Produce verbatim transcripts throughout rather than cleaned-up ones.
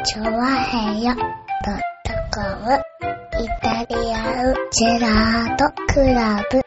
チョワヘヨドットコムイタリアンジェラートクラブ。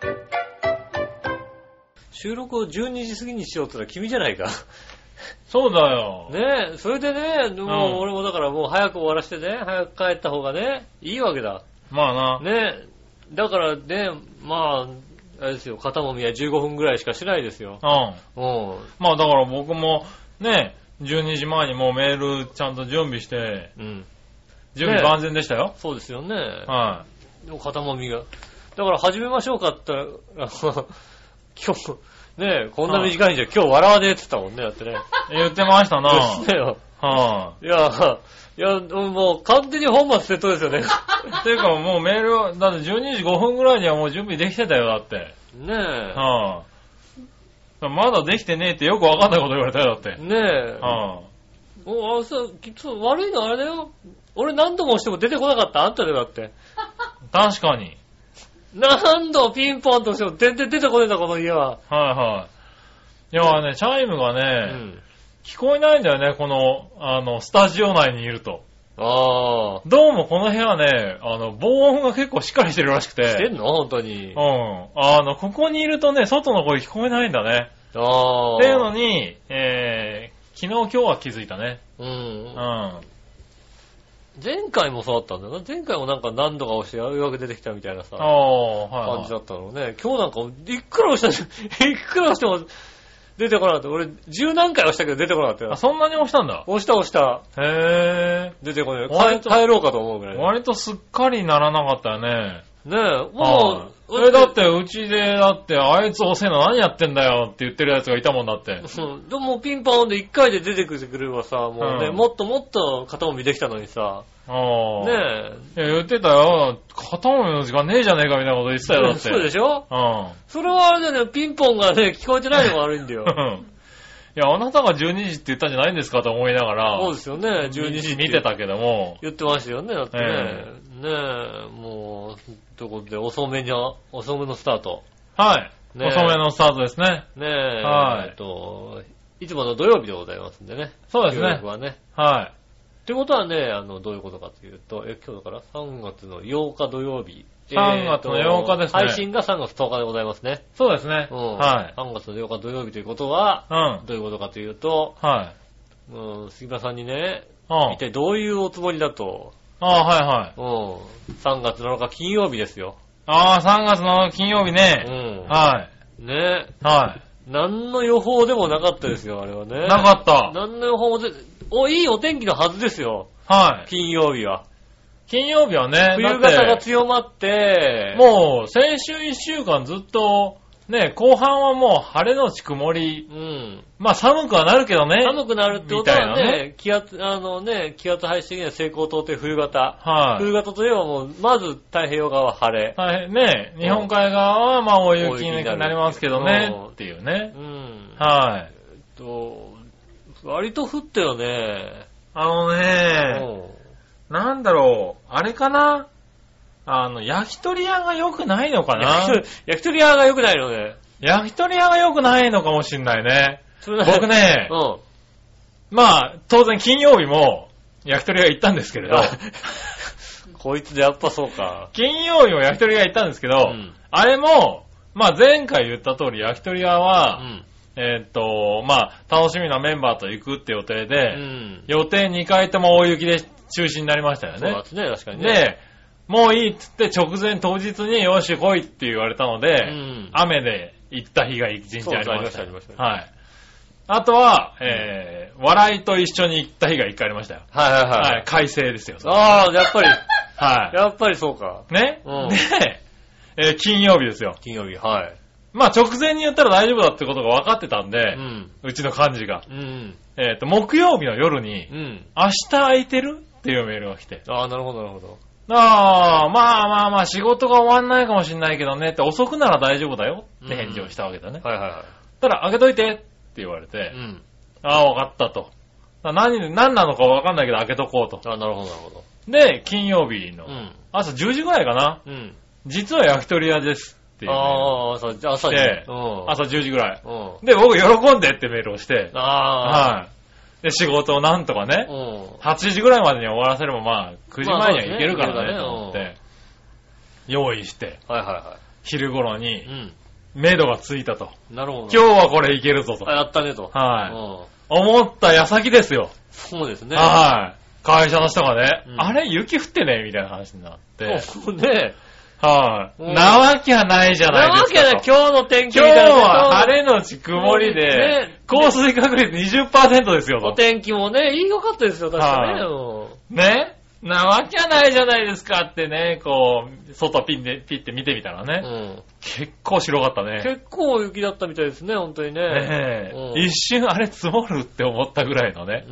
収録をじゅうにじ過ぎにしようってのは君じゃないか。 そうだよ。 ねえ、それでね、もう俺もだからもう早く終わらせてね、早く帰った方がね、いいわけだ。 まあな。 ねえ、だからね、まあ、あれですよ、肩もみはじゅうごふんぐらいしかしないですよ。 うん。 うん。 まあだから僕もね、じゅうにじまえにもうメールちゃんと準備して、 うん。 準備万全でしたよ。 ね、そうですよね。 はい。 でも肩もみが。だから始めましょうかって言ったら、今日、ねえ、こんな短いんじゃ、今日笑わねえって言ったもんね、だってね。 言ってましたな。 ですよ。 はい、 いや、いや、もう完全に本末転倒ですよね。 ていうかもうメール、だってじゅうにじごふんぐらいにはもう準備できてたよ、だって。 ねえ。 はあ、まだできてねえってよくわかんないこと言われたよ、だって。 ねえ。はあ、おあそうきっと悪いのはあれだよ。俺何度も押しても出てこなかったあんただよ、だって。 確かに。 何度ピンポンとしても全然出てこねえんだ、この家は。 はいはい。いやね、チャイムがね、うん、聞こえないんだよね、この、あの、スタジオ内にいると。 ああ。 どうもこの部屋ね、あの、防音が結構しっかりしてるらしくて。 してんの本当に。 うん。あの、ここにいるとね、外の声聞こえないんだね。 ああ。 っていうのに、えー、昨日今日は気づいたね。 うん。うん。 うん。 前回もそうだったんだよな。前回もなんか何度か押してようやく出てきたみたいなさ、 あはいはい、 感じだったのね。今日なんかいくら押した、いくら押しても出てこなかった。俺十何回押したけど出てこなかったよ。 あ、そんなに押したんだ。 押した押した。 へー。出てこない。帰, 帰ろうかと思うぐらい。 割とすっかりならなかったよね。 ねえ、もう、え、だって、うちで、だって、あいつ押せんの何やってんだよって言ってるやつがいたもんだって。 うん。でも、ピンポーンで一回で出てくれればさ、もうね、うん、もっともっと肩もみできたのにさ。 ああ。 ねえ。いや、言ってたよ。肩もみの時間ねえじゃねえかみたいなこと言ってたよ、だって。 そうでしょうん。 それはあれだよね、ピンポンがね、聞こえてないのが悪いんだよ。 うん。いや、あなたがじゅうにじって言ったんじゃないんですかと思いながら。 そうですよね、 じゅうにじ見てたけども。 言ってましたよね、だってね。えー、ねえ、もう、ということで、遅めに、遅めのスタート。 はい。ね、遅めのスタートですね。 ねえ。はい。えっと、いつもの土曜日でございますんでね。 そうですね。 はね。 はい。 ってことはね、あの、どういうことかというと、え、今日だからさんがつのようか土曜日。 さんがつのようかですね。 配信がさんがつとおかでございますね。 そうですね。 うん。 はい。 さんがつのようか土曜日ということは、 うん。 どういうことかというと、 はい。 うん、杉村さんにね、 うん。 一体どういうおつもりだと。 ああ、はいはい。 うん。さんがつなのか金曜日ですよ。 ああ、さんがつの金曜日ね。 うん。 はい。 ね。 はい。 何の予報でもなかったですよ、あれはね。 なかった。 何の予報もで、お、いいお天気のはずですよ。 はい。 金曜日は。 金曜日はね、 冬型が強まって、 もう先週いっしゅうかんずっと、ね、後半はもう晴れのち曇り。 うん。 まあ寒くはなるけどね。 寒くなるってことはね、ね気圧、あのね、気圧配置的には西高東低冬型。はい。冬型といえばもう、まず太平洋側は晴れ。 はい。ね、日本海側はまあ大雪になりますけどね、っていうね。 うん。 はい。 えっと、割と降ったよね。 あのね、なんだろう、あれかなあの、焼き鳥屋が良くないのかな焼き鳥屋が良くないのね。 焼き鳥屋が良くないのかもしんないね。僕ね、 うん、 まあ、当然金曜日も焼き鳥屋行ったんですけれど。 こいつでやっぱそうか。 金曜日も焼き鳥屋行ったんですけど、うん、あれも、まあ前回言った通り焼き鳥屋は、うんえー、っと、まあ、楽しみなメンバーと行くって予定で、うん、予定にかいとも大雪で中止になりましたよね。 そうですね、確かにね。 で、もういいっつって直前当日によし来いって言われたので、うん、雨で行った日が一日ありました。 ありました。 はい。あとは、えー、笑いと一緒に行った日が一回ありましたよ。 はいはいはい。はい、 快晴ですよ。 ああ、やっぱり。 はい。 やっぱりそうか。 ね、うん、で、えー、金曜日ですよ。 金曜日、はい。 まあ直前に言ったら大丈夫だってことが分かってたんで、 うん、 うちの幹事が。 うん、 えっと、木曜日の夜に、 うん、 明日空いてるっていうメールが来て。 ああ、なるほど、なるほど。 ああ、まあまあまあ仕事が終わんないかもしんないけどねって遅くなら大丈夫だよって返事をしたわけだね。 うん、はいはいはい。 たら開けといてって言われて、 うん、 ああ、分かったと。何、何なのか分かんないけど開けとこうと。 ああ、なるほどなるほど。 で、金曜日の朝じゅうじぐらいかな。 うん、 実は焼き鳥屋です。っていうああ、朝、朝で、うん、朝じゅうじぐらい。 うん、 で、僕喜んでってメールをして、 ああ、 はい。 で、仕事をなんとかね、うん、はちじぐらいまでに終わらせれば、まあ、くじまえには行けるからね、まあ、と思って、用意して、はいはいはい、昼頃に、うん、目処がついたと。なるほど。今日はこれいけるぞと。 やったねと。 はい。うん、思った矢先ですよ。 そうですね。 はい。会社の人がね、うん、あれ雪降ってねみたいな話になって。 そうね。 はい、あ。なわけはないじゃないですか。 なわけはない。今日の天気今日は晴れのち曇りで、ね、降水確率 にじゅっパーセント ですよと。 お天気もね、いいよかったですよ、確かね。 はい、ね。なわけはないじゃないですかってね、こう、外ピンで、ピッて見てみたらね。うん、結構白かったね。 結構雪だったみたいですね、本当にね。ねえ、うん、一瞬あれ積もるって思ったぐらいのね。うん。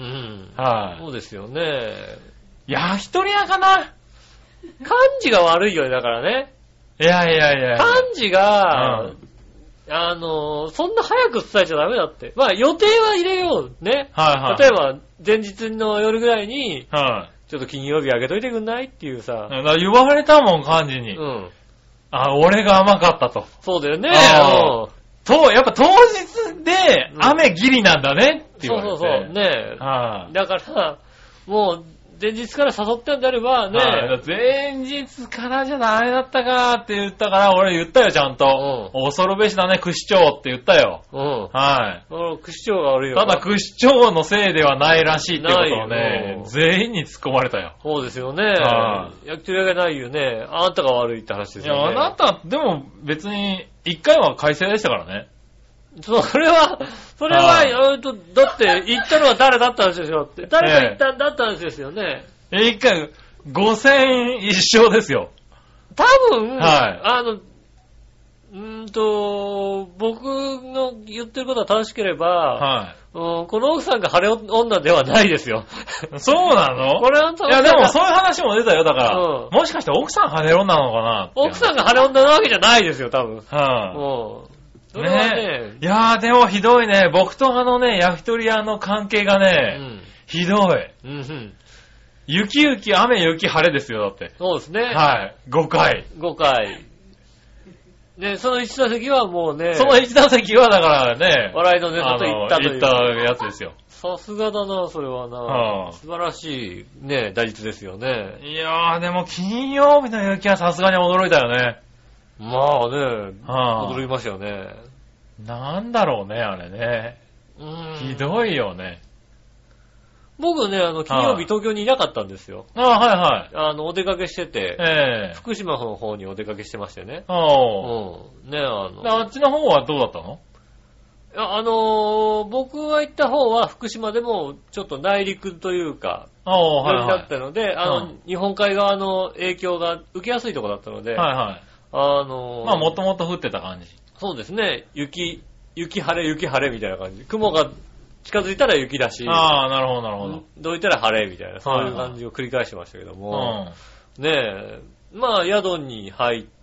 はい、そうですよね。 焼き鳥屋かな？ 漢字が悪いよね、だからね。 いやいやいや。 漢字が、うん、あの、そんな早く伝えちゃダメだって。まあ予定は入れようね。はいはい。例えば、前日の夜ぐらいに、はい。ちょっと金曜日あげといてくんないっていうさ。 言われたもん、漢字に。うん。あ、俺が甘かったと。 そうだよね。 あと、やっぱ当日で雨ギリなんだねって言われて。 そうそうそう。ねえ。はあ、だから、もう、前日から誘ってんであればね、はい、前日からじゃダメだったかって言ったから、俺言ったよ、ちゃんと。うん、恐るべしだね、区市長って言ったよ。うん。はい。 区市長が悪いよ。 ただ、区市長のせいではないらしいってことをね、全員に突っ込まれたよ。 そうですよね。はい。焼き鳥屋がないよね。あなたが悪いって話ですよね。 いや、あなた、でも別に、一回は改正でしたからね。 それは、それは、えっと、だって、行ったのは誰だったんですよって。誰が行ったんだったんですよね。 え、一回、ごせん一勝ですよ。 多分、はい。あの、うーんと、僕の言ってることは正しければ、はい。うん、この奥さんが晴れ女ではないですよ。 そうなの？ これは、 いや、でもそういう話も出たよ、だから。うん、もしかして奥さん晴れ女なのかな？ 奥さんが晴れ女なわけじゃないですよ、多分。はい、うん。それはね、 ね、いやーでもひどいね。僕とあのね、焼き鳥屋の関係がね、うん、ひどい。うんうん、雪雪、雨雪晴れですよ、だって。 そうですね。 はい。ごかい。 ごかい。ね、その一打席はもうね。 その一打席はだからね、 笑いのネタと言ったという。 言ったやつですよ。 さすがだな、それはな。はあ、素晴らしいね、打率ですよね。 いやーでも金曜日の雪はさすがに驚いたよね。 まあね、はあ、驚きましたよね。 なんだろうね、あれね。うーん、ひどいよね。 僕ね、あの、金曜日東京にいなかったんですよ。 ああ、はいはい。 あの、お出かけしてて、ええー、福島の方にお出かけしてましてね。 ああ。 うん。ね、あの。 あっちの方はどうだったの？ あのー、僕が行った方は福島でもちょっと内陸というか、 ああ、はいはい。 だったので、あの、うん、日本海側の影響が受けやすいところだったので、 はいはい。 あのー、 まあ、もともと降ってた感じ。 そうですね。雪、雪晴れ、雪晴れみたいな感じ。雲が近づいたら雪だし、 ああ、なるほど、なるほど。 どいたら晴れみたいな、そういう感じを繰り返してましたけども、はいはい、ねえ、まあ、宿に入って、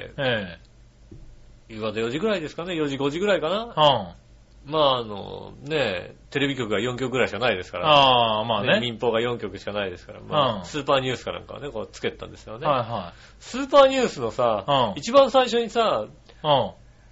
ええ、夕方よじぐらいですかね、よじ、ごじぐらいかな。うん、まあ、あの、ねえ、テレビ局がよんきょくぐらいしかないですから、 ああ、まあね。 ね、民放がよんきょくしかないですから、まあ、うん、スーパーニュースかなんかはね、こうつけてたんですよね。 はいはい。 スーパーニュースのさ、うん、一番最初にさ、うん、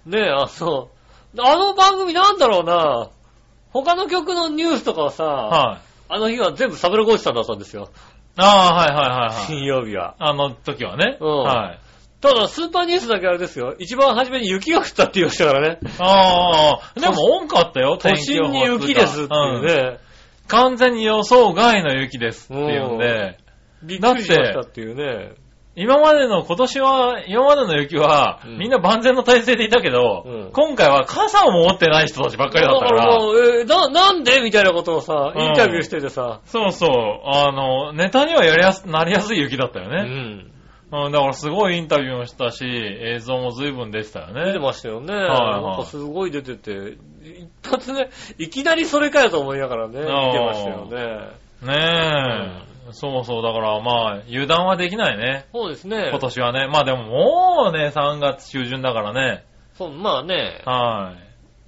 ねえ、あの、あの番組なんだろうな、他の曲のニュースとかはさ、はい、あの日は全部サブロゴーチさんだったんですよ。 ああ、はいはいはい、はい。 金曜日は。 あの時はね。うん。はい。 ただ、スーパーニュースだけあれですよ。一番初めに雪が降ったって言いましたからね。 ああ、でも多かったよ、 都心に雪ですっていうね、うん。 完全に予想外の雪ですっていうんで。 びっくりしましたっていうね。 今までの、今年は、今までの雪は、うん、みんな万全の体制でいたけど、うん、今回は傘を持ってない人たちばっかりだったから。だからもう、 えー、な、なんでみたいなことをさ、インタビューしててさ、 うん。そうそう。あの、ネタにはやりやす、なりやすい雪だったよね。うん。うん、だからすごいインタビューもしたし、映像も随分出てたよね。 出てましたよね。はい、はい。なんかすごい出てて、一発ね、いきなりそれかよと思いながらね、見てましたよね。 ねえ。うん、そうそう、だからまあ、油断はできないね。 そうですね。 今年はね。まあでももうね、さんがつ中旬だからね。 そう、まあね。 はい。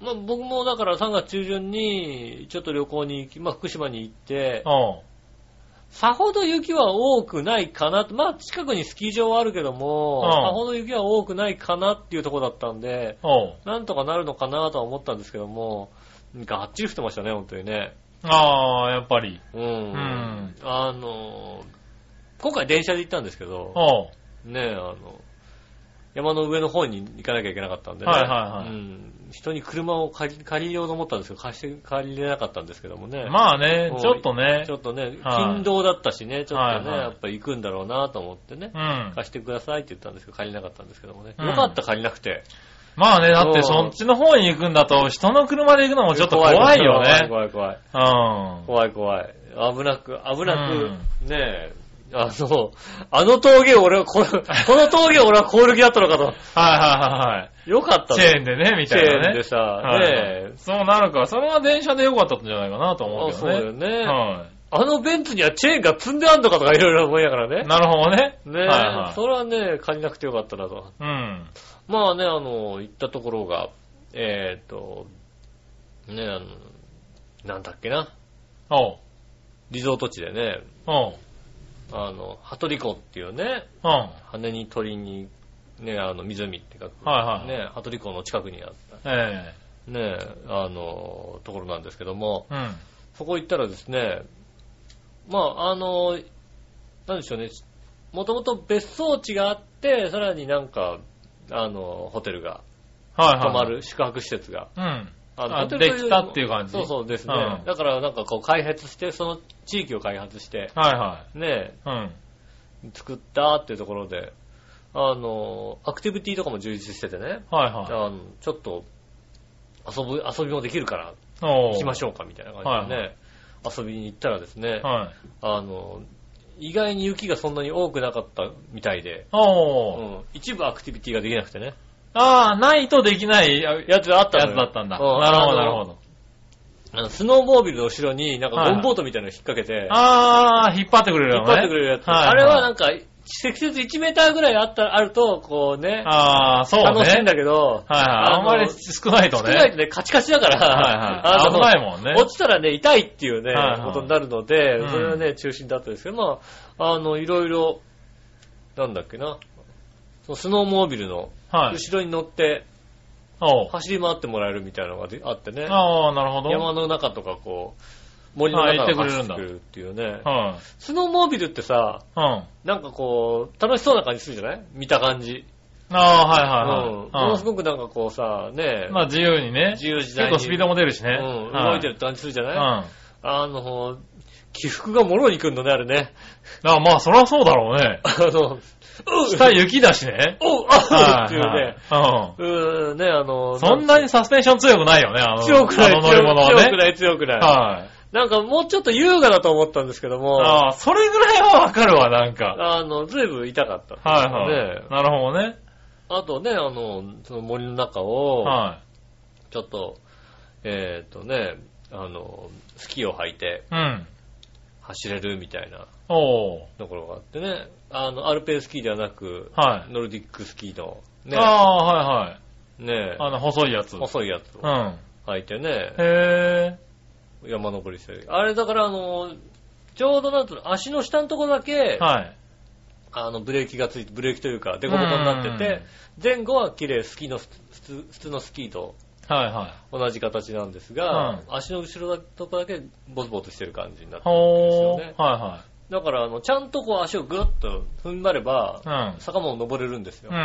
まあ僕もだからさんがつ中旬に、ちょっと旅行に行き、まあ福島に行って、 うん。 さほど雪は多くないかなと。まあ近くにスキー場はあるけども、うん、さほど雪は多くないかなっていうところだったんで、うん、なんとかなるのかなとは思ったんですけども、がっちり降ってましたね、本当にね。 ああ、やっぱり。 うん。うん。あの、今回電車で行ったんですけど、ねえ、あの、山の上の方に行かなきゃいけなかったんでね。はいはいはい。うん。人に車を借り、借りようと思ったんですけど、貸して、借りれなかったんですけどもね。 まあね、ちょっとね。 ちょっとね、勤労だったしね、ちょっとね、はいはい、やっぱり行くんだろうなと思ってね、うん。貸してくださいって言ったんですけど、借りなかったんですけどもね。うん、よかった借りなくて。 まあね、だってそっちの方に行くんだと、人の車で行くのもちょっと怖いよね。 怖い怖い怖い。 うん。 怖い怖い。危なく、危なく、うん、ねえ。あの、あの峠を俺は、この、この峠を俺はこうる気だったのかと。はいはいはいはい。 よかった。 チェーンでね、みたいなね。 チェーンでさ、はい、ねえ。 そうなるか。それは電車でよかったんじゃないかなと思うけどね。 そうだよね。はい。あのベンツにはチェーンが積んであんのかとかいろいろ思いながらね。 なるほどね。 ねえ、はいはい。それはね、借りなくてよかったなと。うん。まあね、あの、行ったところが、えーっと、ねえ、あの、なんだっけな。 おう。 リゾート地でね。 おう。 あの、羽鳥湖っていうね、うん、羽に鳥に、ね、あの、湖って書く、はいはい、ね、羽鳥湖の近くにあった、えー、ね、あの、ところなんですけども、うん、そこ行ったらですね、まあ、あの、なんでしょうね、もともと別荘地があって、さらになんか、あの、ホテルが、はいはい、泊まる宿泊施設が、うんあのできたっていう感じ。 そうそうですね。うん、だからなんかこう開発して、その地域を開発して、はいはい。ねえ、うん。作ったっていうところで、あの、アクティビティとかも充実しててね、はいはい。あの、ちょっと遊ぶ、遊びもできるから、行きましょうかみたいな感じでね、はいはい、遊びに行ったらですね、はい。あの、意外に雪がそんなに多くなかったみたいで、おうん、一部アクティビティができなくてね。 ああ、ないとできないやつがあったのよ。 やつだったんだ。なるほど、なるほど。 あの、スノーモービルの後ろになんかゴムボートみたいなの引っ掛けて。 ああ、引っ張ってくれるやつ、ね。引っ張ってくれるやつ。はいはい、あれはなんか、積雪いちメーターぐらいあった、あると、こうね。 ああ、そうね。 楽しいんだけど。はいはい。 あんまり少ないとね。 少ないとね、カチカチだから。 はいはい。危ないもんね。 落ちたらね、痛いっていうね、はいはい、ことになるので、それはね、中心だったんですけど、まあ、あの、いろいろ、なんだっけな。そのスノーモービルの後ろに乗って、はい、走り回ってもらえるみたいなのがあってね。 ああ、なるほど。 山の中とかこう、森の中を走ってくれるっていうね。はい、スノーモービルってさ、うん、なんかこう、楽しそうな感じするじゃない見た感じ。 ああ、はいはいはい。うん。 ものすごくなんかこうさ、ね。 まあ自由にね。 自由自在に。 結構スピードも出るしね。 うん。動いてるって感じするじゃない、うん、あの、起伏がもろに来るのね、あれね。 ああ、まあそりゃそうだろうね。あの、下雪だしね。 おう、あうっていうね。うん。ね、あの、 そんなにサスペンション強くないよね、あの、 強くない、 あの乗り物はね。 強くない、強くない。はい。なんかもうちょっと優雅だと思ったんですけども。 ああ、それぐらいはわかるわ、なんか。 あの、ずいぶん痛かった。 はいはい。ね、なるほどね。 あとね、あの、その森の中を、はい。ちょっと、えっとね、あの、スキーを履いて、うん。走れるみたいなところがあってね。あの、アルペンスキーではなく、はい、ノルディックスキーの、 ね。ああ、はいはい。 ねあの、細いやつ。 細いやつを履いてね。 うん、へー。山登りしてる。あれだからあの、ちょうどなんと足の下のところだけ、はい。あの、ブレーキがついて、ブレーキというか、デコボコになってて、前後は綺麗、スキーの、普通のスキーと、はいはい。同じ形なんですが、うん、足の後ろのとこだけボツボツしてる感じになってるんですよね。はいはい。だから、あの、ちゃんとこう足をぐっと踏ん張れば、うん、坂も登れるんですよ。うん、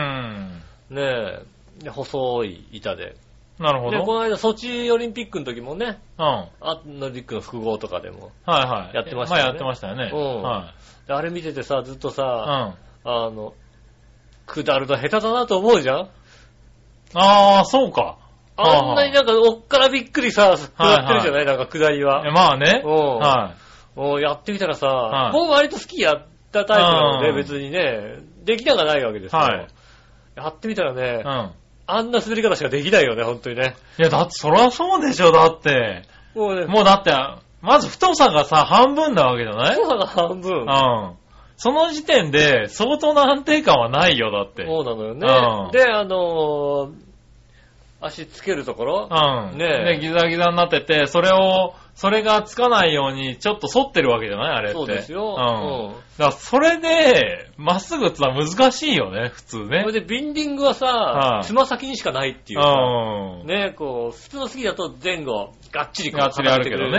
ねえ。で、細い板で。 なるほど。 で、この間、ソチオリンピックの時もね、うん。あノルディックの複合とかでも、 はいはい。 やってましたよね。 まあやってましたよね。うん。 はい。であれ見ててさ、ずっとさ、うん。あの、下るの下手だなと思うじゃん？ ああ、そうか。 あんなになんか、おっからびっくりさ、下ってるじゃない、はいはい、なんか下りは。 まあね。 うん。はい。もうやってみたらさ、はい、僕割とスキーやったタイプなので、別にね、できながないわけですよ。はい。やってみたらね、うん。あんな滑り方しかできないよね、ほんとにね。 いや、だってそりゃそうでしょ、だって。もうね。もうだって、まず太さがさ、半分なわけじゃない？ 太さが半分。 うん。その時点で、相当な安定感はないよ、だって。 そうなのよね。うん。で、あのー、足つけるところうん。ねえ。で、ギザギザになってて、それを、それがつかないように、ちょっと反ってるわけじゃないあれって。 そうですよ。 うん。うん、だから、それで、まっすぐってのは難しいよね、普通ね。 それで、ビンディングはさ、つま先にしかないっていうさ、うん。ねえ、こう、普通のスキーだと前後、がっちりがっちりあるけどね。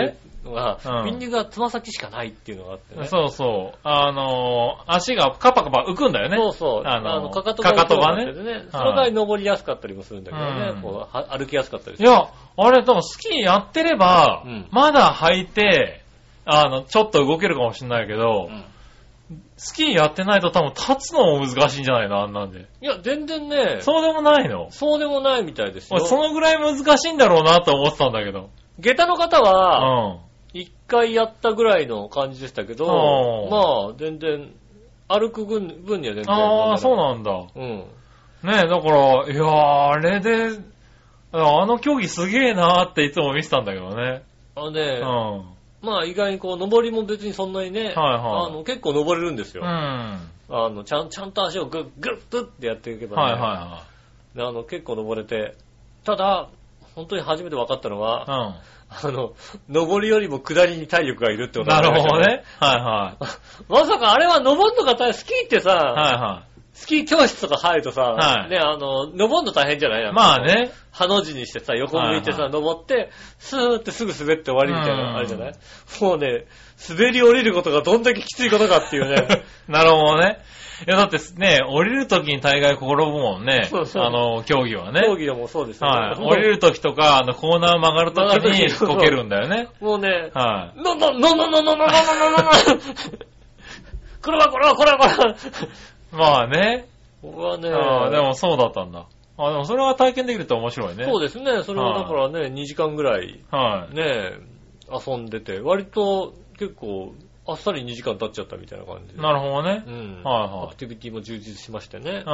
のが、うん、ビンディングがつま先しかないっていうのがあってね。 そうそう。あのー、足がカパカパ浮くんだよね。 そうそう。 あのー、 あのかかとが、 かかとがね。 その場合登りやすかったりもするんだけどね。うん、こう歩きやすかったりする。いや、あれ、でもスキーやってれば、うん、まだ履いて、あの、ちょっと動けるかもしれないけど、うんスキーやってないと多分立つのも難しいんじゃないのあんなんで。 いや、全然ね。 そうでもないのそうでもないみたいですよ。 そのぐらい難しいんだろうなと思ってたんだけど。 下駄の方は、一回やったぐらいの感じでしたけど、うん、まあ、全然、歩く分には全然。 ああ、そうなんだ。うん。ねえ、だから、いやー、あれで、あの競技すげえなーっていつも見てたんだけどね。 あのね、うん。まあ意外にこう、登りも別にそんなにね、はいはい、あの結構登れるんですよ。うん、あのちゃん、ちゃんと足をグッグッグッってやっていけばね、はいはいはい、あの結構登れて、ただ、本当に初めて分かったのは、うん、あの、登りよりも下りに体力がいるってことなんですよね。なるほどね。はいはい。 まさかあれは登るのが大変、スキーってさ、はいはい、スキー教室とか入るとさ、はい、ね、あの、登るの大変じゃない？ まあね。 ハの字にしてさ、横向いてさ、はいはい、登って、スーってすぐ滑って終わりみたいなのあるじゃない？もうね、滑り降りることがどんだけきついことかっていうね。 なるほどね。いやだってね、降りるときに大概転ぶもんね。そうそう。あの、競技はね。 競技でもそうですよね。はい。降りるときとか、あの、コーナー曲がるときにこけるんだよね。 もうね、はい。ののののののののののののこれはこれはこれはこれは。 まあね。 僕はね。 ああ、でもそうだったんだ。あ、でもそれは体験できると面白いね。 そうですね。それはだからね、にじかんぐらい、はい。ね、遊んでて、割と結構、あっさりにじかん経っちゃったみたいな感じで。 なるほどね。 うん。はいはい。アクティビティも充実しましてね。うん。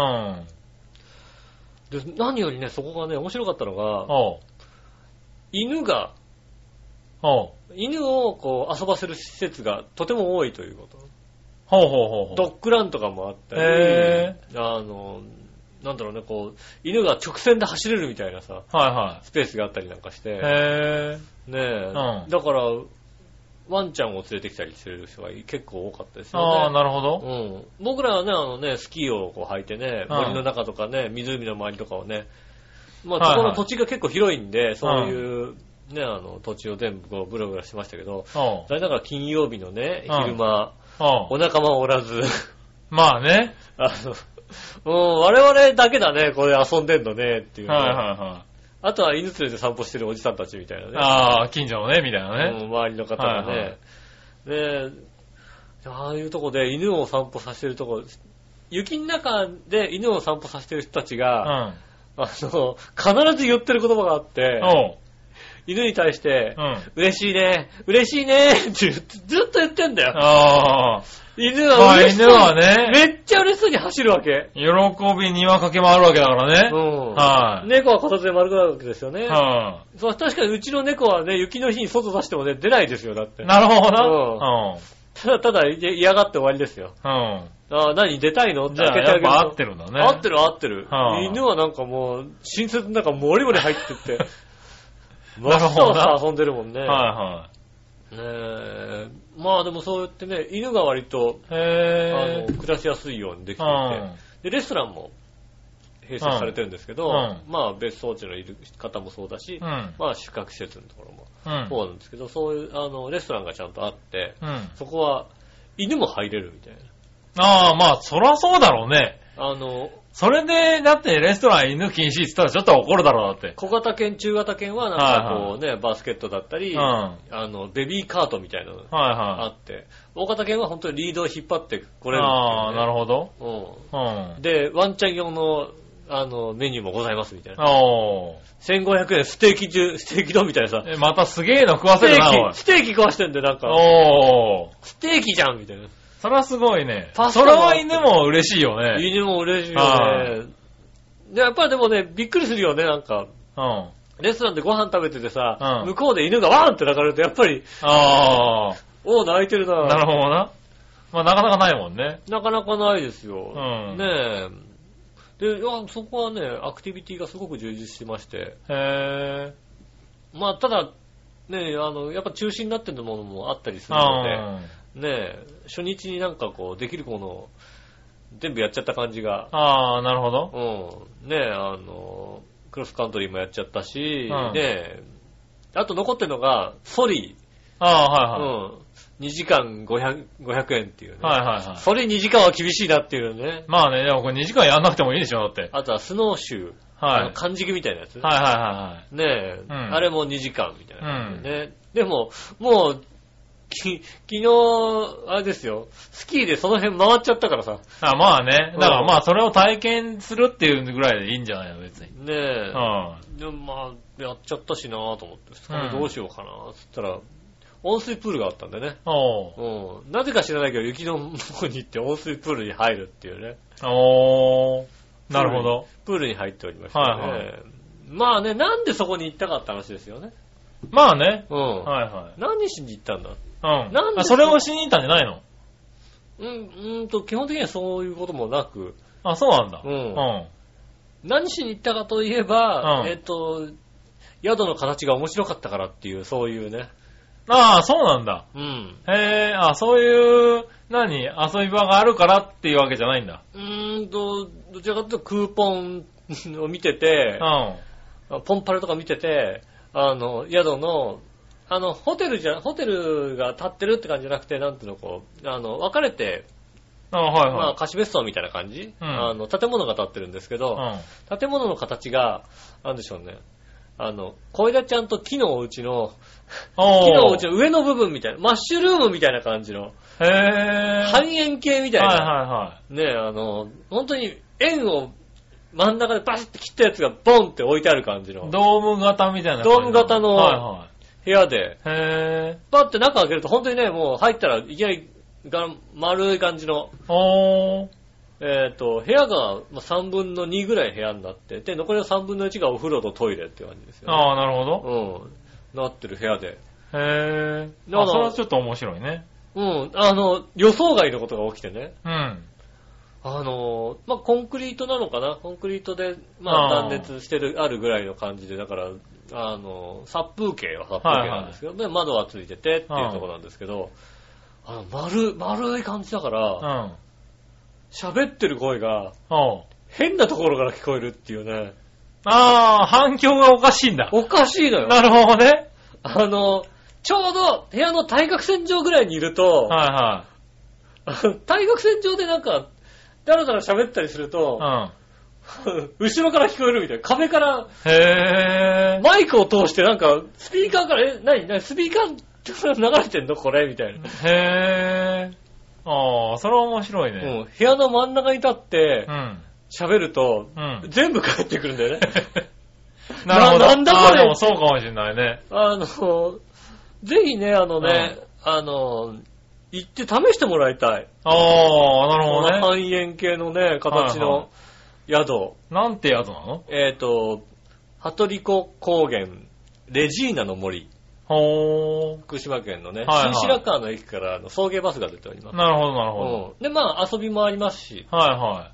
で、何よりね、そこがね、面白かったのが、おう犬が、おう犬をこう遊ばせる施設がとても多いということ。 ほうほうほうほう。 ドッグランとかもあったり、へー、あの、なんだろうね、こう、犬が直線で走れるみたいなさ、はいはい、スペースがあったりなんかして、へー、ねえ、うん、だから、ワンちゃんを連れてきたりする人が結構多かったですよね。 ああ、なるほど。 うん。僕らはね、あのね、スキーをこう履いてね、森の中とかね、湖の周りとかをね、まあ、そこの土地が結構広いんで、はいはい、そういう、ね、あの、土地を全部こうブラブラしましたけど、それだから金曜日のね、昼間、お仲間おらず。 まあね。 あの、もう我々だけだね、これ遊んでんのね、っていう、ね。はいはいはい。あとは犬連れて散歩してるおじさんたちみたいなね。 ああ、近所のね、みたいなね。 うん、周りの方がね。はいはい、で、ああいうとこで犬を散歩させてるとこ、雪の中で犬を散歩させてる人たちが、うん、あの、必ず言ってる言葉があって、犬に対して、うん、嬉しいね、嬉しいねってずっと言ってんだよ。ああ。犬は嬉しそう、まあ、犬はね、めっちゃ嬉しそうに走るわけ。 喜びには駆け回るわけだからね。うん。 はい、猫は片手で丸くなるわけですよね。はい、そう、確かにうちの猫はね、雪の日に外出してもね、出ないですよ、だって。 なるほどな。うん。 うん、ただただ嫌がって終わりですよ。うん。ああ、何出たいのって開けてあげると。やっぱ合ってるんだね。 合ってる合ってる。はあ、犬はなんかもう、親切の中もりもり入ってって。なるほどな。遊んでるもんね。はいはい。ねえ。まあでもそうやってね、犬が割と、へあの、暮らしやすいようにできていて、うん、で、レストランも併設されてるんですけど、うん、まあ別荘地のいる方もそうだし、うん、まあ宿泊施設のところもそうなんですけど、そういう、あの、レストランがちゃんとあって、うん、そこは犬も入れるみたいな。ああ、まあそらそうだろうね。 あの、 それで、だってレストラン犬禁止って言ったらちょっと怒るだろうだって。 小型犬、中型犬はなんかこうね、はいはい、バスケットだったり、うん、あの、ベビーカートみたいなのがあって、はいはい、大型犬は本当にリードを引っ張ってこれるんですよ、ね。ああ、 なるほど。 うん。うん、で、ワンちゃん用の、あの、メニューもございますみたいな。おー。せんごひゃくえんステーキ中、ステーキ丼みたいなさ。 え、またすげえの食わせるな、おい。 ステーキ、ステーキ食わしてんで、なんか。おー。ステーキじゃんみたいな。 それはすごいね。それは犬も嬉しいよね。 犬も嬉しいよね。で、やっぱりでもね、びっくりするよね、なんか。うん。レストランでご飯食べててさ、うん、向こうで犬がワーンって鳴かれると、やっぱり、ああ。おー、泣いてるな。 なるほどな。まあ、なかなかないもんね。 なかなかないですよ。うん。ねえ。で、いや、そこはね、アクティビティがすごく充実してまして。へー。まあ、ただ、ねえ、あの、やっぱ中止になってるものもあったりするので、ねえ、初日になんかこう、できるものを、全部やっちゃった感じが。 ああ、なるほど。 うん。ねえ、あの、クロスカントリーもやっちゃったし、うん、ねえ、あと残ってるのが、ソリー。 ああ、はいはい。 うん。にじかんごひゃく、ごひゃくえんっていうね。 はいはいはい。 それにじかんは厳しいなっていうね。 まあね、でもこれにじかんやんなくてもいいでしょ、だって。 あとはスノーシュー。はい。あの、漢字みたいなやつ。 はいはいはいはい。 ねえ、うん、あれもにじかんみたいな、ね。うん。ね。でも、もう、き、昨日、あれですよ、スキーでその辺回っちゃったからさ。 あ、まあね。だからまあそれを体験するっていうぐらいでいいんじゃないの、別に。 ねえ。うん。でもまあ、やっちゃったしなぁと思って、それどうしようかなぁつったら、温水プールがあったんでね。おうん。なぜか知らないけど、雪の方に行って温水プールに入るっていうね。 おー。なるほど。 プールに入っておりましたね。はいはい。まあね、なんでそこに行ったかって話ですよね。 まあね。 うん。 はいはい。 何しに行ったんだ？ うん。なんでそれをしに行ったんじゃないの？ うん、うんと、基本的にはそういうこともなく。 あ、そうなんだ。 うん。うん。何しに行ったかといえば、うん、えっと、宿の形が面白かったからっていう、そういうね。 ああ、そうなんだ。 うん。 へえ、あ、そういう、何、遊び場があるからっていうわけじゃないんだ。 うーんと、どちらかというとクーポンを見てて、うん。ポンパルとか見てて、あの、宿の、あの、ホテルじゃ、ホテルが建ってるって感じじゃなくて、なんていうの、こう、あの、分かれて、 ああ、はいはい。 まあ、貸別荘みたいな感じ、うん、あの、建物が建ってるんですけど、うん、建物の形が、なんでしょうね。あの、小枝ちゃんと木のお家の、木のお家の上の部分みたいな、マッシュルームみたいな感じの、 へー。 半円形みたいな。 はいはいはい。 ねえ、あの、本当に円を真ん中でバシッと切ったやつがボンって置いてある感じの。 ドーム型みたいな感じ。 ドーム型の部屋で、 はいはい、へー。パッて中開けると本当にね、もう入ったらいきなりが丸い感じの。 おー。 えっと、部屋がさんぶんのにぐらい部屋になってて、残りのさんぶんのいちがお風呂とトイレって感じですよね。 ああ、なるほど。 うん。なってる部屋で。 へー。だから、それはちょっと面白いね。 うん。あの、予想外のことが起きてね。 うん。 あの、まあ、コンクリートなのかなコンクリートで、まあ、断熱してる、あるぐらいの感じで、だから、あの、殺風景は殺風景なんですけど、はいはい、で、窓はついててっていうところなんですけど、あの、丸、丸い感じだから、うん。喋ってる声が、変なところから聞こえるっていうね。 ああ、反響がおかしいんだ。 おかしいのよ。 なるほどね。 あの、ちょうど部屋の対角線上ぐらいにいると、 はいはい。 対角線上でなんか、だらだら喋ったりすると、うん、後ろから聞こえるみたいな。壁から、 へー。 マイクを通してなんか、スピーカーから、え、なになにスピーカー流れてんのこれみたいな。 へー。ああ、それは面白いね。 うん。部屋の真ん中に立って、うん。喋ると、 うん、 全部返ってくるんだよね。 なるほど。 な、なんだこれ。 でもそうかもしれないね。 あの、ぜひね、あのね、うん、あの、行って試してもらいたい。 ああ、なるほどね。 半円形のね、形の宿。はいはい、 なんて宿なの？ えっ、ー、と、羽鳥湖高原、レジーナの森。 ほー。 福島県のね、 はいはい、 新白川の駅からの送迎バスが出ております。 なるほど、なるほど。 うん。で、まあ、遊びもありますし。 はいはい。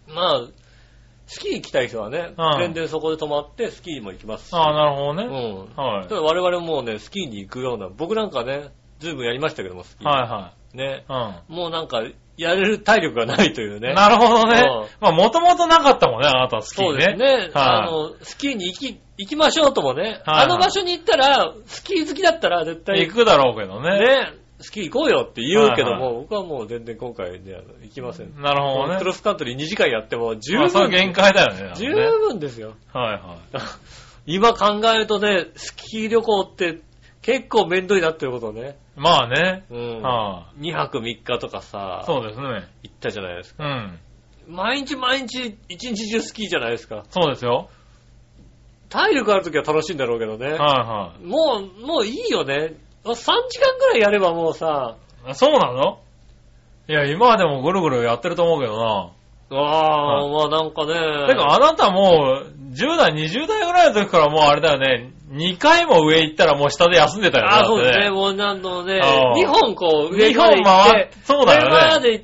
まあ、スキー行きたい人はね、うん、全然そこで泊まってスキーも行きますし。 ああ、なるほどね。 うん。 はい。 ただ我々もね、スキーに行くような、僕なんかね、ずいぶんやりましたけども、スキー。 はいはい。 ね。 うん。 もうなんか、やれる体力がないというね。 なるほどね。うん、まあ、もともとなかったもんね、あなたスキーね。 そうですね。はい、あの、スキーに行き、行きましょうともね。はいはい、あの場所に行ったら、スキー好きだったら絶対。 行くだろうけどね。 ね。スキー行こうよって言うけども、はいはい、僕はもう全然今回ね、行きません。 なるほどね。 クロスカントリーにじかんやっても十分。 まあ、それ限界だよね。 十分ですよ。 はいはい。 今考えるとね、スキー旅行って結構面倒になってることね。 まあね。 うん。はあ、にはくみっかとかさ。 そうですね。 行ったじゃないですか。 うん。 毎日毎日一日中スキーじゃないですか。 そうですよ。 体力あるときは楽しいんだろうけどね。 はいはい。 もう、もういいよね。さんじかんくらいやればもうさ。 そうなの？いや、今はでもぐるぐるやってると思うけどな。 ああ、まあなんかね。 てかあなたもう、じゅう代、にじゅう代ぐらいの時からもうあれだよね。にかいも上行ったらもう下で休んでたよね。 あ、そうですね。もう何度もね、にほんこう上まで行って、 回ってそうだよね。 上まで行って、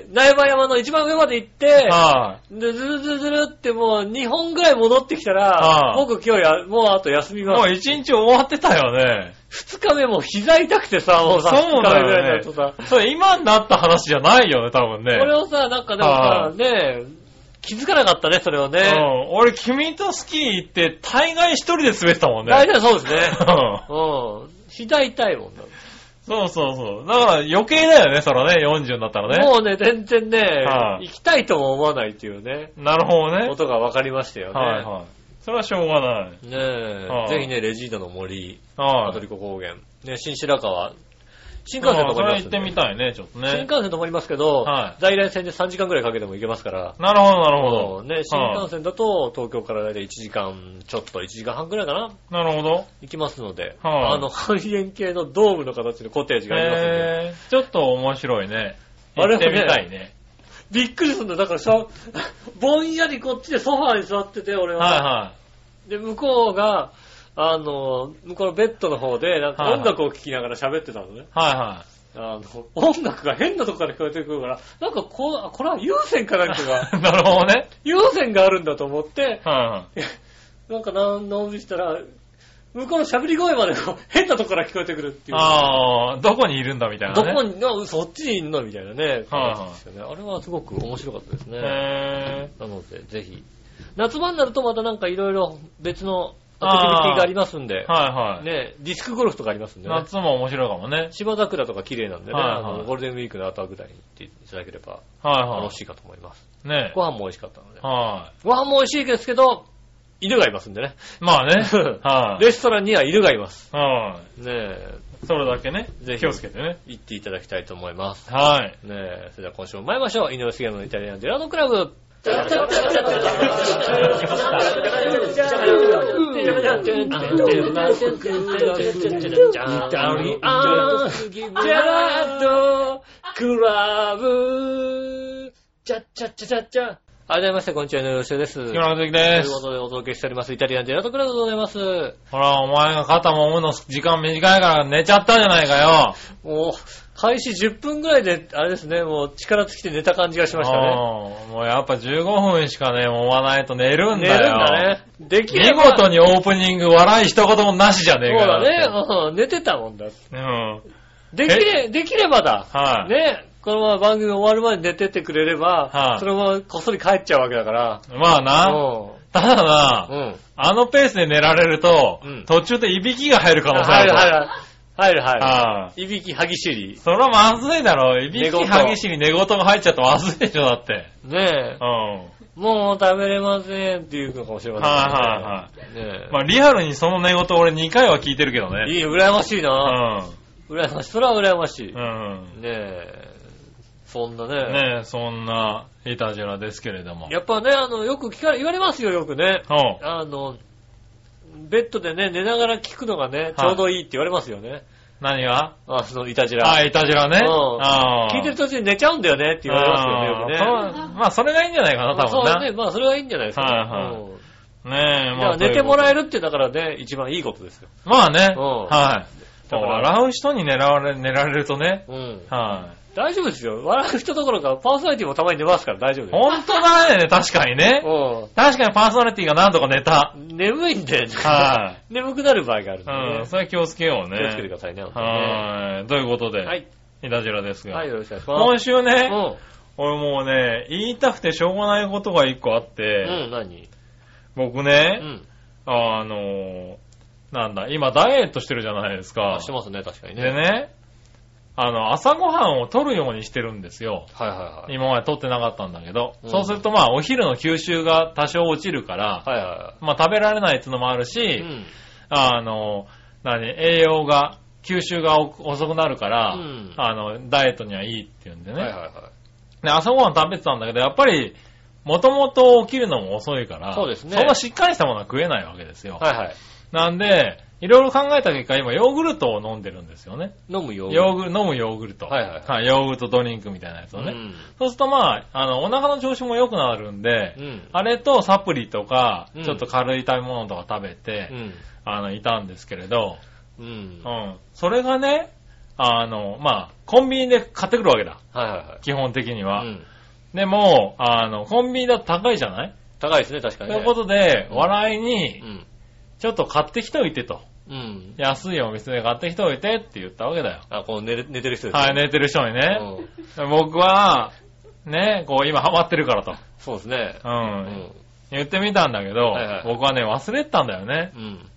苗場山の一番上まで行って、 はで、ずるずるずるってもうにほんぐらい戻ってきたら、僕今日や、もうあと休みます。 もういちにち終わってたよね。 二日目も膝痛くてさ、もうさ、 そうだよね。 二日目ぐらいだとさ。 それ今になった話じゃないよね、多分ね。 これをさ、なんかでもさ、ね気づかなかったね、それをね。 うん。俺、君とスキー行って、大概一人で滑ってたもんね。 大体そうですね。うん。膝痛いもんな。 そうそうそう。だから余計だよね、それね、よんじゅうになったらね。 もうね、全然ね、はあ、行きたいとも思わないっていうね。 なるほどね。 ことが分かりましたよね。 はいはい。それはしょうがない。 ねえ、はあ、ぜひね、レジーナの森、 はい、 アトリコ高原、ね、新白川、新幹線止まりますんで。それ行ってみたいね、ちょっとね。 新幹線止まりますけど、はい、在来線でさんじかんくらいかけても行けますから。 なるほど、なるほど。 ね、新幹線だと東京からだいたいいちじかんちょっと、いちじかんはんくらいかな。 なるほど。 行きますので、 はい、 あの、半円形のドームの形のコテージがありますので。 へー、ちょっと面白いね。行ってみたいね。 びっくりするんだ。だからさ、ぼんやりこっちでソファーに座ってて、俺は。 はいはい。 で、向こうが、あの、向こうのベッドの方で、なんか音楽を聴きながら喋ってたのね。 はいはい。 あの、音楽が変なとこから聞こえてくるから、なんかこう、これは有線かなんかが。 なるほどね。 有線があるんだと思って、 はいはい。 なんかなんのんびりしたら、向こうの喋り声まで変なとこから聞こえてくるっていう。 ああ、どこにいるんだみたいなね。 どこに、のそっちにいるのみたいなね。 はいはい。 あれはすごく面白かったですね。 へー。なので、ぜひ。夏場になるとまたなんかいろいろ別のアクティビティがありますんで。 はいはい。 ね、ディスクゴルフとかありますんでね。 夏も面白いかもね。 芝桜とか綺麗なんでね。 はいはい、 あのゴールデンウィークの後ぐらいに行っていただければ、 はいはい。 楽しいかと思います。 ね。 ご飯も美味しかったので。 はい。 ご飯も美味しいですけど、犬がいますんでね。 まあね。はい。 レストランには犬がいます。 はい。 ねえ。 それだけね。 ぜひ気をつけてね。 行っていただきたいと思います。 はい。 ねえ。それでは今週も参りましょう。井上杉山のイタリアンジェラートクラブ。改めまして、こんにちは、井上芳雄です。 木村和之です。 ということでお届けしております、イタリアンジェラートクラブでございます。 ほら、お前が肩もむの時間短いから寝ちゃったじゃないかよ。 もう、開始じゅっぷんぐらいで、あれですね、もう力尽きて寝た感じがしましたね。 もうやっぱじゅうごふんしかね、揉まないと寝るんだよ。 寝るんだね。できれば見事にオープニング笑い一言もなしじゃねえかそうだね、うん、寝てたもんだ。 うん。 できれ、できればだ。 はい。 ね。このまま番組終わる前に寝てってくれれば、はい、そのままこっそり帰っちゃうわけだから。 まあな。うん、ただな、うん、あのペースで寝られると、うん、途中でいびきが入る可能性ある。 入る入る。入る入る。あいびき歯ぎしり。 それはまずいだろ。いびき歯ぎしり寝言が入っちゃったらまずいでしょ、だって。 ねえ。うん。もう食べれませんっていうのかもしれませんね。 はいはいはい。ねえ。まあリアルにその寝言俺にかいは聞いてるけどね。 いい、羨ましいな。うん。羨ましい。それは羨ましい。 うん。 ねえ。そんなね。 ねえ、そんな、イタジェラですけれども。 やっぱね、あの、よく聞かれ、言われますよ、よくね。 うん。 あの、ベッドでね、寝ながら聞くのがね、ちょうどいいって言われますよね。 何があ、その、イタジェラ。 あ、イタジェラね。うん。 あ聞いてる途中に寝ちゃうんだよねって言われますよね、よくね。 まあ、それがいいんじゃないかな、多分な。 そうね、まあ、それがいいんじゃないですか。 はいはい。ねえ、 まあ。寝てもらえるってだからね、一番いいことですよ。 まあね。うん。はい。だから、笑う人に寝られ、寝られるとね。 うん。 はい。 大丈夫ですよ。笑う人どころか、パーソナリティもたまに寝ますから大丈夫です。 ほんとだね、確かにね。うん。確かにパーソナリティが何とか寝た。 眠いんだよね。 はい。 眠くなる場合があるんでね。 うん。それ気をつけようね。 気をつけてくださいね。 はい。ということで。 はい。 イタジェラですが。 はい、よろしくお願いします。 今週ね、 うん。 俺もうね、言いたくてしょうがないことが一個あって。 うん、何？ 僕ね、 うん。 あの、なんだ、今ダイエットしてるじゃないですか。 してますね、確かにね。 でね、あの、朝ごはんを取るようにしてるんですよ。 はいはいはい。 今まで取ってなかったんだけど、うん、そうするとまあ、お昼の吸収が多少落ちるから、 はいはいはい、 まあ、食べられないっていうのもあるし、うん、あの、何、栄養が、吸収が遅くなるから、うん、あの、ダイエットにはいいっていうんでね。 はいはいはい。 で、朝ごはん食べてたんだけど、やっぱり、もともと起きるのも遅いから、 そうですね。 そんなしっかりしたものは食えないわけですよ。 はいはい。 なんで、いろいろ考えた結果、今、ヨーグルトを飲んでるんですよね。 飲むヨーグルト。 ヨーグル飲むヨーグルト。 はいはい、 はい。ヨーグルトドリンクみたいなやつをね。うん、そうするとまあ、あの、お腹の調子も良くなるんで、うん、あれとサプリとか、うん、ちょっと軽い食べ物とか食べて、うん、あの、いたんですけれど、うん。うん。それがね、あの、まあ、コンビニで買ってくるわけだ。 はいはいはい。 基本的には。うん、でも、あの、コンビニだと高いじゃない？ 高いですね、確かに、ね。 ということで、笑いに、ちょっと買ってきておいてと。うん、安いお店で買ってきておいてって言ったわけだよ。 あ、こう寝る、寝てる人ですね。 はい、寝てる人にね。うん、僕は、ね、こう今ハマってるからと。 そうですね。 うん。うん、言ってみたんだけど、はいはい、僕はね、忘れてたんだよね。うん。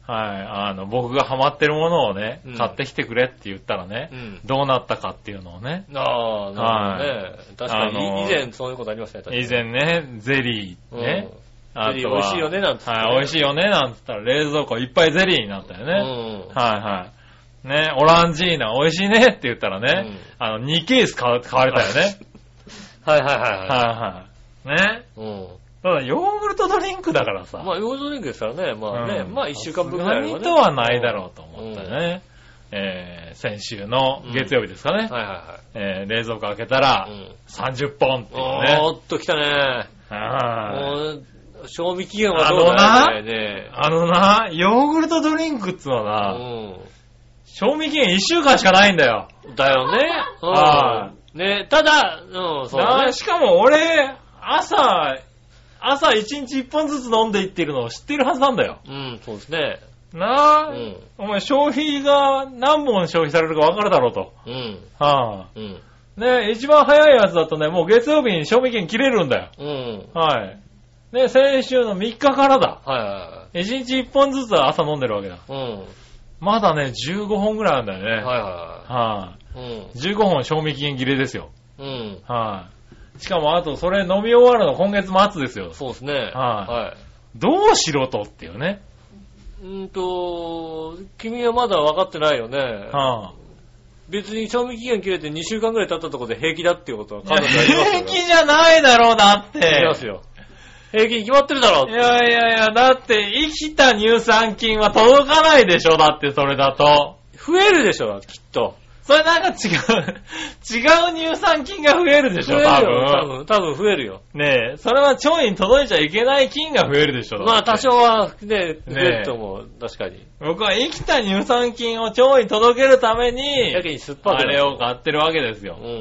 あの、僕がハマってるものをね、うん、買ってきてくれって言ったらね、うん、どうなったかっていうのをね。 ああ、なるほどね。はい、確かに、以前そういうことありましたね。 以前ね、ゼリーね。 うん、ゼリー美味しいよね、なんつって、ね。 はい、美味しいよね、なんつったら冷蔵庫いっぱいゼリーになったよね。うん、はいはい。ね、オランジーナ美味しいねって言ったらね、うん、あの、にケース買われたよね。 はいはいはいはい。 はいはい。ね。うん。ただ、ヨーグルトドリンクだからさ。 まあ、ヨーグルトドリンクですからね。まあね、うん、まあ一週間分ぐらいはね。 何とはないだろうと思ったよね。うん、えー、先週の月曜日ですかね。うん、はいはいはい。えー、冷蔵庫開けたら、うん、さんじゅっぽんっていうね。 おーっと来たね。 はい。 賞味期限はどうだよね。 あのな、あのな、ヨーグルトドリンクっつうのはな、うん、賞味期限いっしゅうかんしかないんだよ。 だよね。はい。ね、ただ、うん、そうだね。 しかも俺、朝、朝いちにちいっぽんずつ飲んでいってるのを知ってるはずなんだよ。 うん、そうですね。 なあ、うん、お前消費が何本消費されるか分かるだろうと。うん。はあ。うん。ね、一番早いやつだとね、もう月曜日に賞味期限切れるんだよ。うん。はい。ね、先週のみっかからだ。はいはいはい。いちにちいっぽんずつ朝飲んでるわけだ。うん。まだね、じゅうごほんぐらいあるんだよね。はいはいはい。はい、うん。じゅうごほん賞味期限切れですよ。うん。はい。しかもあと、それ飲み終わるの今月末ですよ。 そうですね。 はい。はい。どうしろとっていうね。 うんと、君はまだ分かってないよね。はあ、別に賞味期限切れてにしゅうかんぐらい経ったところで平気だっていうことは彼女は言いますよ。 平気じゃないだろう、だって。 言いますよ。平均決まってるだろう。 いやいやいや、だって生きた乳酸菌は届かないでしょ、だってそれだと。 増えるでしょ、きっと。 それなんか違う、違う乳酸菌が増えるでしょ、多分。 多分、多分増えるよ。 ねえ、それは腸に届いちゃいけない菌が増えるでしょ。 まあ多少はね、増えると思う、確かに。 僕は生きた乳酸菌を腸に届けるために、 やけに酸っぱくあれを買ってるわけですよ。うん。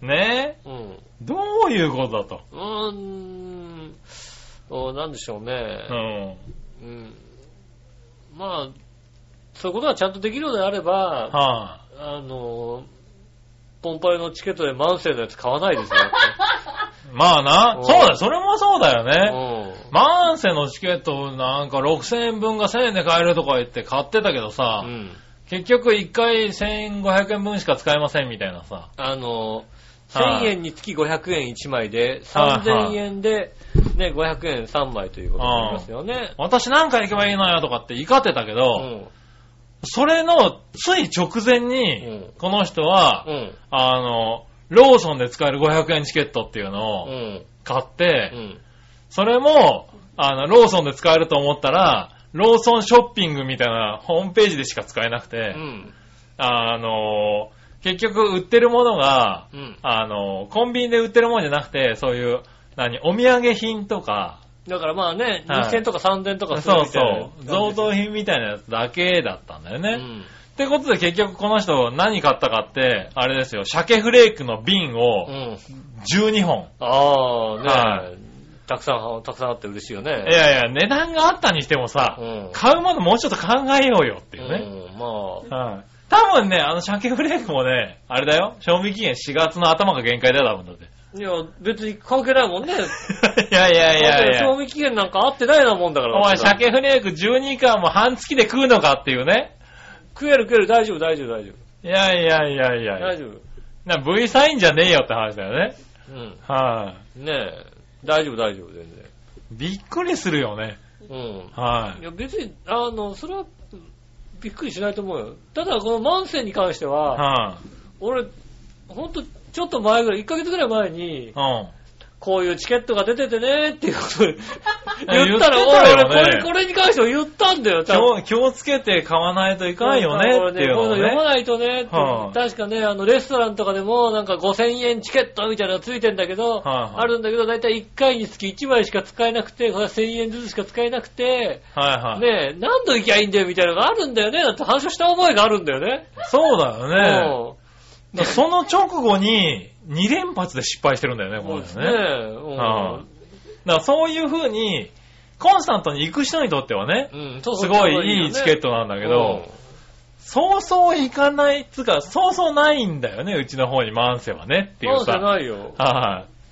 ねえ、うん。どういうことだと。 うーん。おなんでしょうね。うん。うん。まあ、そういうことがちゃんとできるのであれば、はあ、あの、ポンパイのチケットでマンセイのやつ買わないですよ。 まあな、そうだよ、それもそうだよね。マンセのチケットなんかろくせんえんぶんがせんえんで買えるとか言って買ってたけどさ、うん、結局いっかいせんごひゃくえんぶんしか使えませんみたいなさ。 あの、せんえんにつきごひゃくえんいちまいで、さんぜんえんで、ね、ごひゃくえんさんまいということになりますよね。 私何回行けばいいのよとかって怒ってたけど、うん、それのつい直前に、うん、この人は、うん、あの、ローソンで使えるごひゃくえんチケットっていうのを買って、うん、それも、あの、ローソンで使えると思ったら、ローソンショッピングみたいなホームページでしか使えなくて、うん、あの、結局売ってるものが、うん、あの、コンビニで売ってるものじゃなくて、そういう、何、お土産品とか、 だからまあね、にせんとかさんぜんとかするみたいな、そうそう。贈答品みたいなやつだけだったんだよね。うん、ってことで結局この人何買ったかって、あれですよ、鮭フレークの瓶をじゅうにほん。うん、ああ、ね、はい、たくさん、たくさんあって嬉しいよね。 いやいや、値段があったにしてもさ、うん、買うものもうちょっと考えようよっていうね。うん、まあ。はい。多分ね、あの鮭フレークもね、あれだよ、賞味期限しがつの頭が限界だよ、多分だって。 いや、別に関係ないもんね。 いやいやいやいや。 賞味期限なんか合ってないようなもんだから。 お前、鮭フレークじゅうにかんも半月で食うのかっていうね。 食える食える、大丈夫大丈夫大丈夫。 いやいやいやいや。 大丈夫。 な、V サインじゃねえよって話だよね。うん。はい、 あ、ねえ、大丈夫大丈夫、全然。 びっくりするよね。うん。はい、あ、 いや、別に、あの、それは、びっくりしないと思うよ。ただ、このマンセンに関しては、はい、あ、俺、ほんと、ちょっと前ぐらい、いっかげつぐらい前に、うん、こういうチケットが出ててねっていうことで言ったら、俺、これ、これに関しては言ったんだよ、 気を、気をつけて買わないといかんよねっていうの、ね。これね、こういうの読まないとねって、はあ、確かね、あの、レストランとかでも、なんかごせんえんチケットみたいなのがついてんだけど、はあはあ、あるんだけど、だいたいいっかいにつきいちまいしか使えなくて、これはせんえんずつしか使えなくて、はいはい、ねえ、何度行きゃいいんだよみたいなのがあるんだよね。だって反射した覚えがあるんだよね。 そうだよね。だその直後にに連発で失敗してるんだよね、これね。そうですね。うん、だからそういう風に、コンスタントに行く人にとってはね、うん、すごいいいチケットなんだけど、うん、そうそう行かない、つか、そうそうないんだよね、うちの方にマンセはねっていうさ。 マンセないよ。 はい、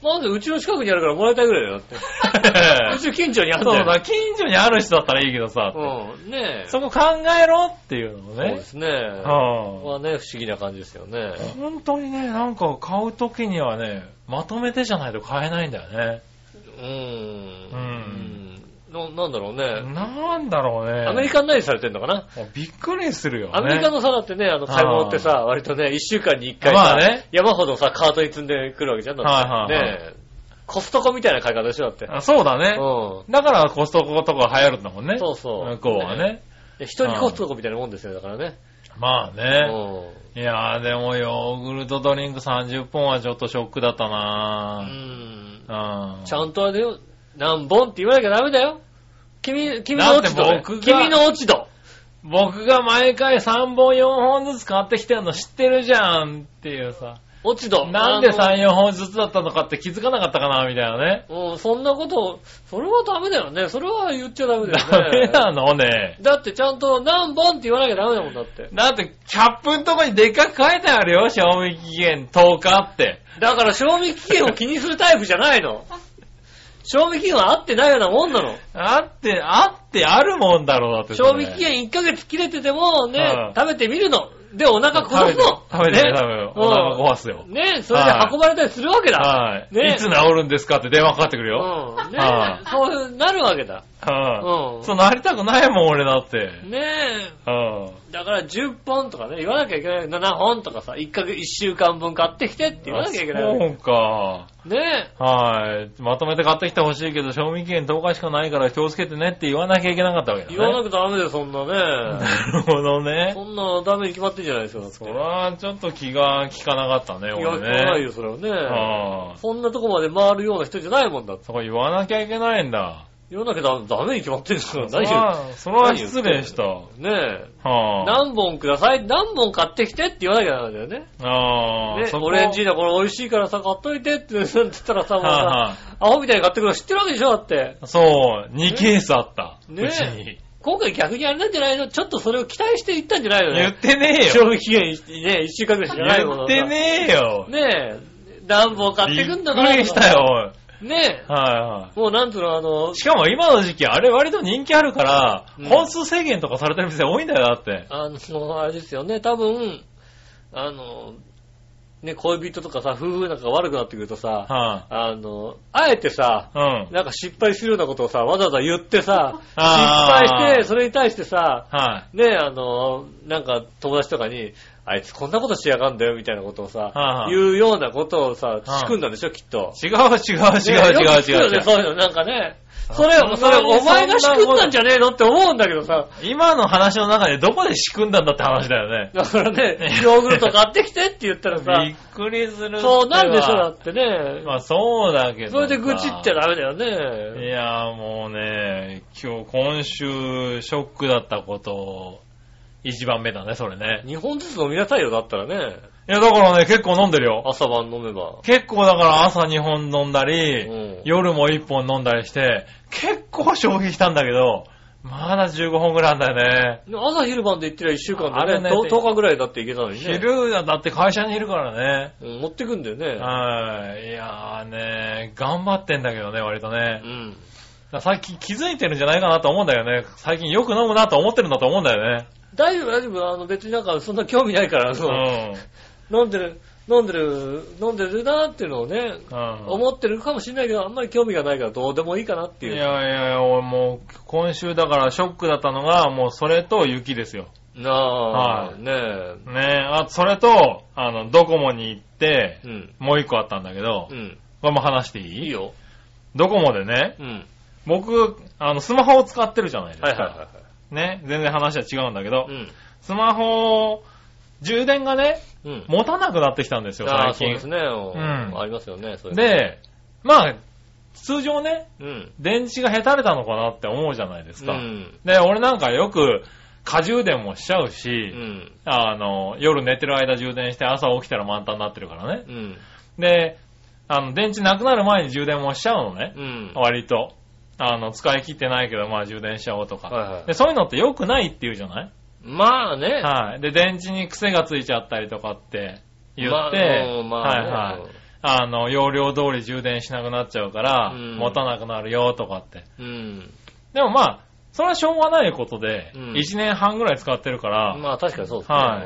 まずうちの近くにあるからもらいたいぐらいだよだって。うち近所にあるんだよ。 そうだ、近所にある人だったらいいけどさ。 うん。ねえ。 そこ考えろっていうのもね。 そうですね。はね、不思議な感じですよね。 本当にね、なんか買うときにはね、まとめてじゃないと買えないんだよね。 うーん。うん。な, なんだろうね。 なんだろうね。 アメリカンナイズされてんのかな。 びっくりするよね。 アメリカのさ、だってね、あの、買い物ってさ、割とね、一週間に一回さ、まあね、山ほどさ、カートに積んでくるわけじゃん。だって、はいはいはい、ねコストコみたいな買い方でしょ、だって。 あ、そうだね。うん。だからコストコとか流行るんだもんね。 そうそう。 向こうはね。 ね人にコストコみたいなもんですよ、だからね。 まあね。うん。いやー、でもヨーグルトドリンクさんじゅっぽんはちょっとショックだったなぁ。うん。うん。 ちゃんとあれよ、何本って言わなきゃダメだよ。君、君の落ち度。君の落ち度。 僕が毎回さんぼんよんほんずつ買ってきてるの知ってるじゃんっていうさ。 落ち度。 なんでさん、よんほんずつだったのかって気づかなかったかなみたいなね。 うん、そんなこと、それはダメだよね。それは言っちゃダメだよね。 ダメなのね。 だってちゃんと何本って言わなきゃダメだもんだって。 だってキャップのとこにでっかく書いてあるよ。賞味期限とおかって。 だから賞味期限を気にするタイプじゃないの。賞味期限は合ってないようなもんなの。 あって、あってあるもんだろうだって。 賞味期限いっかげつ切れててもね、うん、食べてみるの。で、お腹壊すの。 食べて、食べて、ね、食べて、お腹壊すよ。 ね、それで運ばれたりするわけだ。 はい。ね、いつ治るんですかって電話かかってくるよ。 うん。ね、そうなるわけだ。 はい。うん。そうなりたくないもん、俺だって。 ねえ。うん。だからじゅっぽんとかね、言わなきゃいけない。ななほんとかさ、いっかげつ、いっしゅうかんぶん買ってきてって言わなきゃいけない。 そうか。 ねえ。はい。まとめて買ってきてほしいけど、賞味期限とおかしかないから気をつけてねって言わなきゃいけなかったわけだね。 言わなくダメだよ、そんなね。 なるほどね。 そんなダメに決まってんじゃないですか、だって。 それはちょっと気が利かなかったね、俺ね。気が利かないよ、それはね。はあ、そんなとこまで回るような人じゃないもんだって。 そこ言わなきゃいけないんだ。 言わなきゃダメに決まってるんですから、何言うそれは失礼した。 ねえ。はあ、何本ください何本買ってきてって言わなきゃダメだよね。ああ。ね、オレンジーナこれ美味しいからさ、買っといてって言ったらさ、もうさ、はあ、アホみたいに買ってくるの知ってるわけでしょだって。 そう、にケースあった。ね、うちに。 今回逆にあれなんじゃないのちょっとそれを期待して言ったんじゃないのね。 言ってねえよ。 賞味期限ね、いっしゅうかんぐらいじゃないもの。 言ってねえよ。 ねえ。何本買ってくんだから。 びっくりしたよ。 ねえ。 はいはい。 もうなんつうのあの。 しかも今の時期あれ割と人気あるから、うん、本数制限とかされてる店多いんだよだって。 あの、あれですよね。多分、あの、ね、恋人とかさ、夫婦仲が悪くなってくるとさ、はあ、あの、あえてさ、うん、なんか失敗するようなことをさ、わざわざ言ってさ、失敗して、それに対してさ、はあ、ね、あの、なんか友達とかに、あいつこんなことしやがんだよみたいなことをさ、はあ、言うようなことをさ、仕組んだんでしょ、きっと。 違う違う違う違う違う。 ね、そういうのなんかね。それ、それ、お前が仕組んだんじゃねえのって思うんだけどさ。 今の話の中でどこで仕組んだんだって話だよね。 だからね、ヨーグルト買ってきてって言ったらさ。 びっくりする。 そうなんでしょ、だってね。 まあそうだけど。 それで愚痴っちゃダメだよね。 いやもうね、今日、今週、ショックだったこと一番目だね、それね。 にほんずつ飲みなさいよ、だったらね。 いや、だからね、結構飲んでるよ。 朝晩飲めば。 結構だから朝にほん飲んだり、うん、夜もいっぽん飲んだりして、結構消費したんだけど、まだじゅうごほんぐらいあんだよね。 朝昼晩で言ってりゃいっしゅうかんでね、ねとおかぐらいだっていけたのにね。 昼だって会社にいるからね。 うん、持ってくんだよね。 はい。いやーね、頑張ってんだけどね、割とね。うん。最近気づいてるんじゃないかなと思うんだよね。最近よく飲むなと思ってるんだと思うんだよね。 大丈夫大丈夫。あの別になんかそんな興味ないから、うん。飲んでる、飲んでる、飲んでるなーっていうのをね、うん、思ってるかもしれないけど、あんまり興味がないからどうでもいいかなっていう。 いやいやいや、もう今週だからショックだったのが、もうそれと雪ですよ。 なあ、はい、ねえ。ねえ、あ、それと、あの、ドコモに行って、うん、もう一個あったんだけど、うん、これも話していい？ いいよ。 ドコモでね、うん、僕、あの、スマホを使ってるじゃないですか。はいはいはいはい。ね、全然話は違うんだけど、うん、スマホ、充電がね、うん、持たなくなってきたんですよ、最近。あ、そうですね。うん。ありますよね、そういう。 で、まあ、通常ね、うん、電池がへたれたのかなって思うじゃないですか。うん、で、俺なんかよく、過充電もしちゃうし、うん、あの、夜寝てる間充電して朝起きたら満タンになってるからね。うん、で、あの、電池なくなる前に充電もしちゃうのね。うん、割と。あの、使い切ってないけど、まあ充電しちゃおうとか。はいはい、で、そういうのって良くないって言うじゃない？ まあね。 はい。で、電池に癖がついちゃったりとかって言って、まあ、まあね、はいはい。 あの、容量通り充電しなくなっちゃうから、うん、持たなくなるよとかって。うん、でもまあ、それはしょうがないことで、うん、いちねんはんぐらい使ってるから。 まあ確かにそうですね。 はい。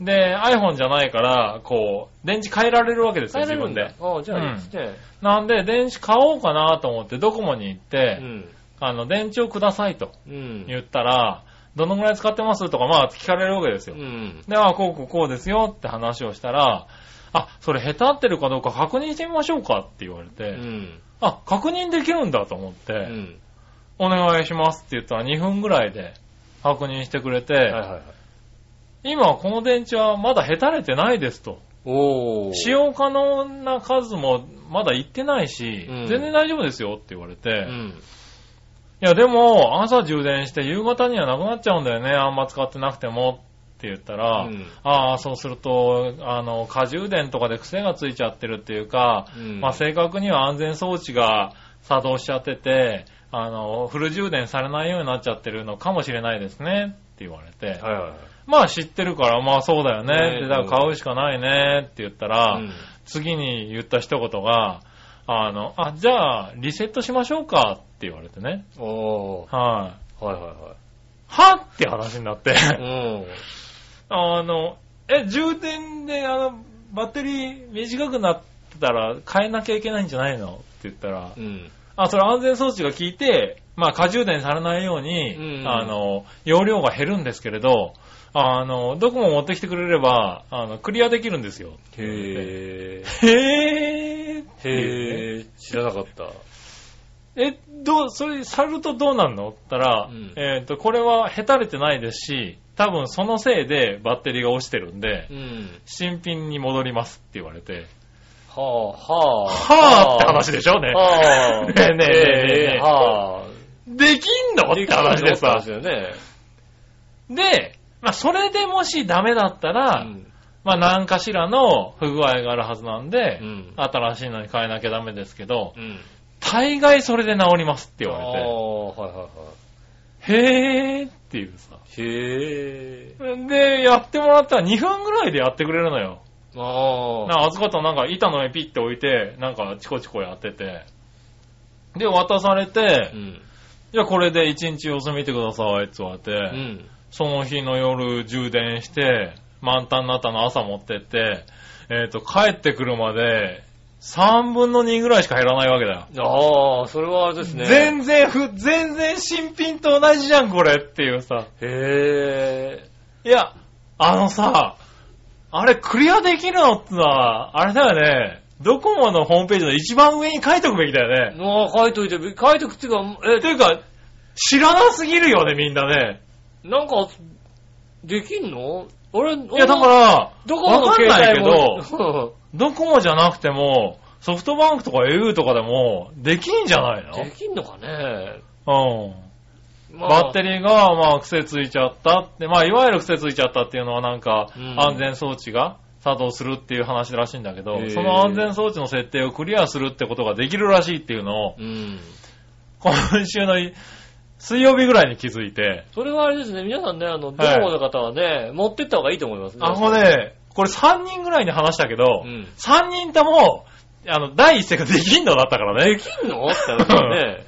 で、iPhone じゃないから、こう、電池変えられるわけですよ、自分で。 ああ、じゃあいいですね、 うん。なんで、電池買おうかなと思って、ドコモに行って、うん、あの、電池をくださいと言ったら、うん、どのぐらい使ってますとか、まあ聞かれるわけですよ。うん、で、ああ、こうこうこうですよって話をしたら、あ、それ下手ってるかどうか確認してみましょうかって言われて、うん、あ、確認できるんだと思って、うん、お願いしますって言ったらにふんぐらいで確認してくれて、はいはいはい、今この電池はまだへたれてないですと。おー、使用可能な数もまだいってないし、うん、全然大丈夫ですよって言われて、うん、いやでも朝充電して夕方にはなくなっちゃうんだよね、あんま使ってなくてもって言ったら、うん、ああ、そうすると、あの、過充電とかで癖がついちゃってるっていうか、うん、まあ正確には安全装置が作動しちゃってて、あの、フル充電されないようになっちゃってるのかもしれないですねって言われて、はいはいはい、まあ知ってるから、まあそうだよねって、だから買うしかないねって言ったら、うん、次に言った一言が、あの、あ、じゃあリセットしましょうかって言われてね。おー。はい。はいはいはい。はって話になって、うん。あの、え、充電で、あの、バッテリー短くなったら変えなきゃいけないんじゃないのって言ったら、うん、あ、それ安全装置が効いて、まあ、過充電されないように、うん、あの、容量が減るんですけれど、あの、どこも持ってきてくれれば、あの、クリアできるんですよ。 へー。へー。 へー。知らなかった。 え、どう、それ、されるとどうなんのって言ったら、うん、えっと、これはへたれてないですし、多分そのせいでバッテリーが落ちてるんで、うん、新品に戻りますって言われて、 はあ、はあ、 はあって話でしょね。はあ、ねえねえねえねえ、 はあ、 できんのって話でさ。 ですよね。 で、まあそれでもしダメだったら、うん、まあ何かしらの不具合があるはずなんで、うん、新しいのに変えなきゃダメですけど、うん、大概それで治りますって言われて、あ、はいはいはい、へーっていうさ。 へー。 で、やってもらったらにふんぐらいでやってくれるのよ。ああ。なんか預かったなんか板の上ピッて置いて、なんかチコチコやってて。で、渡されて、うん、じゃあこれで一日様子見てくださいって言われて、うん、その日の夜充電して、満タンになったの朝持ってって、えっと、帰ってくるまで、さんぶんのにぐらいしか減らないわけだよ。ああ、それはあれですね。 全然ふ、全然新品と同じじゃん、これっていうさ。 へえ。いや、あのさ、あれクリアできるのってのは、あれだよね。ドコモのホームページの一番上に書いとくべきだよね。 ああ、書いといて、書いとくっていうか、 え、ていうか、知らなすぎるよね、みんなね。 なんか、できんの俺、いや、だから、 ドコモの携帯もわかんないけど、ドコモじゃなくても、ソフトバンクとか au とかでも、できんじゃないの？ できんのかね。 うん。まあ、バッテリーが、まあ、癖ついちゃったって、まあ、いわゆる癖ついちゃったっていうのはなんか、うん、安全装置が作動するっていう話らしいんだけど、その安全装置の設定をクリアするってことができるらしいっていうのを、うん、今週の水曜日ぐらいに気づいて。 それはあれですね、皆さんね、あの、ドコモの方はね、はい、持ってった方がいいと思いますね。 あのね、これさんにんぐらいに話したけど、うん、さんにんとも、あの、第一声ができんのだったからね。 できんのって言ったらね。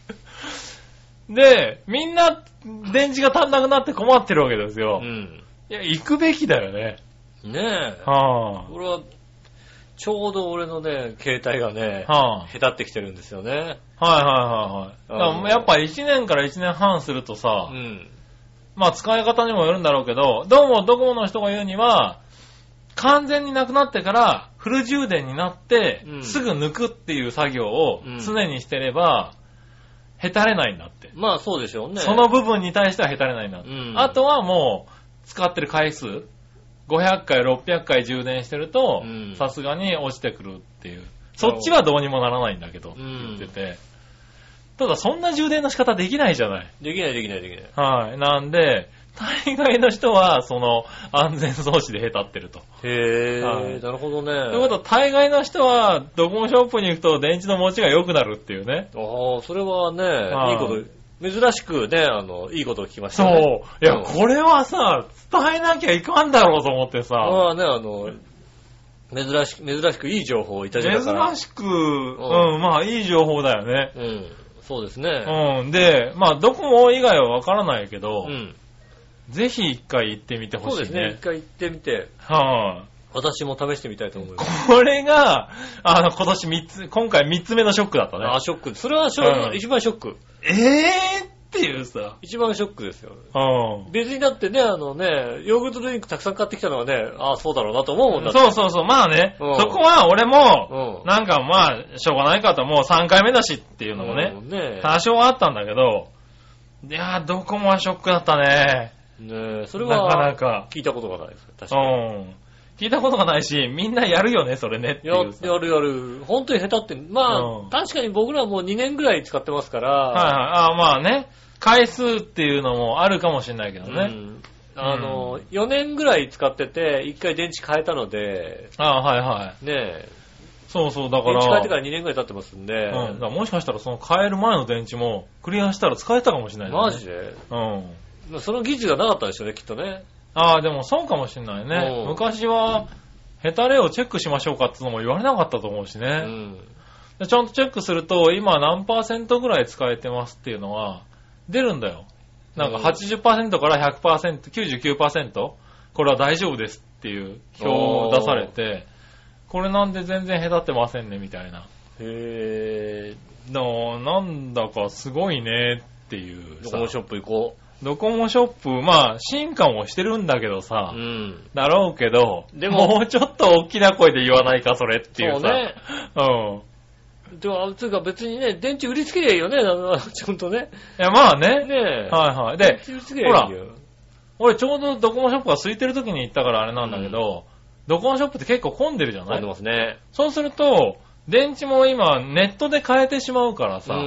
で、みんな、電池が足んなくなって困ってるわけですよ。うん。いや、行くべきだよね。 ねえ。はぁ、あ。俺は、ちょうど俺のね、携帯がね、はぁ、あ、へたってきてるんですよね。はいはいはいはい。やっぱいちねんからいちねんはんするとさ、うん。まあ使い方にもよるんだろうけど、どうもドコモの人が言うには、完全になくなってからフル充電になって、うん、すぐ抜くっていう作業を常にしてれば、うん、へたれないんだって。 まあそうでしょうね。 その部分に対してはへたれないんだって。うん、あとはもう、使ってる回数、ごひゃっかい、ろっぴゃっかい充電してると、さすがに落ちてくるっていう。そっちはどうにもならないんだけど、って言ってて。ただそんな充電の仕方できないじゃない。 できないできないできない。 はい。なんで、大概の人は、その、安全装置でへたってると。 へぇー、はい、なるほどね。 ということは、大概の人は、ドコモショップに行くと電池の持ちが良くなるっていうね。 ああ、それはね、いいこと、珍しくね、あの、いいことを聞きましたね。 そう。いや、うん、これはさ、伝えなきゃいかんだろうと思ってさ。 まあね、あの、 珍しく、珍しくいい情報をいただいたから。 珍しく、うん、うん、まあいい情報だよね。 うん。そうですね。 うん。で、まあドコモ以外はわからないけど、うん。ぜひ一回行ってみてほしいね。 そうですね。一回行ってみて。 はい、あ、 私も試してみたいと思います。 これが、あの、今年三つ、今回三つ目のショックだったね。 あ、ショック。それはショック、うん、一番ショック。 ええーっていうさ。 一番ショックですよ。 うん。 別にだってね、あのね、ヨーグルトドリンクたくさん買ってきたのはね、ああ、そうだろうなと思うもんだって。 そうそうそう。まあね、うん、そこは俺も、うん、なんかまあ、しょうがないかと、もうさんかいめだしっていうのもね、うんね、多少あったんだけど、いやー、どこもはショックだったね。 ねえ、それは、なかなか聞いたことがないです。確かに。 うん。聞いたことがないし、みんなやるよね、それねっていう。 や、やるやる。本当に下手って、まあ、うん、確かに僕らはもうにねんぐらい使ってますから。はいはい。 ああ、まあね。回数っていうのもあるかもしれないけどね。うん、 あの、うん、よねんぐらい使ってて、いっかい電池変えたので。 ああ、はいはい。 ねえ。 そうそう、だから。 電池変えてからにねんぐらい経ってますんで。 うん。だからもしかしたらその変える前の電池もクリアしたら使えたかもしれない、ね。 マジで？うん。その技術がなかったんでしょうね、きっとね。 ああ、でもそうかもしれないね。昔は、ヘタレをチェックしましょうかってのも言われなかったと思うしね。うん、でちゃんとチェックすると、今何パーセントぐらい使えてますっていうのは出るんだよ。なんか はちじゅっパーセント から ひゃくパーセント、きゅうじゅうきゅうパーセント これは大丈夫ですっていう表を出されて、これなんで全然下手ってませんねみたいな。 へー。のなんだかすごいねっていう。 ドコモショップ行こう。 ドコモショップ、まあ、進化もしてるんだけどさ、うん、だろうけど、でも、もうちょっと大きな声で言わないか、それっていうさ。 そうね。うん。でも、つうか別にね、電池売りつけりゃいいよね、ちゃんとね。 いや、まあね。 ねえ。 はいはい。で、ほら、俺ちょうどドコモショップが空いてる時に行ったからあれなんだけど、うん、ドコモショップって結構混んでるじゃない？ 混んでますね。 そうすると、電池も今ネットで買えてしまうからさ、うん、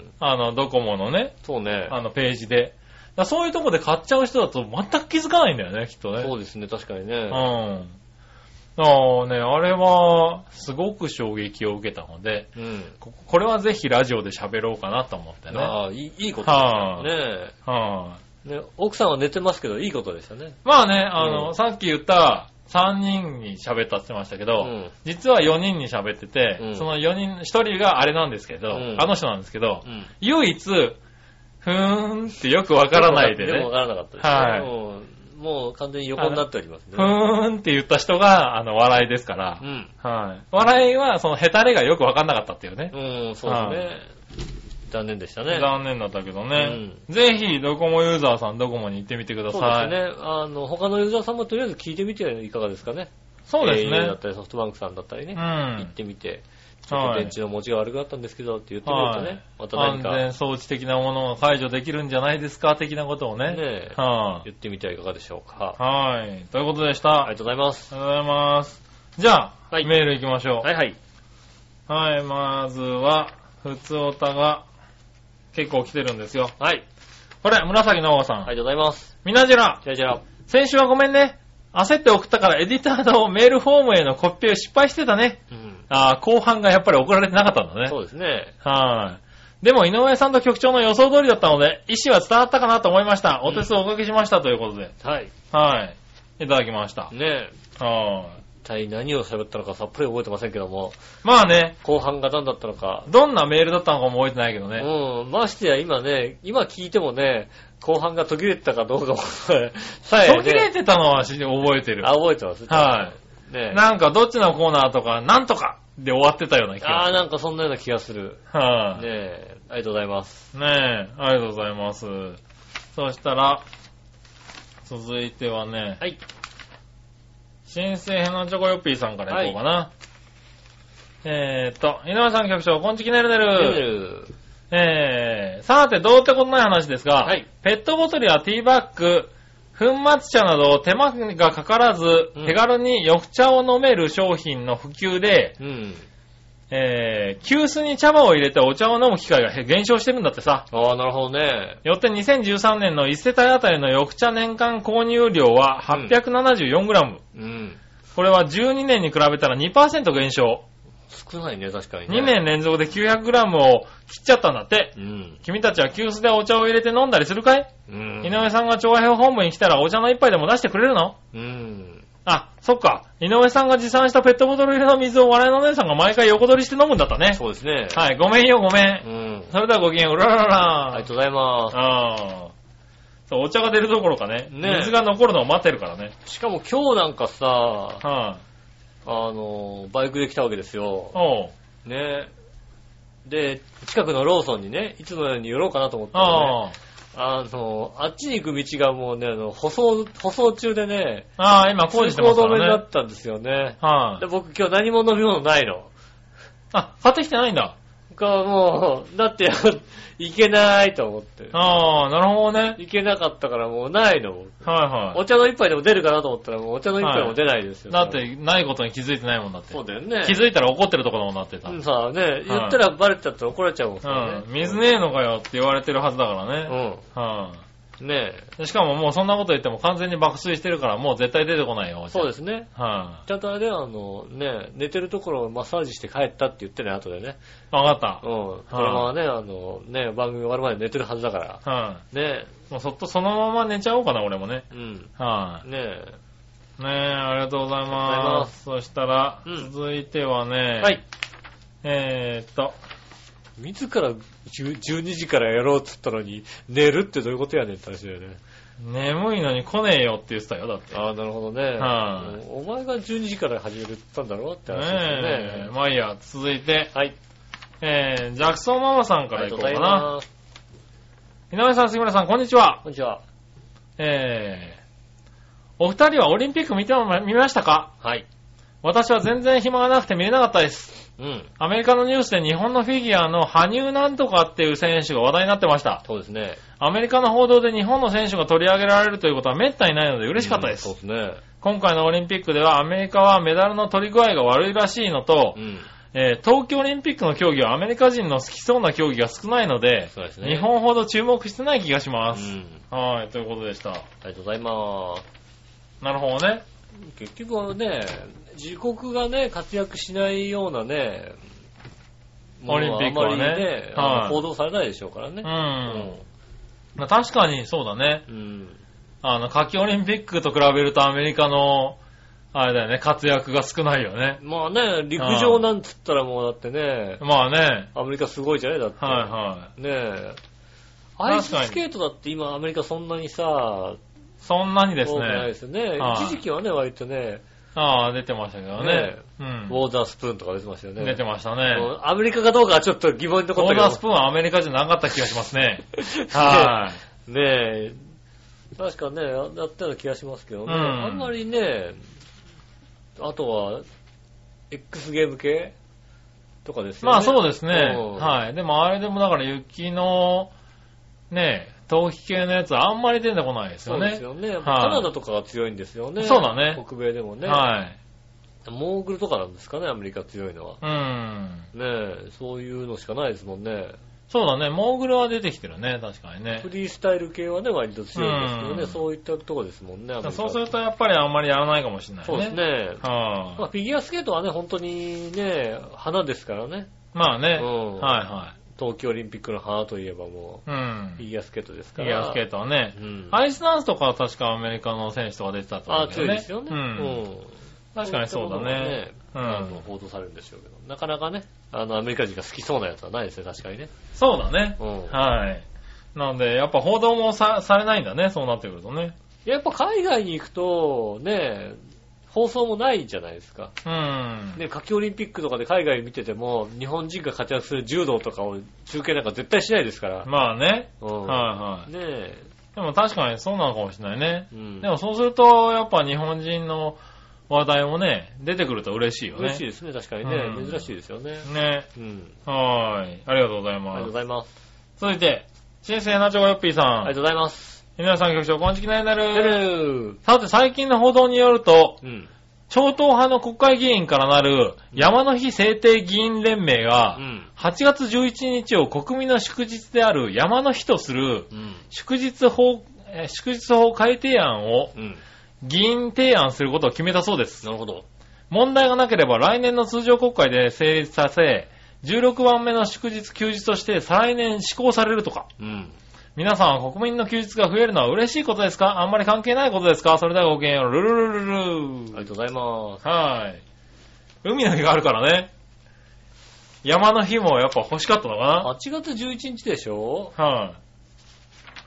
あの、ドコモのね、 そうね。 あの、ページで。そういうとこで買っちゃう人だと全く気づかないんだよね、きっとね。 そうですね、確かにね。うん。 ああね、あれは、すごく衝撃を受けたので、うん、こ, これはぜひラジオで喋ろうかなと思ってね。 ああ、いい、いいことですよね。はあ、ね。奥さんは寝てますけど、いいことでしたね。 まあね、あの、うん、さっき言ったさんにんに喋ったって言ってましたけど、うん、実はよにんに喋ってて、うん、そのよにん、ひとりがあれなんですけど、うん、あの人なんですけど、うん、唯一、ふーんってよくわからないでね。 でもわからなかったですね。はい。もう、もう完全に横になっておりますね。 ふーんって言った人が、あの、笑いですから。うん。はい。笑いは、その、ヘタレがよくわかんなかったっていうね。 うん、そうですね。はい、残念でしたね。 残念だったけどね。うん、ぜひ、ドコモユーザーさん、ドコモに行ってみてください。 そうですね。あの、他のユーザーさんもとりあえず聞いてみてはいかがですかね。 そうですね。 エーイー だったり、ソフトバンクさんだったりね。うん。行ってみて。ちょっと電池の持ちが悪くなったんですけどって言ってみるとね、はい、また何か安全装置的なものが解除できるんじゃないですか的なことをね、 ねはあ、言ってみてはいかがでしょうか。 はい。ということでした。 ありがとうございます。 ありがとうございます。じゃあ、はい、メール行きましょう。 はいはい。 はい、まずは、ふつおたが結構来てるんですよ。 はい。 これ、紫のおばさん。 ありがとうございます。 みなじら。 じゃじゃら。 先週はごめんね。焦って送ったからエディターのメールフォームへのコピペを失敗してたね。うん、あ後半がやっぱり送られてなかったんだね。 そうですね。 はい。でも井上さんと局長の予想通りだったので、意思は伝わったかなと思いました。お手数をおかけしましたということで。 うん、はい。 はい。いただきました。 ねえ。はい。 一体何を喋ったのかさっぱり覚えてませんけども。 まあね。 後半が何だったのか。 どんなメールだったのかも覚えてないけどね。 うん。ましてや今ね、今聞いてもね、後半が途切れてたかどうかもさえ、ね。 途切れてたのは覚えてる。 あ、覚えてます。 はい。ね、なんかどっちのコーナーとか、なんとかで終わってたような気がする。 ああ、なんかそんなような気がする。はい、ねえ、ありがとうございます。 ねえ、ありがとうございます。そしたら、続いてはね、 はい。 新生ヘナチョコヨッピーさんからいこうかな。はい、えーっと、井上さん局長、こんちきねるねる。ねるえー、さて、どうってことない話ですが、はい、ペットボトルやティーバッグ、粉末茶など手間がかからず、うん、手軽に緑茶を飲める商品の普及で、うん、えー、急須に茶葉を入れてお茶を飲む機会が減少してるんだってさ。 ああ、なるほどね。 よってにせんじゅうさんねんのいち世帯あたりの緑茶年間購入量は はっぴゃくななじゅうよんグラム。うん。これはじゅうにねんに比べたら にパーセント 減少。 少ないね、確かにね。 にねん連続で きゅうひゃくグラム を切っちゃったんだって。うん。君たちは急須でお茶を入れて飲んだりするかい？うん。井上さんが調和表本部に来たらお茶の一杯でも出してくれるの？うん。 あ、そっか。井上さんが持参したペットボトル入れの水を笑いのお姉さんが毎回横取りして飲むんだったね。 そうですね。 はい、ごめんよ、ごめん。 うん。 それではごきげんよう、うららら。 ありがとうございます。 ああ。そう、お茶が出るどころかね。 ね水が残るのを待ってるからね。 しかも今日なんかさ、 はい、あ、 あの、バイクで来たわけですよ。 おう。ね。で、近くのローソンにね、いつものように寄ろうかなと思ったらね。あの、あっちに行く道がもうね、あの、舗装、舗装中でね。 ああ、今工事してますからね。 通行止めになったんですよね。 はい、 で、僕今日何も飲み物ないの。 あ、買ってきてないんだ。 がもう、だって、いけないと思って。 ああ、なるほどね。 いけなかったからもうないの。 はいはい。 お茶の一杯でも出るかなと思ったらもうお茶の一杯も出ないですよ。 はい、だって、ないことに気づいてないもんだって。 そうだよね。 気づいたら怒ってるところもなってた。 うん、さあね、言ったらバレちゃったら怒られちゃうもんね。 うん。水ねえのかよって言われてるはずだからね。 うん。 はい、 ねえ。しかももうそんなこと言っても完全に爆睡してるからもう絶対出てこないよ。 そうですね。 はい、 ちゃんとあれであの、ね、寝てるところをマッサージして帰ったって言ってね、後でね。 わかった。 うん。このままね、あの、ね、番組終わるまで寝てるはずだから。 はい、 ね。 もうそっとそのまま寝ちゃおうかな、俺もね。 うん。 はい、 ねえ。ねえ、ありがとうございます。そしたら、うん、続いてはね、 はい。 えーっと、 自らじゅうにじからやろうって言ったのに、寝るってどういうことやねんって話だよね。 眠いのに来ねえよって言ってたよ、だって。 ああ、なるほどね。 はい、 お前がじゅうにじから始めるって言ったんだろうって話ですよね。 ねえ、まあいいや、続いて。 はい。 えー、ジャクソンママさんからいこうかな。 ありがとうございます。 井上さん、杉村さん、こんにちは。 こんにちは。 えー、お二人はオリンピック見て見ましたか？ はい。 私は全然暇がなくて見れなかったです。 うん。 アメリカのニュースで日本のフィギュアの羽生なんとかっていう選手が話題になってました。 そうですね。 アメリカの報道で日本の選手が取り上げられるということは滅多にないので嬉しかったです。 うん、そうですね。 今回のオリンピックではアメリカはメダルの取り具合が悪いらしいのと、うん、えー、東京オリンピックの競技はアメリカ人の好きそうな競技が少ないので、そうですね、日本ほど注目してない気がします。うん、はい、ということでした。ありがとうございます。 なるほどね。 結局ね、自国がね、活躍しないようなね、 オリンピックはね、 あまりね、はい、報道されないでしょうからね。 うん。うんまあ、確かにそうだね。うん。あの、夏季オリンピックと比べるとアメリカの、あれだよね、活躍が少ないよね。 まあね、陸上なんつったらもうだってね、 まあね。 アメリカすごいじゃないだって。 はいはい。 ねえ。アイススケートだって今アメリカそんなにさ、 そんなにですね。 そうないですよね。一時期はね、割とね、 ああ、出てましたけどね。ねうん。ウォーザースプーンとか出てましたよね。 出てましたね。 アメリカかどうかはちょっと疑問に残ったけど。 ウォーザースプーンはアメリカじゃなかった気がしますね。はい。 ねえ。確かね、やったような気がしますけどね。うん、あんまりね、あとは、X ゲーム系とかですよね。 まあそうですね。はい。でもあれでもだから雪の、ねえ、冬季系のやつはあんまり出てこないですよね。 そうですよね。はい、カナダとかが強いんですよね。 そうだね。 北米でもね。 はい。 モーグルとかなんですかね、アメリカ強いのは。 うん。 ねえ、そういうのしかないですもんね。 そうだね、モーグルは出てきてるね、確かにね。 フリースタイル系はね、割と強いんですけどね、そういったとこですもんね。 そうするとやっぱりあんまりやらないかもしれないね。 そうですね。 はあ、 まあ、フィギュアスケートはね、本当にね、花ですからね。 まあね。うん、はいはい。 東京オリンピックの花といえばもう、うん、フィギュアスケートですから。 フィギュアスケートはね。うん、アイスダンスとかは確かアメリカの選手とか出てたと思うけどね。 あ、強いですよね。うん。うん、 確かにそうだね。 うん、あの報道されるんでしょうけど、なかなかね、あの、アメリカ人が好きそうなやつはないですね、確かにね。 そうだね。うん、はい。なので、やっぱ報道もさ、されないんだね、そうなってくるとね。 やっぱ海外に行くと、ね、放送もないじゃないですか。うん。ね、夏季オリンピックとかで海外見てても、日本人が活躍する柔道とかを中継なんか絶対しないですから。 まあね。 うん。 はいはい。 ねえ。 でも確かにそうなのかもしれないね。うん。でもそうすると、やっぱ日本人の話題もね、出てくると嬉しいよね。 嬉しいですね、確かにね。うん、珍しいですよね。 ね。うん。はーい。ありがとうございます。 ありがとうございます。 続いて、新生ナチョコヨッピーさん。ありがとうございます。 皆さん局長、こんちきなになる。 なる。 さて、最近の報道によると、うん。超党派の国会議員からなる山の日制定議員連盟が、はちがつじゅういちにちを国民の祝日である山の日とする、祝日法、祝日法改定案を、議員提案することを決めたそうです。 なるほど。 問題がなければ来年の通常国会で成立させ、じゅうろくばんめの祝日休日として再来年施行されるとか。うん、 皆さんは国民の休日が増えるのは嬉しいことですか？あんまり関係ないことですか？それではごきげんよう。ルルルルルル。 ありがとうございます。 はい。海の日があるからね。山の日もやっぱ欲しかったのかな？ はちがつじゅういちにちでしょ？ はい。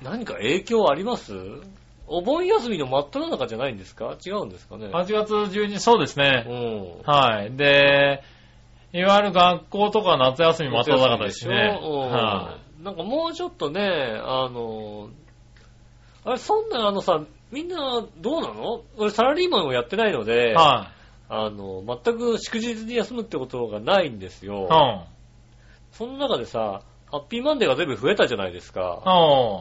何か影響あります？お盆休みの真っ只中じゃないんですか？違うんですかね？ はちがつじゅうににち、そうですね。 うん。 はい。で、いわゆる学校とか夏休み真っ只中ですしね。 はい。なんかもうちょっとね、あの、あれ、そんなあのさ、みんなどうなの？俺サラリーマンをやってないので、はい。あの、全く祝日に休むってことがないんですよ。うん。その中でさ、ハッピーマンデーが全部増えたじゃないですか。うん。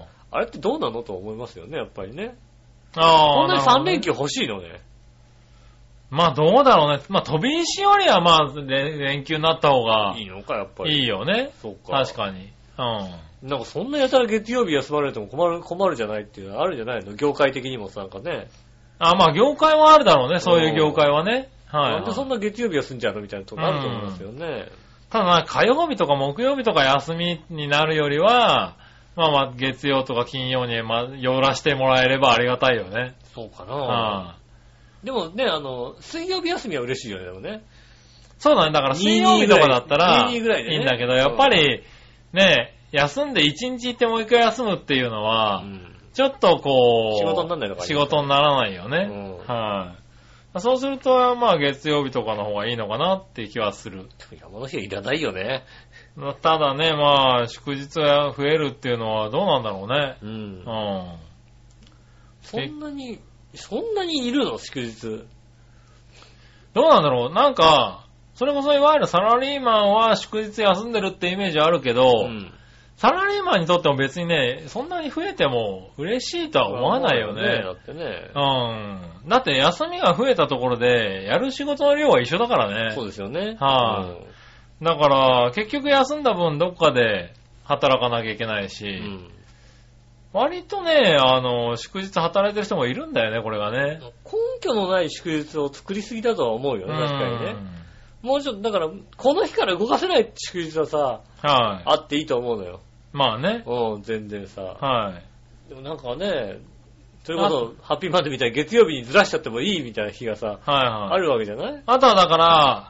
あれってどうなのと思いますよね、やっぱりね。ああ。こんなにさん連休欲しいのね。 まあどうだろうね。まあ飛び石よりはまあ連休になった方がいいのか、やっぱり。 いいよね。 そうか。 確かに。うん。 なんかそんなやたら月曜日休まれても困る、困るじゃないっていうのはあるんじゃないの？業界的にもなんかね。 あ、まあ業界はあるだろうね、そういう業界はね。 はい。なんでそんな月曜日休んじゃうのみたいなとこあると思いますよね。うん、 ただ火曜日とか木曜日とか休みになるよりは、まあまあ月曜とか金曜にまあ寄らしてもらえればありがたいよね。 そうかな。はあ、でもね、あの、水曜日休みは嬉しいよね、でもね。 そうだね。だから水曜日とかだったらいいんだけど、やっぱりね、休んで一日行ってもう一回休むっていうのは、うん、ちょっとこう、 仕事にならないのか、 仕事にならないよね。うん、はい。そうすると、まあ月曜日とかの方がいいのかなって気はする。 山の日はいらないよね。 ただね、まあ、祝日が増えるっていうのはどうなんだろうね。 うん。うん。そんなに、そんなにいるの？祝日。 どうなんだろう？なんか、それこそいわゆるサラリーマンは祝日休んでるってイメージあるけど、うん、サラリーマンにとっても別にね、そんなに増えても嬉しいとは思わないよね。ねだってね。 うん。だって休みが増えたところで、やる仕事の量は一緒だからね。 そうですよね。 はい、うん、だから、結局休んだ分どっかで働かなきゃいけないし、うん、割とね、あの、祝日働いてる人もいるんだよね、これがね。 根拠のない祝日を作りすぎだとは思うよね、確かにね。もうちょっと、だから、この日から動かせない祝日はさ、はい、あっていいと思うのよ。 まあね。 うん、全然さ。 はい。 でもなんかね、それこそ、ハッピーマンデーみたいに月曜日にずらしちゃってもいいみたいな日がさ、はいはい、あるわけじゃない？ あとはだから、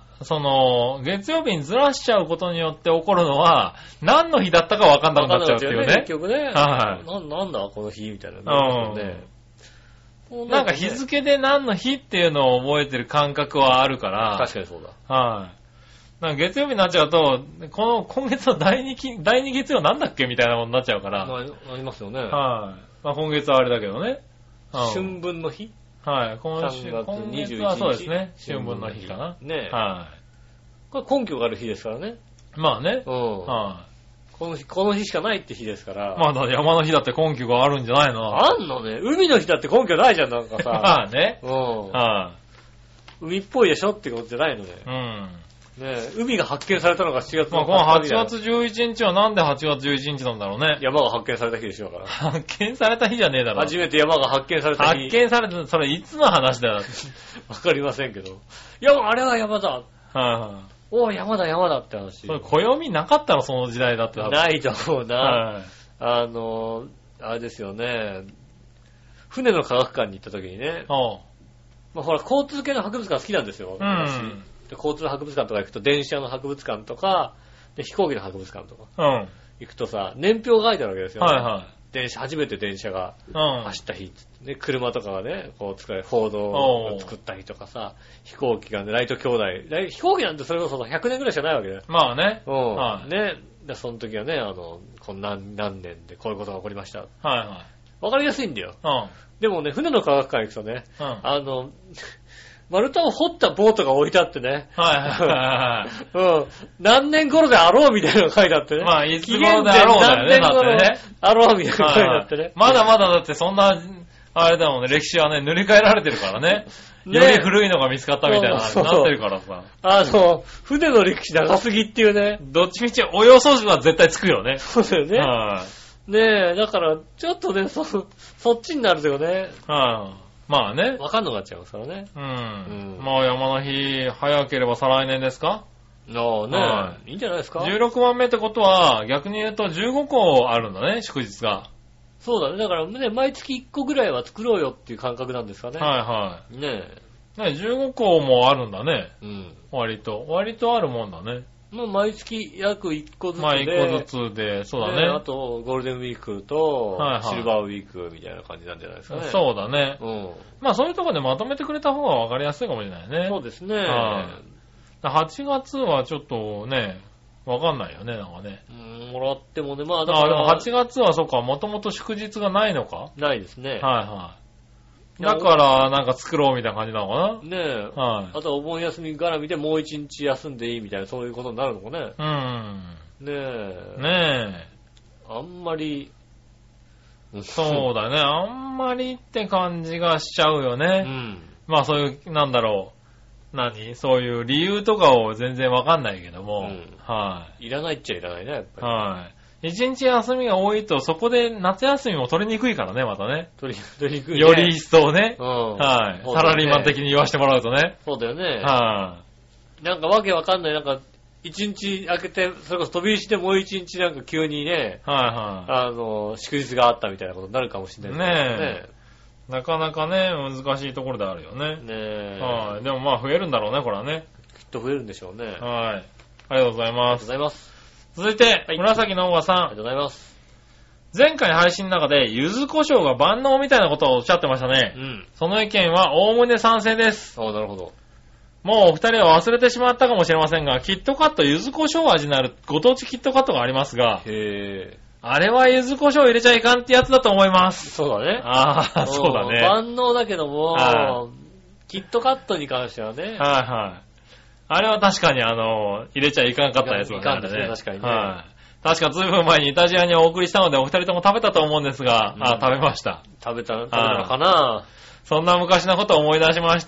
その、月曜日にずらしちゃうことによって起こるのは、何の日だったか分かんなくなっちゃうっていうね。 結局ね。はい。な、なんだこの日みたいな、ね。 うん。なんか日付で何の日っていうのを覚えてる感覚はあるから。 確かにそうだ。 はい。なんか月曜日になっちゃうと、この今月の第二き、第二月曜なんだっけみたいなものになっちゃうから。 まあ、ありますよね。 はい。まあ今月はあれだけどね。 春分の日？ はい。今週、今月はそうですね。春分の日かな。 ねえ。はい。 これ根拠がある日ですからね。 まあね。 うん。はい。この日、この日しかないって日ですから。 まあだ山の日だって根拠があるんじゃないの？ あんのね。海の日だって根拠ないじゃん、なんかさ。 まあね。 うん。 はい。 海っぽいでしょってことじゃないのね。 うん。 ねえ、海が発見されたのがしちがつのまあこのはちがつじゅういちにちはなんではちがつじゅういちにちなんだろうね。 山が発見された日でしょうから。 発見された日じゃねえだろ。 初めて山が発見された日。 発見された、それいつの話だよ。 わかりませんけど。いや、あれは山だ。はい、 はい。 おぉ、山だ山だって話。 それ暦なかったらその時代だってないと思うな。はい。あの、あれですよね。船の科学館に行った時にね。 おう。 まあほら、交通系の博物館好きなんですよ。 うん。 で交通博物館とか行くと、電車の博物館とか、で飛行機の博物館とか、 うん、 行くとさ、年表が書いてあるわけですよ、ね。 はいはい。 電車、初めて電車が走った日、 うん、 ね、車とかがね、こう作られ、報道を作った日とかさ、飛行機がね、ライト兄弟、飛行機なんてそれこそひゃくねんぐらいしかないわけだよ。 まあね。 うん。はい、ね。で、その時はね、あの、こん何、何年でこういうことが起こりました。 はいはい。 わかりやすいんだよ。 うん。 でもね、船の科学館行くとね、 うん、 あの、丸太を掘ったボートが置いてあってね。 はいはいはい、 はい。うん。何年頃であろうみたいなのが書いてあってね。 まあ、いつ頃であろうだよね。 何年頃であろうみたいなのが書いてあってね。 まだまだだってそんな、あれだもんね、歴史はね、塗り替えられてるからね。ねより古いのが見つかったみたいな話になってるからさ。 あの、船の歴史長すぎっていうね。 どっちみちおよそは絶対つくよね。 そうだよね。 はい、 ねえ、だから、ちょっとね、そ、そっちになるよね。 はい、まあね。 わかんなくなっちゃいますからね。 うん。うん、まあ山の日、早ければ再来年ですか？ ああね、はい、いいんじゃないですか？ じゅうろくばんめってことは、逆に言うとじゅうごこあるんだね、祝日が。 そうだね。だからね、毎月いっこぐらいは作ろうよっていう感覚なんですかね。 はいはい。 ねえ。ねじゅうごこもあるんだね。 うん。 割と。割とあるもんだね。 もう毎月約いっこずつで。 まあいっこずつで、そうだね。ねあと、ゴールデンウィークと、はいはい、シルバーウィークみたいな感じなんじゃないですかね。 そうだね。 うん。 まあそういうところでまとめてくれた方がわかりやすいかもしれないね。 そうですね。 はい。はちがつはちょっとね、わかんないよね、なんかね。 うん、もらってもね、まあだから。 あ、でもはちがつはそうか、もともと祝日がないのか？ ないですね。 はいはい。だから、なんか作ろうみたいな感じなのかな？ねえ。はい。あとはお盆休み絡みでもう一日休んでいいみたいな、そういうことになるのかね。 うん。 ねえ。 ねえ。 あんまり。 そうだね。あんまりって感じがしちゃうよね。うん。まあそういう、なんだろう。何そういう理由とかを全然わかんないけども。うん、はい、 いらないっちゃいらないね、やっぱり。 はい。一日休みが多いと、そこで夏休みも取りにくいからね、またね。 取り、取りにくい、ね。 より一層ね。 うん。 はい、ね。サラリーマン的に言わせてもらうとね。 そうだよね。 はい、 なんかわけわかんない、なんか、一日空けて、それこそ飛び石でもう一日なんか急にね。 はいはい。 あの、祝日があったみたいなことになるかもしれないですね。ねえ。 なかなかね、難しいところであるよね。 ねえ。 はい。でもまあ増えるんだろうね、これはね。 きっと増えるんでしょうね。 はい。ありがとうございます。ありがとうございます。 続いて、はい、紫のおばさん。ありがとうございます。 前回配信の中で、柚子胡椒が万能みたいなことをおっしゃってましたね。うん。その意見は、おおむね賛成です。 ああ、なるほど。 もうお二人は忘れてしまったかもしれませんが、キットカット柚子胡椒味のあるご当地キットカットがありますが、 へー。 あれは柚子胡椒入れちゃいかんってやつだと思います。 そうだね。 ああ、そうだね。 万能だけども、キットカットに関してはね。はいはい。あれは確かにあの、入れちゃいかんかったやつだね。 いかんですね、確かにね。はい。 確かずいぶん前にイタジアにお送りしたのでお二人とも食べたと思うんですが、うん、あ、食べました。 食べた、食べたのかな。 そんな昔のことを思い出しました。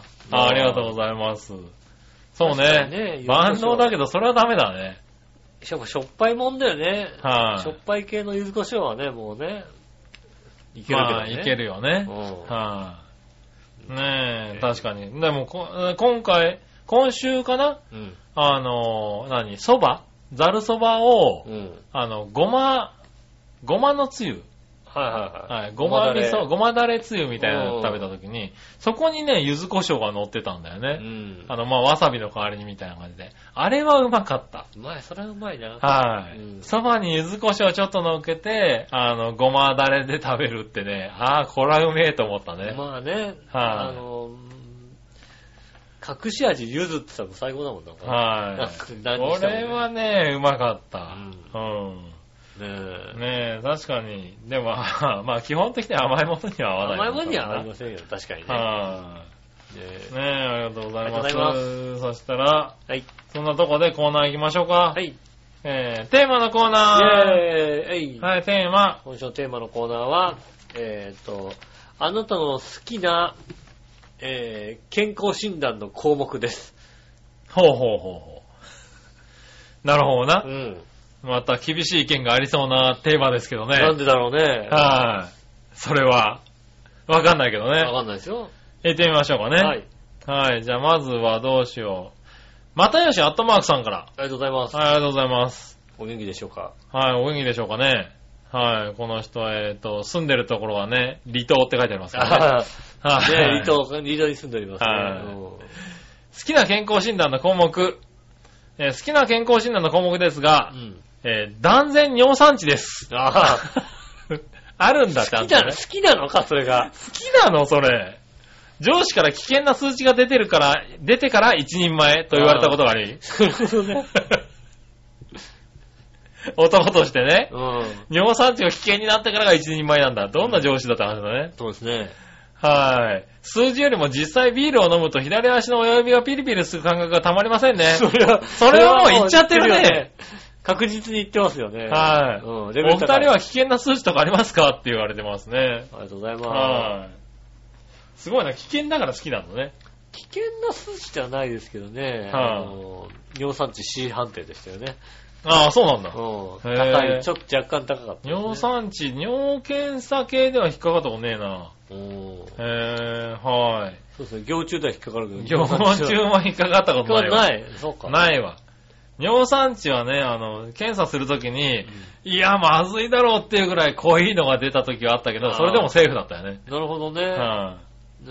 あ、ありがとうございます。そうね。ね万能だけどそれはダメだね。 しょっぱいもんだよね。 はい、 しょっぱい系の柚子胡椒はね、もうね。いけるけどね。まあ、 いけるよね。はい、ねえ、確かに。でもこ、今回、今週かな、うん、あの、何蕎麦ざる蕎麦を、うん、あの、ごま、ごまのつゆ。 はいはいはい。はい、 ごま味噌、ごまだれつゆみたいなの食べたときに、そこにね、柚子胡椒が乗ってたんだよね。うん、あの、まあ、わさびの代わりにみたいな感じで。あれはうまかった。 うまい、それはうまいな。 はい。蕎麦、うん、に柚子胡椒ちょっと乗っけて、あの、ごまだれで食べるってね、ああ、これはうめえと思ったね。 まあね。はい、あの、隠し味柚子って言ったら最高だもんな。 はい。これはね、うまかった。うん。うんねえ。ねえ、確かに。でも、まあ、基本的に甘いものには合わない。 甘いものには合いませんよ、確かにね。 はい、ねえ。ねえ、ありがとうございます。ありがとうございます。そしたら、 はい。 そんなとこでコーナー行きましょうか。 はい。 えー、テーマのコーナー。 イェーイ。 はい、テーマ。 今週のテーマのコーナーは、えーっと、あなたの好きな、えー、健康診断の項目です。 ほうほうほうほう。なるほどな。 うん。 また厳しい意見がありそうなテーマですけどね。 なんでだろうね。 はい、それは。わかんないけどね。 わかんないですよ。 行ってみましょうかね。はい。はい。じゃあまずはどうしよう。またよしアットマークさんから。 ありがとうございます。 はい、ありがとうございます。 お元気でしょうか。 はい、お元気でしょうかね。はい。この人は、えっと、住んでるところはね、離島って書いてありますからね。 はい。ね、離島、離島に住んでおりますね。はい。 好きな健康診断の項目。えー、好きな健康診断の項目ですが、うんえー、断然尿酸値です。ああ。あるんだってあんた、ね、 好きなのか、それが。 好きなのそれ。上司から危険な数値が出てるから、出てから一人前と言われたことがあり。なるほどね。男としてね、うん。尿酸値が危険になってからが一人前なんだ。どんな上司だった話だね。 そうですね。 はい。数字よりも実際ビールを飲むと左足の親指がピリピリする感覚がたまりませんね。それは、それはもう言っちゃってるね。 確実に言ってますよね。 はい、うん。お二人は危険な数値とかありますかって言われてますね。 ありがとうございます。はい。 すごいな、危険だから好きなのね。 危険な数値ではないですけどね。はい、あの尿酸値 C 判定でしたよね。 ああ、そうなんだ。うん。 高い、ちょっと若干高かった、 ね。尿酸値、尿検査系では引っかかったことねえな。うん。へぇー、はい。 そうですね、行中では引っかかるけど。 行中は引っかかったことないわ。 ない。そうか。 ないわ。 尿酸値はね、あの、検査するときに、うん、いや、まずいだろうっていうぐらい濃いのが出たときはあったけど、それでもセーフだったよね。 なるほどね。 はい、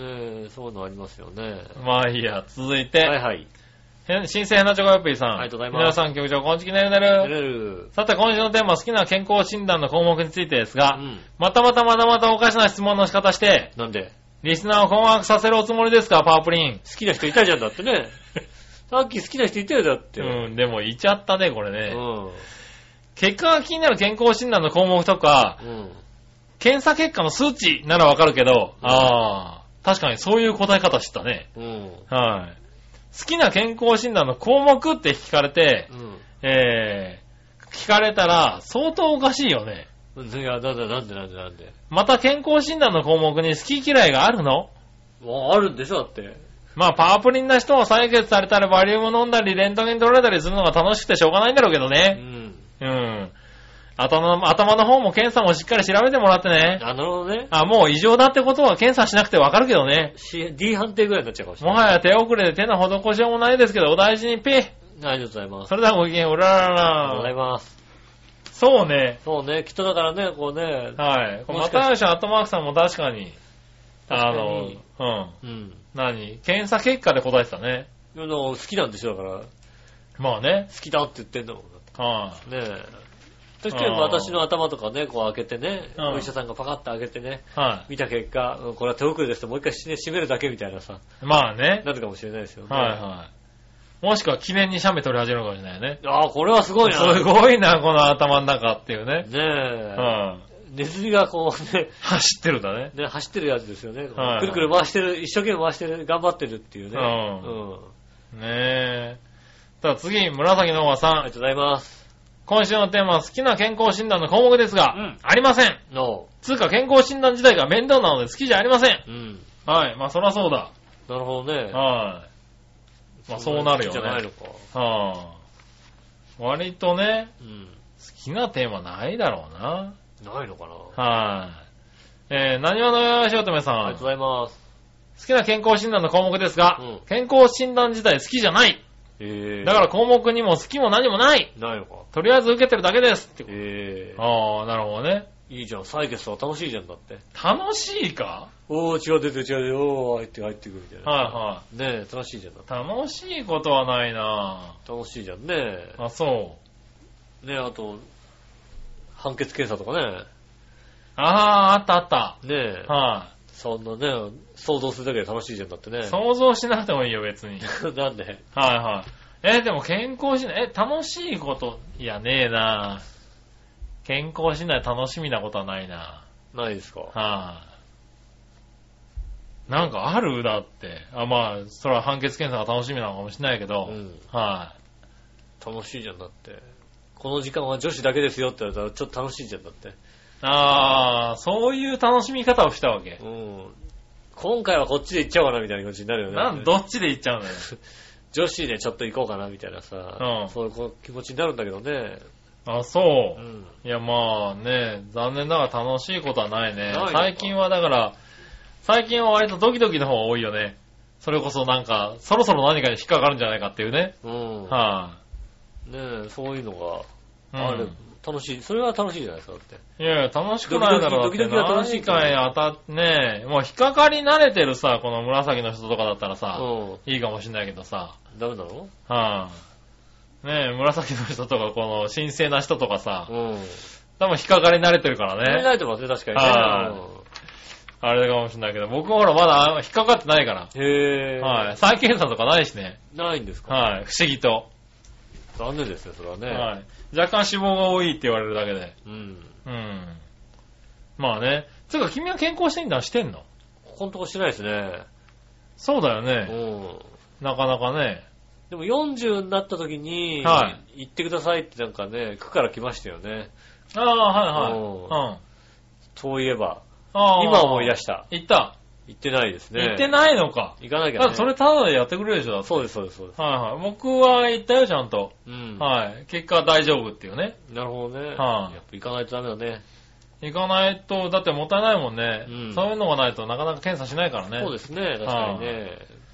ねえ、そういうのありますよね。 まあいいや、続いて。 はいはい。 新鮮なチョコヨッピーさん。 ありがとうございます。 皆さん局長、こんちきねるねる。 ねる。 さて、今週のテーマ、好きな健康診断の項目についてですが、うん、またまたまたまたおかしな質問の仕方して、 なんでリスナーを困惑させるおつもりですか、パワープリン。 好きな人いたじゃんだってね。さっき好きな人いたよだって。 うん、でもいちゃったね、これね。うん。結果が気になる健康診断の項目とか、うん、検査結果の数値ならわかるけど、うん、ああ、確かにそういう答え方してたね。うん。はい。好きな健康診断の項目って聞かれて、うん、えー、聞かれたら相当おかしいよね。 いや、なんでなんでなんでなんで。 また健康診断の項目に好き嫌いがあるの？ もうあるんでしょだって。まあパワープリンな人は採血されたりバリウム飲んだりレントゲン取られたりするのが楽しくてしょうがないんだろうけどね。うん。うん。頭の、頭の方も検査もしっかり調べてもらってね。 あ、なるほどね。 あ、もう異常だってことは検査しなくてわかるけどね。 D 判定ぐらいになっちゃうかもしれない。 もはや手遅れで手の施しようもないですけど、お大事にピー。 ありがとうございます。 それではごきげん、うららら。 ありがとうございます。 そうね。 そうね。きっとだからね、こうね。 はい。またよしアットマークさんも確かに、あの、うん。うん。何検査結果で答えてたね。 好きなんでしょ、だから。 まあね。 好きだって言ってんだもん。 はい、 あ。ねえ。確かに私の頭とかね、こう開けてね、うん、お医者さんがパカッと開けてね、はい、見た結果、これは手遅れですともう一回閉めるだけみたいなさ。 まあね。 なるかもしれないですよね。 はいはい。もしくは記念に写メ撮り始めるかもしれないね。 ああ、これはすごいな。 すごいな、この頭の中っていうね。 ねえ。うん。ネズミがこうね。 走ってるんだね。 ね、走ってるやつですよね。はいはい、くるくる回してる、一生懸命回してる、頑張ってるっていうね。うん。 うん、ねえ。ただ次、紫のおばさん。 ありがとうございます。 今週のテーマは好きな健康診断の項目ですが、うん、ありません。 No。 つうか健康診断自体が面倒なので好きじゃありません。うん。はい。まあそらそうだ。 なるほどね。 はい。まあそうなるよね。 じゃないのか。 はあ。割とね、うん、好きなテーマないだろうな。 ないのかな。 はい。えー、何話のよしおとめさん。 ありがとうございます。 好きな健康診断の項目ですが、うん、健康診断自体好きじゃない。 えー、 だから項目にも好きも何もない。 ないのか。 とりあえず受けてるだけですってこと。 えー、ああ、なるほどね。 いいじゃん。採血とか楽しいじゃんだって。 楽しいか？ おー、違う出て違うおー、入って入ってくるみたいな。 はいはい。 ねえ、楽しいじゃんだって。 楽しいことはないなぁ。楽しいじゃんね。 あ、そう。 ねえ、あと、判決検査とかね。 ああ、あったあった。 ねえ。 はい。 そんなね、想像するだけで楽しいじゃんだってね。 想像しなくてもいいよ、別に。 なんで？ はいはい。え、でも健康診断、え、楽しいこと、いやねえな健康診断楽しみなことはないなないですか？ はい、あ、なんかあるだって。あ、まあ、それは判決検査が楽しみなのかもしれないけど、うん、はい、 楽しいじゃんだって。この時間は女子だけですよって言われたらちょっと楽しいじゃんだって。 ああ、そういう楽しみ方をしたわけ。 うん。今回はこっちで行っちゃおうかなみたいな感じになるよね。 なんどっちで行っちゃうのよ。 女子でちょっと行こうかなみたいなさ、うん、そういう気持ちになるんだけどね。 あ、そう。うん、いや、まあね、残念ながら楽しいことはないね。ない最近はだから、最近は割とドキドキの方が多いよね。それこそなんか、そろそろ何かに引っかかるんじゃないかっていうね。うん。はい、あ、 ねえ、そういうのがある、うん。楽しい。それは楽しいじゃないですか、だって。 いやいや、楽しくないだろう。ドキドキは楽しいから。何かに当たってね、もう引っかかり慣れてるさ、この紫の人とかだったらさ、うん、いいかもしんないけどさ。 ダメなの？ はい、あ、ねえ、紫の人とか、この神聖な人とかさ、うん、多分引っかかり慣れてるからね。 慣れてますね、確かにね。 はい、あれかもしんないけど、僕もほらまだ引っかかってないから。 へぇー。 はい。再検査とかないしね。 ないんですか？ はい。不思議と。 残念ですね、それはね。 はい。若干脂肪が多いって言われるだけで。 うん。 うん。まあね。つうか、君は健康診断してんの？ ここんとこしてないですね。 そうだよね。 うん。 なかなかね。 でもよんじゅうになった時に、 はい。 行ってくださいってなんかね、区から来ましたよね。 ああ、はいはい。うん。 そういえば。 ああ。 今思い出した。 行った。 行ってないですね。 行ってないのか。 行かなきゃね。 だそれタダでやってくれるでしょ、だって。 そうです、そうです、そうです。 はいはい。僕は行ったよ、ちゃんと。 うん。 はい。結果は大丈夫っていうね。 なるほどね。 はい、あ。 やっぱ行かないとダメだね。 行かないと、だってもったいないもんね。うん。そういうのがないとなかなか検査しないからね。 そうですね、確かにね。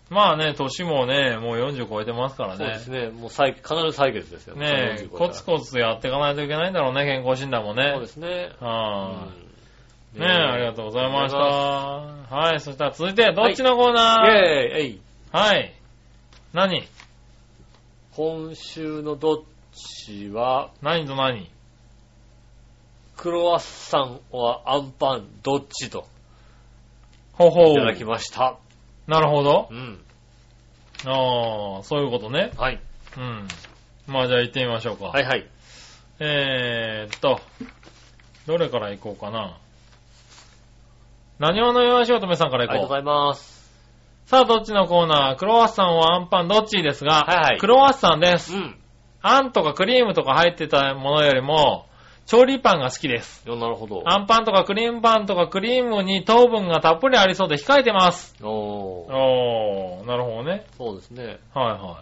まあね、年もね、もうよんじゅう超えてますからね。 そうですね。もう採、必ず採血ですよね。ねえ、コツコツやっていかないといけないんだろうね、健康診断もね。 そうですね。 はぁ、うん。ねえ、ありがとうございました。はい、そしたら続いて、どっちのコーナー、 はい、イェーイ、えい。 はい。何？ 今週のどっちは、 何と何？ クロワッサンはアンパンどっちと。 ほほう。 いただきました。 なるほど。 うん。 ああ、そういうことね。 はい。 うん。まあじゃあ行ってみましょうか。 はいはい。 えーっと、どれから行こうかな。何話のよしおとめさんから行こう。 ありがとうございます。 さあ、どっちのコーナー？クロワッサンはアンパンどっちですが、 はいはい。 クロワッサンです。 うん。 あんとかクリームとか入ってたものよりも、調理パンが好きです。 なるほど。 あんパンとかクリームパンとかクリームに糖分がたっぷりありそうで控えてます。 おー。 おー、なるほどね。 そうですね。 はいはい。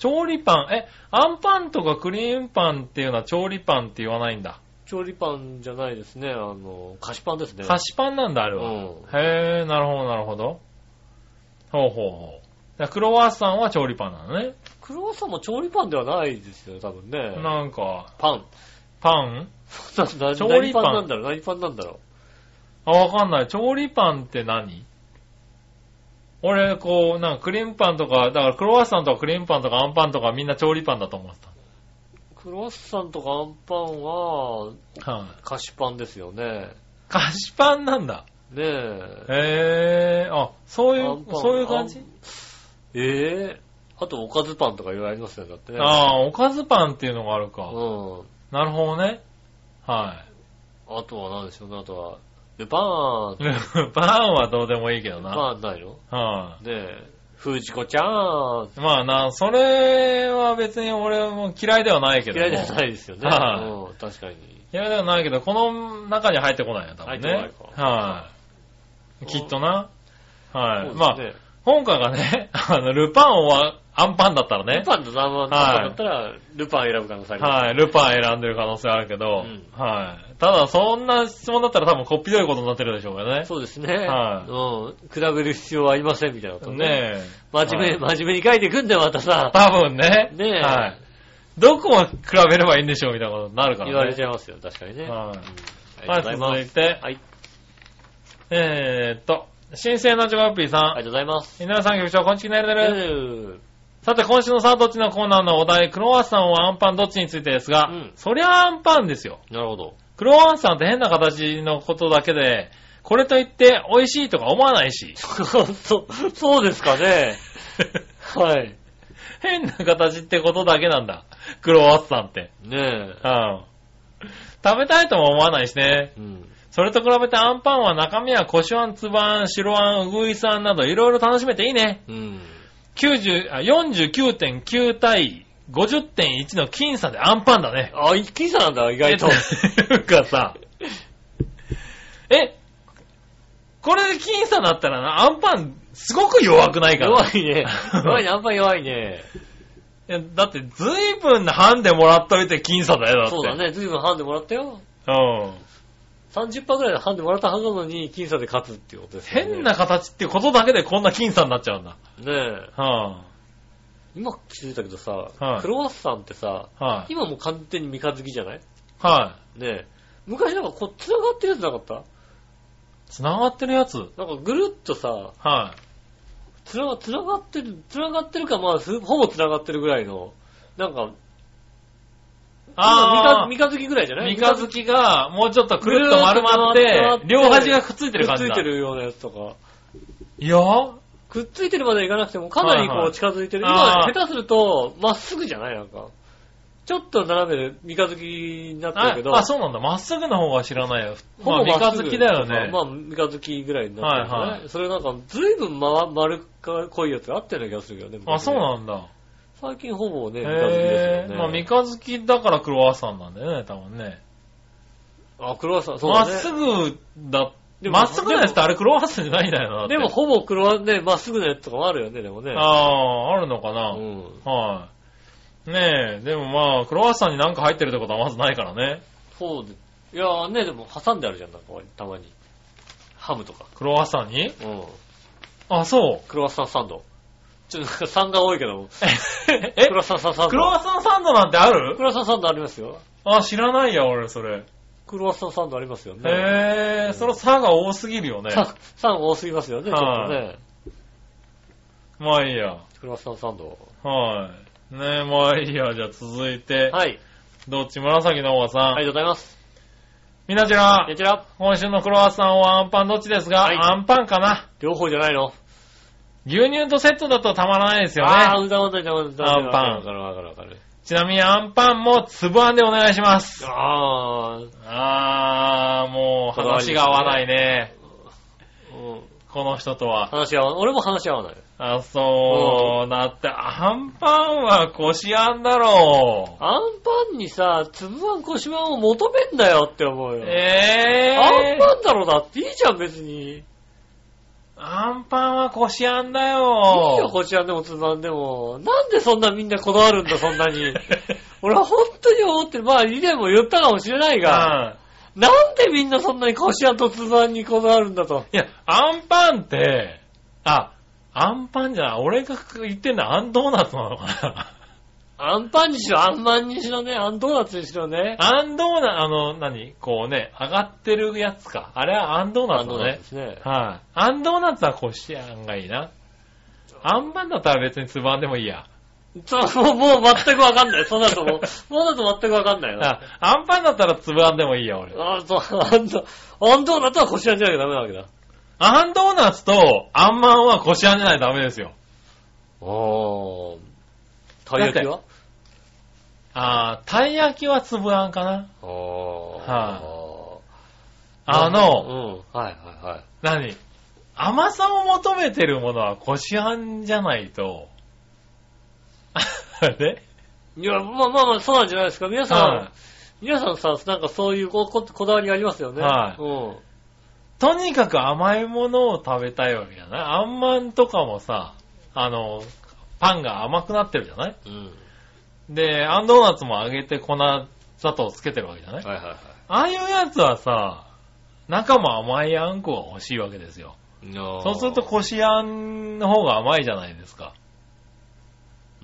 調理パン、え、あんパンとかクリームパンっていうのは調理パンって言わないんだ。 調理パンじゃないですね。あの、菓子パンですね。 菓子パンなんだ、あれは。うん、へー、なるほど、なるほど。ほうほうほう。クロワッサンは調理パンなのね。 クロワッサンも調理パンではないですよね、多分ね。 なんか。 パン。 パンな調理パンなんだろう何パンなんだろうあ、わかんない。調理パンって何？俺、こう、なんかクリームパンとか、だからクロワッサンとかクリームパンとかアンパンとかみんな調理パンだと思ってた。 クロワッサンとかアンパンは、はい、菓子パンですよね。 菓子パンなんだ。 ねえ。 へー。あ、そういう、そういう感じ？ ええー。あと、おかずパンとかいろいろありますよね、だってね。 ああ、おかずパンっていうのがあるか。 うん。 なるほどね。はい。 あとは何でしょうね、あとは、ルパーン。 ルパーンはどうでもいいけどな。 ルパーンないの？ はい、 ねえ。藤子ちゃん。 まあな、それは別に俺も嫌いではないけど。 嫌いではないですよね。 はい、 うん、確かに。 嫌いではないけど、この中に入ってこないよ、多分ね。 入ってこないか。 はい、きっとな。はい、 ね。 まあ、今回がね、あの、ルパンはアンパンだったらね。 ルパンとアンパンだったら、ルパン選ぶ可能性あります。 はい、ルパン選んでる可能性あるけど、うん、はい。ただ、そんな質問だったら多分こっぴどいことになってるでしょうからね。 そうですね。 はい。 うん。比べる必要はありませんみたいなことね。 ねえ。 真面目、はい、真面目に書いていくんだよ、またさ。 多分ね。 ねえ。 はい。どこを比べればいいんでしょうみたいなことになるからね。 言われちゃいますよ、確かにね。はい。うん、 ありがとうございます。続いて。 はい。 えーっと、新生のジョガッピーさん。 ありがとうございます。 皆さん局長、こんちきなるねる。さて、今週のさあどっちのコーナーのお題、クロワッサンはアンパンどっちについてですが、うん、そりゃアンパンですよ。 なるほど。 クロワッサンって変な形のことだけで、これといって美味しいとか思わないし。 そ、そうですかね。はい。 変な形ってことだけなんだ。クロワッサンって。 ねえ。 うん。食べたいとも思わないしね。うん。それと比べてアンパンは中身はこしあん、つばあん、白あん、うぐいすあんなどいろいろ楽しめていいね。うん。きゅうじゅう、あ、よんじゅうきゅうてんきゅう対 ごじゅってんいち の僅差でアンパンだね。 あ、僅差なんだ、意外と。 いうかさ、え、これで僅差だったらな、アンパンすごく弱くないかな。 弱いね。弱いね、アンパン弱いね。 いやだってずいぶんハンデもらっといて僅差だよ、だって。 そうだね、ずいぶんハンデもらったよ。 うん。 さんじゅっパーセント ぐらいでハンデもらったはずなのに、僅差で勝つっていうことですね。 変な形ってことだけでこんな僅差になっちゃうんだ。 ねえ。 はあ、 今気づいたけどさ、 はい、 クロワッサンってさ、 はい、 今もう完全に三日月じゃない？ はい。 ねえ。昔なんかこう、繋がってるやつなかった？ 繋がってるやつ？ なんかぐるっとさ、 はい。 つなが、つながってる、つながってるか、まあ、ほぼつながってるぐらいの、なんか、ああ、三日月ぐらいじゃない？ 三日月がもうちょっとくるっと丸まって、両端がくっついてる感じだ。 くっついてるようなやつとか。 いやくっついてるまでいかなくても、かなりこう近づいてる。はいはい、今、下手すると、まっすぐじゃないなんか。ちょっと斜めで三日月になってるけど。 あ、そうなんだ。まっすぐの方が知らないよ。ほぼ三日月だよね。 まあ、三日月ぐらいになってるんじゃない？はいはい。それなんか、ずいぶん、ま、丸か濃いやつがあったような気がするけどね。 あ、そうなんだ。 最近ほぼね、三日月ですよね。 まあ、三日月だからクロワッサンなんだよね、多分ね。 あ、クロワッサン、そうだね。 まっすぐだ、まっすぐなやつってあれクロワッサンじゃないんだよな。 でもほぼクロワッサンね、まっすぐなやつとかもあるよね、でもね。 ああ、あるのかな。うん。はい。ねえ、でもまあ、クロワッサンになんか入ってるってことはまずないからね。 そうで。いやーね、でも挟んであるじゃん、なんかたまに。ハムとか。 クロワッサンに？ うん。 あ、そう。 クロワッサンサンド。ちょっとさんが多いけど。 えクロワッサンサンド。 クロワッサンサンドなんてある？ クロワッサンサンドありますよ。 あ、知らないや、俺、それ。 クロワッサンサンドありますよね。 へぇー、その差が多すぎるよね。 さん多すぎますよね、ちょっとね。 まあいいや。 クロワッサンサンド。 はい。ねえ、まあいいや。じゃあ続いて。 はい。 どっち紫のおばさん。 ありがとうございます。 みなちら。 みなちら。 今週のクロワッサンはアンパンどっちですが、はい、アンパンかな。 両方じゃないの？ 牛乳とセットだとたまらないですよね。 ああ、うだうだうだうだ。 アンパン。 わかるわかるわかる。 ちなみにアンパンも粒あんでお願いします。 ああ。あー、もう話が合わないね。うん、この人とは。 話合わない。俺も話合わない。 あ、そう。だって、アンパンはこしあんだろう。 アンパンにさ、粒あんこしあんを求めんだよって思うよ。 えー。 アンパンだろうだっていいじゃん、別に。 アンパンはこしあんだよ。 いいよ、こしあんでも粒あんでも。なんでそんなみんなこだわるんだ、そんなに。俺は本当に思ってる。まあ、以前も言ったかもしれないが。うん、なんでみんなそんなにこしあんと粒あんにこだわるんだと。 いや、アンパンって、あ、アンパンじゃない、俺が言ってんのはアンドーナツなのかな。 アンパンにしろ、アンマンにしろね、アンドーナツにしろね。 アンドーナツ、あの、何こうね、上がってるやつか。あれはアンドーナツだね。アンドーナツですね。はい、あ、アンドーナツはこしあんがいいな。アンパンだったら別につばんでもいいや。 そう、もう、もう全くわかんない。そうなるともう、そうなると全くわかんないよ。 あ、アンパンだったらつばんでもいいや、俺。 あ、そう、アンド、アンドーナツはこしあんじゃなきゃダメなわけだ。 アンドーナツとアンマンはこしあんじゃないとダメですよ。 あー。たい焼きは？ あー、たい焼きは粒あんかな。 あー。 はい、あ。あの、 うん、はいはいはい。 何？甘さを求めてるものはこしあんじゃないと。あれ？ いや、まあまあまあ、そうなんじゃないですか。皆さん、はい、皆さんさ、なんかそういうこ、こ、こだわりありますよね。 はい。 うん。 とにかく甘いものを食べたいわけじゃない？あんまんとかもさ、あの、パンが甘くなってるじゃない？うん。で、あんドーナツも揚げて粉砂糖つけてるわけじゃない？はいはいはい。ああいうやつはさ、中も甘いあんこが欲しいわけですよ。そうするとこしあんの方が甘いじゃないですか。 うん。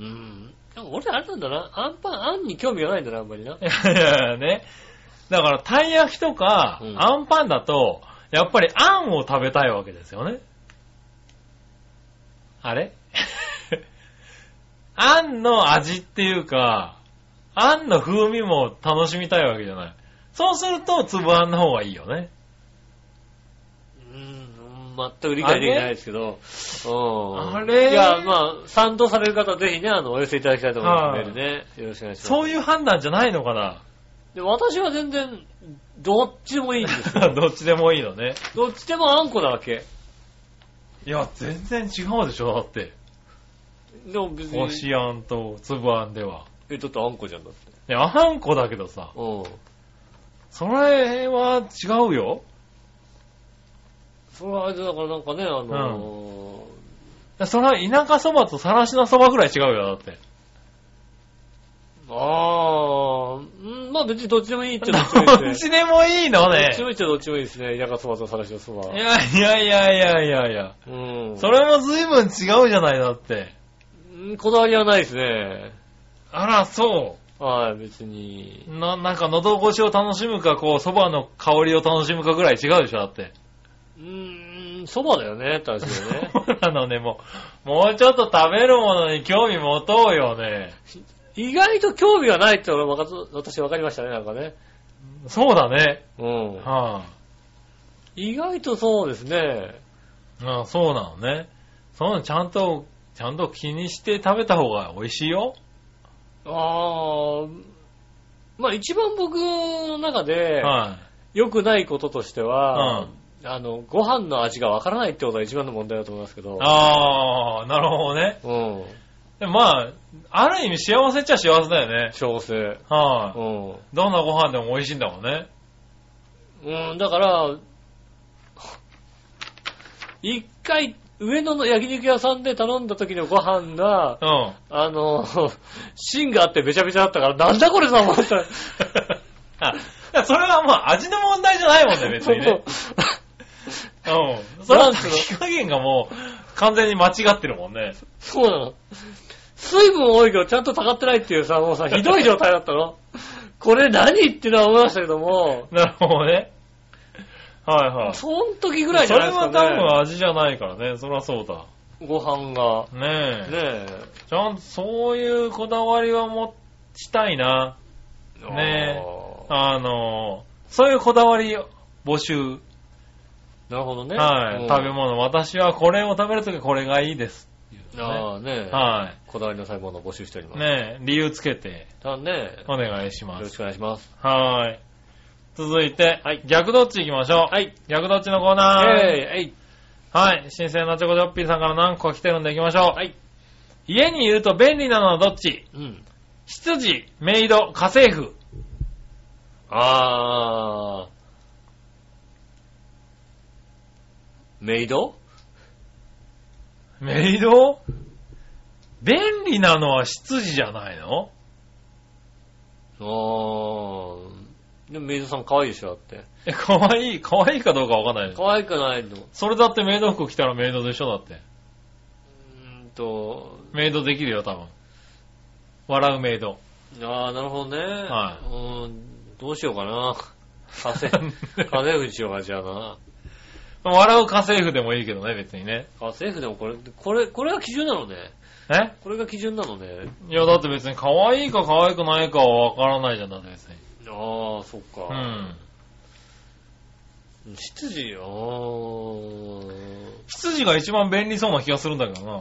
俺あれなんだな。あんパン、あんに興味がないんだな、あんまりな。いやいやね。だから、たい焼きとか、うん、あんパンだと、やっぱりあんを食べたいわけですよね。あれあんの味っていうか、あんの風味も楽しみたいわけじゃない。そうすると、粒あんの方がいいよね。 うーん、全く理解できないですけど。 うん。あれいや、まあ、賛同される方はぜひね、あの、お寄せいただきたいと思います。メールね。よろしくお願いします。 そういう判断じゃないのかな。 で、私は全然、どっちでもいいんですよ。 どっちでもいいのね。 どっちでもあんこなわけ。 いや、全然違うでしょ、だって。 でも別に。 こしあんと粒あんでは。 え、だってあんこじゃんだって。 いや、あんこだけどさ。うん。それは違うよ。 それはあれだからなんかね、あのー、うん、それは田舎そばとさらしなそばぐらい違うよ、だって。 ああ、んまあ別にどっちでもいいっちゃどっちでもいいですね。どっちでもいいのね。 どっちでもいいっちゃどっちもいいですね。田舎そばとさらしのそば。 いやいやいやいやいやいや。うん。それも随分違うじゃないだって。 んこだわりはないですね。 あら、そう。 はい、別に。 な、なんか喉越しを楽しむか、こう、蕎麦の香りを楽しむかぐらい違うでしょ、だって。 うーん、蕎麦だよね、確かにね。 そうなのね、もう、もうちょっと食べるものに興味持とうよね。 意外と興味がないって俺私分かりましたね、なんかね。 そうだね。 うん。 はあ、 意外とそうですね。 ああ、そうなのね。そういうのちゃんと、ちゃんと気にして食べた方が美味しいよ。 ああ、まあ一番僕の中で、はい、良くないこととしては、うん、あの、ご飯の味がわからないってことが一番の問題だと思いますけど。 ああ、なるほどね。うん。でまあ、ある意味幸せっちゃ幸せだよね。 幸せ。 はい、あ、うん。どんなご飯でも美味しいんだもんね。 うん、だから、一回、上野の焼肉屋さんで頼んだ時のご飯が、うん、あの、芯があってべちゃべちゃだったから、なんだこれと思った。 あ、それはもう味の問題じゃないもんね、別にね。うん。それは炊き加減がもう、 完全に間違ってるもんね。 そうなの。水分多いけどちゃんと溜まってないっていうさ、もうさ、ひどい状態だったの。これ何っていうのは思いましたけども。 なるほどね。はいはい。 その時ぐらいじゃないですかね。 それは多分味じゃないからね。そりゃそうだ。 ご飯が。 ねえ。 ねえ。 ちゃんとそういうこだわりは持ちたいな。ねえ。あの、そういうこだわり募集。 なるほどね。 はい。食べ物。私はこれを食べるときこれがいいです。 ね、ああね。 はい。 こだわりの細胞の募集しております。 ねえ。理由つけて。 ねお願いします。 よろしくお願いします。 はい。続いて、はい、逆どっち行きましょう。 はい。 逆どっちのコーナー。 えい、えい。 はい。新鮮なチョコジョッピーさんから何個か来てるんで行きましょう。 はい。 家にいると便利なのはどっち？うん。執事、メイド、家政婦。 あー。メイド？ メイド？便利なのは執事じゃないの？ あー。でもメイドさん可愛いでしょだって。 え、可愛い可愛いかどうかわかんない。 可愛くないの。 それだってメイド服着たらメイドでしょだって。うーんと。 メイドできるよ多分。笑うメイド。 あー、なるほどね。 はい。 うーん、どうしようかな。家政、家政婦にしようか、じゃあな。 笑う家政婦でもいいけどね、別にね。 家政婦でもこれ、これ、これが基準なのね。 え？ これが基準なのね。 いや、だって別に可愛いか可愛くないかはわからないじゃん、だって別に。 ああ、そっか。 うん。 執事、あー。 執事が一番便利そうな気がするんだけどな。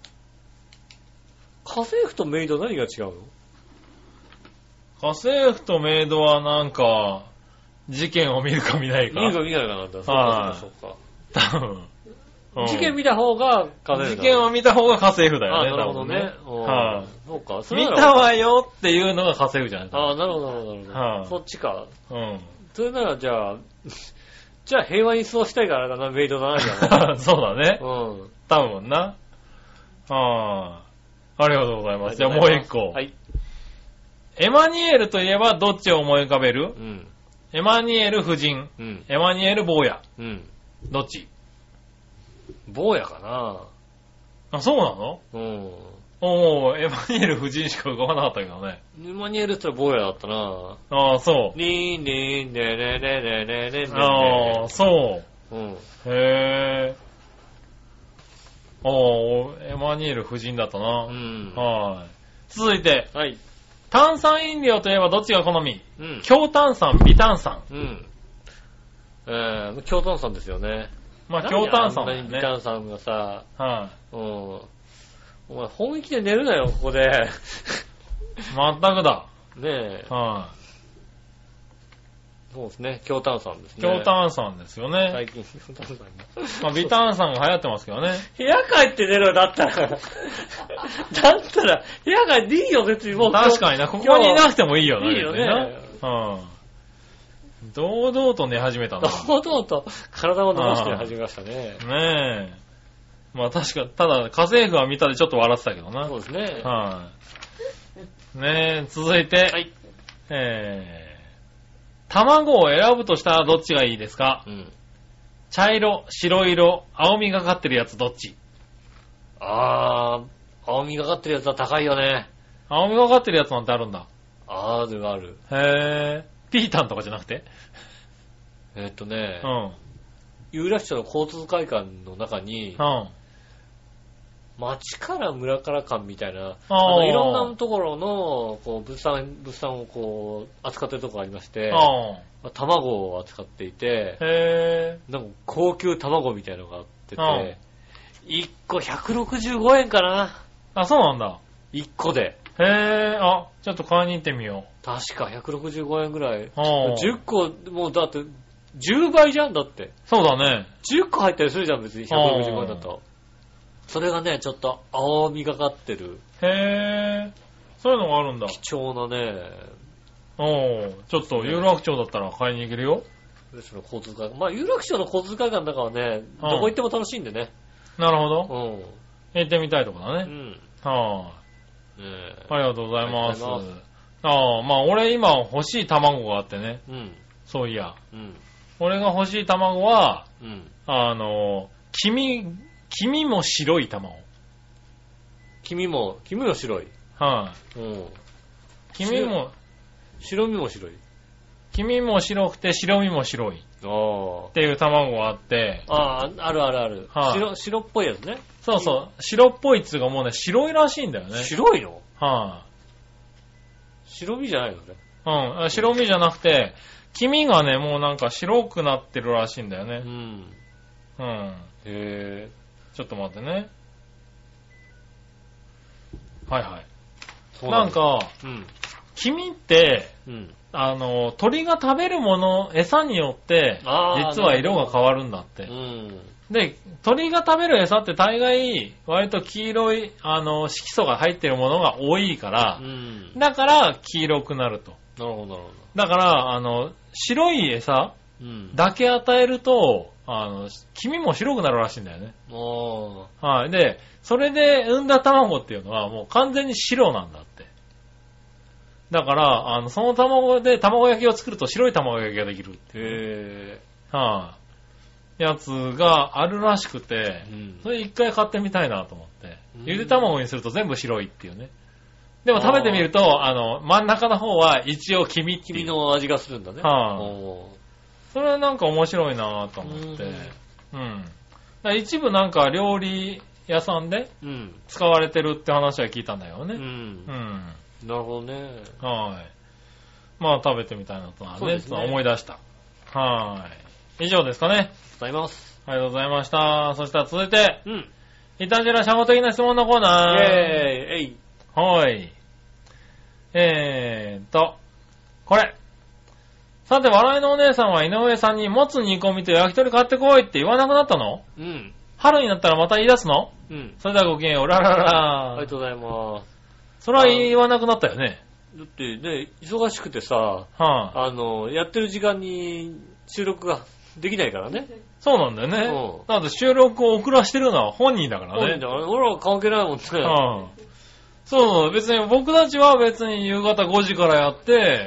家政婦とメイド何が違うの？ 家政婦とメイドはなんか、事件を見るか見ないか。 見るか見ないかなんだ。そうか、そうか、 多分。 うん、事件見た方が家政婦だ。 事件を見た方が家政婦だよね。 あ、なるほどね。 はい、 そうか。 見たわよっていうのが家政婦じゃないああ、なるほど、なるほど、なるほど。はあ、そっちか。 うん。 それならじゃあ、じゃあ平和に過ごしたいからだな、メイドだな、じゃあ。 そうだね。 うん。 多分な。ああ。ありがとうございます。じゃあもう一個。 はい。 エマニュエルといえばどっちを思い浮かべる？うん。エマニュエル夫人。うん。エマニュエル坊や。うん。どっち？ 坊やかな。 あ、そうなの？うん。おー、エマニュエル夫人しか浮かばなかったけどね。 エマニュエルって言ったら坊やだったな。 ああ、そう。 リーンリーン、ねねねねねねね。 ああ、そう。うん。へー。おー、エマニュエル夫人だったな。うん。はい。続いて。はい。炭酸飲料といえばどっちが好み？うん。強炭酸、微炭酸。うん。 えー、強炭酸ですよね。 まあ、強炭酸だね。微炭酸がさ。 はい。 うん。お前本気で寝るなよ、ここで。 まったくだ。 ねえ。はい。そうですね。強炭酸ですね。 強炭酸ですよね。 最近、強炭酸が。 まあ、微炭酸が流行ってますけどね。 部屋帰って寝ろよ、だったら。だったら、部屋帰っていいよ、別にもう。 確かにな、ここにいなくてもいいよね。 いいよね。 うん。堂々と寝始めたんだ。 堂々と体を伸ばして寝始めましたね。 ねえ。まあ確か、ただ、家政婦は見たでちょっと笑ってたけどな。 そうですね。 はい、ねえ、続いて。はい。えー、卵を選ぶとしたらどっちがいいですか？うん。茶色、白色、青みがかってるやつどっち？ あー、青みがかってるやつは高いよね。 青みがかってるやつなんてあるんだ。 あるある。 へー。ピータンとかじゃなくて？ えー、っとね、うん。有楽町の交通会館の中に、うん。町から村から間みたいな、あのいろんなところのこう物産、物産をこう扱ってるところがありまして、あ卵を扱っていて、へー。なんか高級卵みたいなのがあってて、いっこひゃくろくじゅうごえんかな。 あ、そうなんだ。 いっこで。 へー、あ、ちょっと買いに行ってみよう。 確かひゃくろくじゅうごえんぐらい。じゅっこ、もうだってじゅうばいじゃんだって。 そうだね。 じゅっこ入ったりするじゃん別にひゃくろくじゅうごえんだと。それがね、ちょっと青みがかってる。 へー。そういうのがあるんだ。 貴重なね。 おー、ちょっと有楽町だったら買いに行けるよ。 交通会館。まあ有楽町の交通会館の中はね、どこ行っても楽しいんでね。 なるほど。うん。行ってみたいとこだね。うん。はぁ、ね。ありがとうございます。ああ、まあ俺今欲しい卵があってね。うん。そういや。うん。俺が欲しい卵は、うん。あの、黄身黄身も白い卵。 黄身も、黄身も白い。 はい、 うん。 黄身も、 白身も白い。 黄身も白くて白身も白い。 ああ。 っていう卵があって。 ああ、あるあるある。はい、白、白っぽいやつね。 そうそう。白っぽいっつうかもうね、白いらしいんだよね。 白いの？ はい、 白身じゃないのね。 うん。白身じゃなくて、黄身がね、もうなんか白くなってるらしいんだよね。 うん。 うん。 へぇー。ちょっと待ってね。はいはい。なんか、うん、黄身って、うん、あの、鳥が食べるもの、餌によって、実は色が変わるんだって。うん、で、鳥が食べる餌って大概、割と黄色い、あの、色素が入ってるものが多いから、うん、だから黄色くなると。 なるほど、なるほど。 だから、あの、白い餌だけ与えると、あの、黄身も白くなるらしいんだよね。はい。で、それで産んだ卵っていうのはもう完全に白なんだって。だから、あの、その卵で卵焼きを作ると白い卵焼きができるっていう。へー。はい、やつがあるらしくて、うん、それ一回買ってみたいなと思って。うん、ゆで卵にすると全部白いっていうね。でも食べてみると、あの、真ん中の方は一応黄身っていう。 黄身の味がするんだね。 はい、それはなんか面白いなと思って。うん。うん、一部なんか料理屋さんで使われてるって話は聞いたんだよね。うん。うん。 なるほどね。 はい。まあ食べてみたいなとはね、ね思い出した。はい。以上ですかね。 ありがとうございます。 ありがとうございました。そしたら続いて、うん。いたじらしゃも的な質問のコーナー。イェーイ。えい。はい。えーっと、これ。さて、笑いのお姉さんは井上さんにもつ煮込みと焼き鳥買ってこいって言わなくなったの？うん。春になったらまた言い出すの？うん。それではごきげんよう、ラララ。 ありがとうございます。 それは言わなくなったよね。 だってね、忙しくてさ、はあ、あの、やってる時間に収録ができないからね。 そうなんだよね。うん。だって収録を遅らしてるのは本人だからね。 本人だから、俺は関係ないもんね。はあ、 そう、別に僕たちは別に夕方ごじからやって、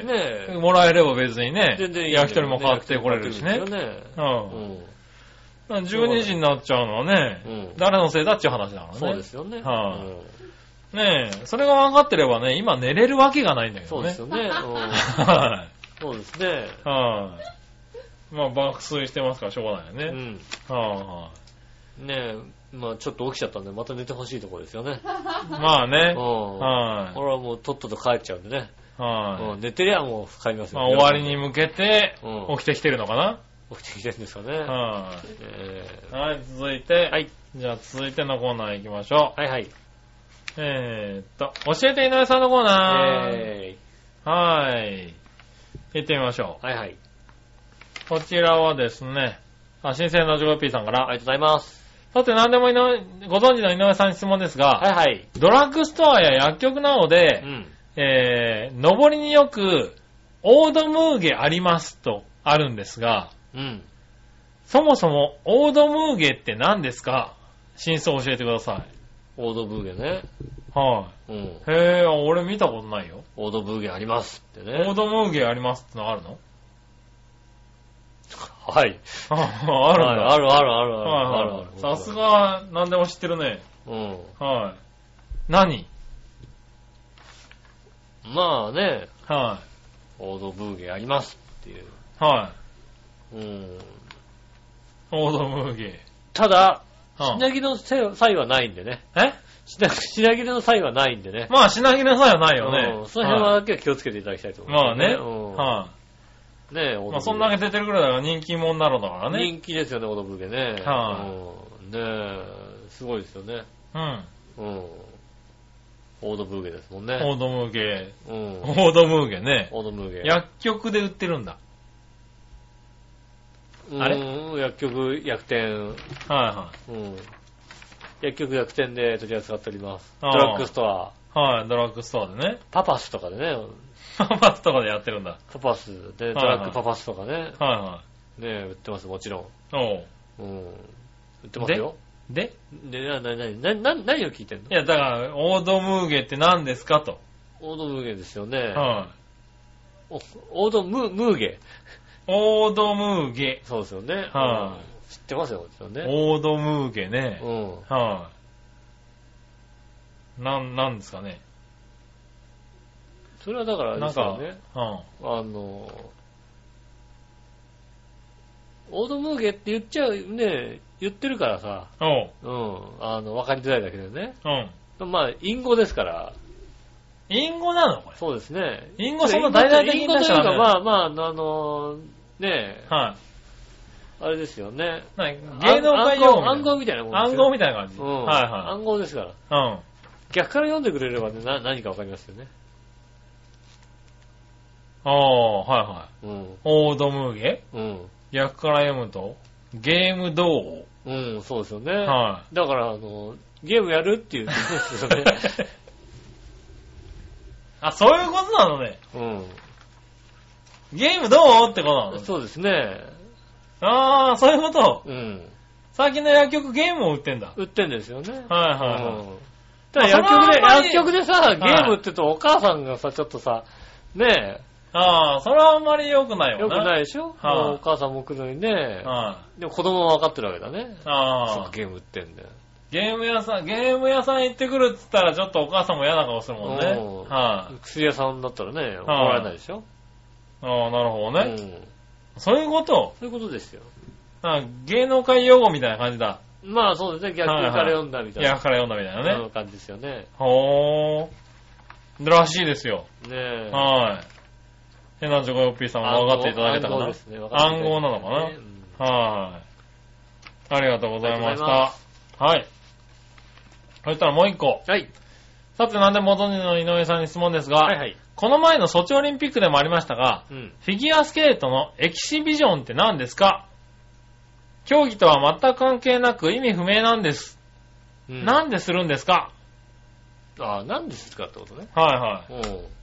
ねえ、もらえれば別にね、全然いい、ね、焼き鳥も買ってこれるしね。ね、うん。じゅうにじになっちゃうのはね、うん、誰のせいだっていう話だからね。 そうですよね。 はい、あ、うん、ねえ、それが分かってればね、今寝れるわけがないんだけどね。 そうですよね。はい。そうですね。 はい。まあ爆睡してますからしょうがないよね。うん。 はい。ねえ。まあちょっと起きちゃったんで、また寝てほしいところですよね。 まあね。うん。 はい。俺はもうとっとと帰っちゃうんでね。はい。うん、寝てりゃもう帰りますよ。 まあ終わりに向けて、起きてきてるのかな、 うん、起きてきてるんですかね。はい、 えー。はい、続いて。はい。じゃあ続いてのコーナー行きましょう。 はいはい。 えーっと、教えて井上さんのコーナー。えー、はい。行ってみましょう。はいはい。 こちらはですね、あ、新鮮なジョコピーさんから。 ありがとうございます。 さて何でも井上、ご存知の井上さんに質問ですが、 はいはい。 ドラッグストアや薬局などで、うん、えー、上りによく、オードムーゲありますとあるんですが、うん。そもそも、オードムーゲって何ですか？真相を教えてください。 オードブーゲね。 はい、うん。へぇー、俺見たことないよ。 オードブーゲありますってね。 オードムーゲありますってのあるの？ はい。 あ、あるんだ。 あるあるあるある。 はいはい。さすが、何でも知ってるね。うん。はい。何？ まあね。 はい。 オードブーゲありますっていう。 はい。 うん。 オードムーゲ。 ただ、品切れの際はないんでね。 え？ 品切れの際はないんでね。 まあ、品切れの際はないよね。 うん。その辺はだけは気をつけていただきたいと思います、 ね。まあね。うん。はい。 ねえ、 まあそんだけ出てるぐらいだから人気者なのだからね。 人気ですよね、オードブーゲね。はい、うん。ねえ、すごいですよね。うん。うん。オードブーゲですもんね。 オードムーゲ。うん。オードムーゲね。 オードムーゲ。 薬局で売ってるんだ。 あれ？うん、薬局、薬店。 はいはい。 うん。薬局、薬店で取り扱っております。ドラッグストア。 はい、ドラッグストアでね。 パパスとかでね。 パパスとかでやってるんだ。 パパスで、ドラッグパパスとかね。はいはい。 ねえ、売ってます、もちろん。 おう。 うん。売ってますよ。 でで、な、な、な、な、何を聞いてんの？ いや、だから、オードムーゲって何ですかと。 オードムーゲですよね。 はい。 オードムー、ムーゲ。 オードムーゲ。 そうですよね。 はい。 知ってますよ、もちろんね。 オードムーゲね。 うん。 はい、あ、なん、なんですかね。 それはだからあれですよね。 うん。 あの、オードムーゲって言っちゃうね、言ってるからさ。 うん。 うん。あの、わかりづらいだけでね。 うん。 まあ、隠語ですから。 隠語なのこれ。 そうですね。 隠語そんな大々的に出したらね。 隠語というか、まあまあ、あの、ねえ。 はい。 あれですよね。 芸能界用語。 暗号みたいなもんですよ。 暗号みたいな感じ。 うん。 はいはい。 暗号ですから。うん。逆から読んでくれればね、な何かわかりますよね。 ああ、はいはい。 うん。 オードムーゲ？ うん。 逆から読むとゲーム道具。 うん、そうですよね。 はい。 だから、あの、ゲームやるって言うんですよね。 あ、そういうことなのね。 うん。 ゲームどうってことなの？ そうですね。 ああ、そういうこと。 うん。 最近の薬局ゲームを売ってんだ。 売ってんですよね。 はいはいはい。うん、 ただ薬局で、薬局でさ、ゲームって言うとお母さんがさ、ちょっとさ、ねえ。 ああ、それはあんまり良くないよな。良くないでしょ、はい、お母さんも来るのにね。はい、でも子供は分かってるわけだね。ああ。ゲーム売ってんだよ。ゲーム屋さん、ゲーム屋さん行ってくるって言ったらちょっとお母さんも嫌な顔するもんね。 はい、薬屋さんだったらね、怒られないでしょ。 ああ、なるほどね。うん、そういうことそういうことですよ。 あ、芸能界用語みたいな感じだ。 まあそうですね、逆から読んだみたいな。 逆から読んだみたいなね。 感じですよね。 ほー。らしいですよ。 ねえ。 はい。ヘナチョコヨッピーさんも分かっていただけたかな。暗号ですね。暗号なのかな、ね、うん、はい。ありがとうございました。はい。そしたらもう一個。 はい。 さて、なんでもご存知の井上さんに質問ですが、はいはい、この前のソチオリンピックでもありましたが、うん、フィギュアスケートのエキシビジョンって何ですか？競技とは全く関係なく意味不明なんです。うん、なんでするんですか？ ああ、なんですかってことね。 はいはい。うん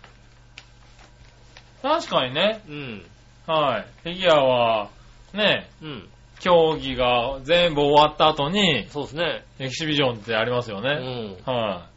確かにね。 うん。 はい。フィギュアは、ね、うん。競技が全部終わった後に、 そうですね。 エキシビジョンってありますよね。うん。はい。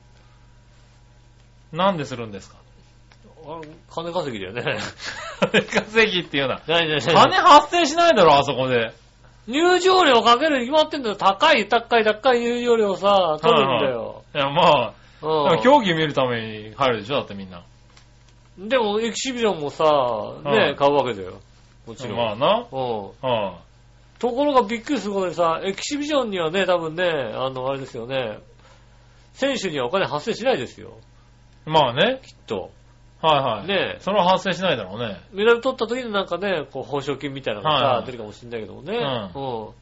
なんでするんですか？ あ金稼ぎだよね。 金稼ぎっていうな。 ないないない。 金発生しないだろ、あそこで。 入場料かけるに決まってんだよ。高い、高い、高い入場料さ、取るんだよ。 はいはい、いや、まあ、うん、競技見るために入るでしょ、だってみんな。 でも、エキシビジョンもさ、ね、買うわけだよ。もちろん。 まあな。 うん。はあ、ところがびっくりすることでさ、エキシビジョンにはね、多分ね、あの、あれですよね、選手にはお金発生しないですよ。 まあね。 きっと。 はいはい。 ねそれは発生しないだろうね。 メダル取った時になんかね、こう、報奨金みたいなのがさ、はいはい、出るかもしれないけどもね。うん。うん、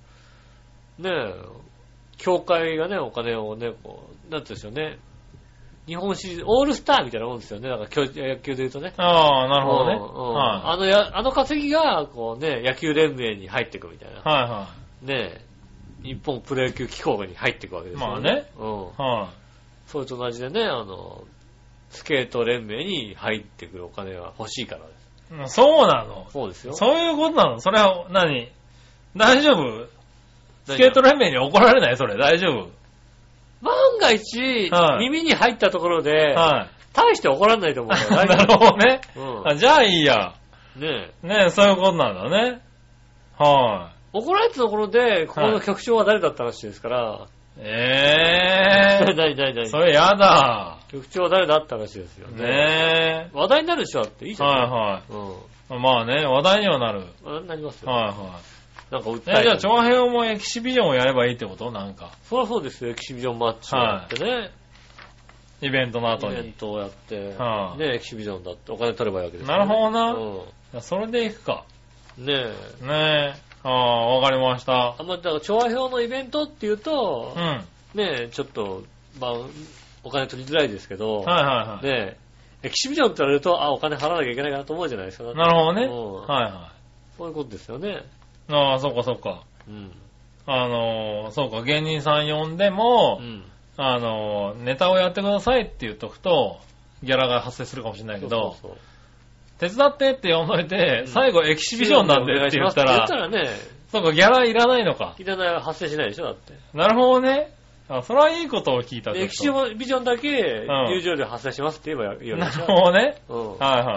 ねえ、協会がね、お金をね、こう、なんて言うんでしょうね。日本シリーズ、オールスターみたいなもんですよね。なんか野球で言うとね。 ああ、なるほどね。 うんうんはい、あのや、あの稼ぎが、こうね、野球連盟に入っていくみたいな。 はいはい。 ねえ、日本プロ野球機構に入っていくわけですよね。 まあね。 うん。 はい。 それと同じでね、あの、スケート連盟に入ってくるお金が欲しいからです。そうなの？ そうですよ。 そういうことなの？それは何？大丈夫？スケート連盟に怒られない？それ大丈夫？ 万が一、はい、耳に入ったところで、 はい、 大して怒らないと思うよ。 なるほどね、うんあ。じゃあいいや。 ねえ。ねえ、そういうことなんだね。はい、 怒られたところで、ここの局長は誰だった話ですから。はい、 えぇ、ー。 何何何それやだ。 局長は誰だった話ですよね。 ねえ。話題になるでしょっていいじゃん。 はいはい。うん、まあね、話題にはなる。 なりますよ。 はいはい。 なんか訴えじゃあ、長編もエキシビジョンをやればいいってことなんか。 そりゃそうですよ、エキシビジョンマッチをやってね。はい、 イベントの後に。 イベントをやって、はあ、ね、エキシビジョンだってお金取ればいいわけですよ、ね。なるほどな。うん、それでいくか。 ねえ。ねえ。ああ、わかりました。 あんまり、だから、調和表のイベントっていうと、 うん、 ねえ、ちょっと、まあ、お金取りづらいですけど、 はいはいはい。 ねえ、エキシビジョンって言われると、あ、お金払わなきゃいけないかなと思うじゃないですか。 なるほどね。うん、はいはい。 そういうことですよね。 ああ、そっかそっか。 うん、 あのー、そうか、芸人さん呼んでも、うん、あのー、ネタをやってくださいって言っとくと、ギャラが発生するかもしれないけど、そうそうそう手伝ってって呼んどいて、うん、最後エキシビジョンなんでって言ったら、 言ったらね、 そうか、ギャラいらないのか。 いらない、発生しないでしょ、だって。 なるほどね。あ、それはいいことを聞いた。 エキシビジョンだけ入場料発生しますって言えばいいわけでしょ。 なるほどね。うん。はいはいはい。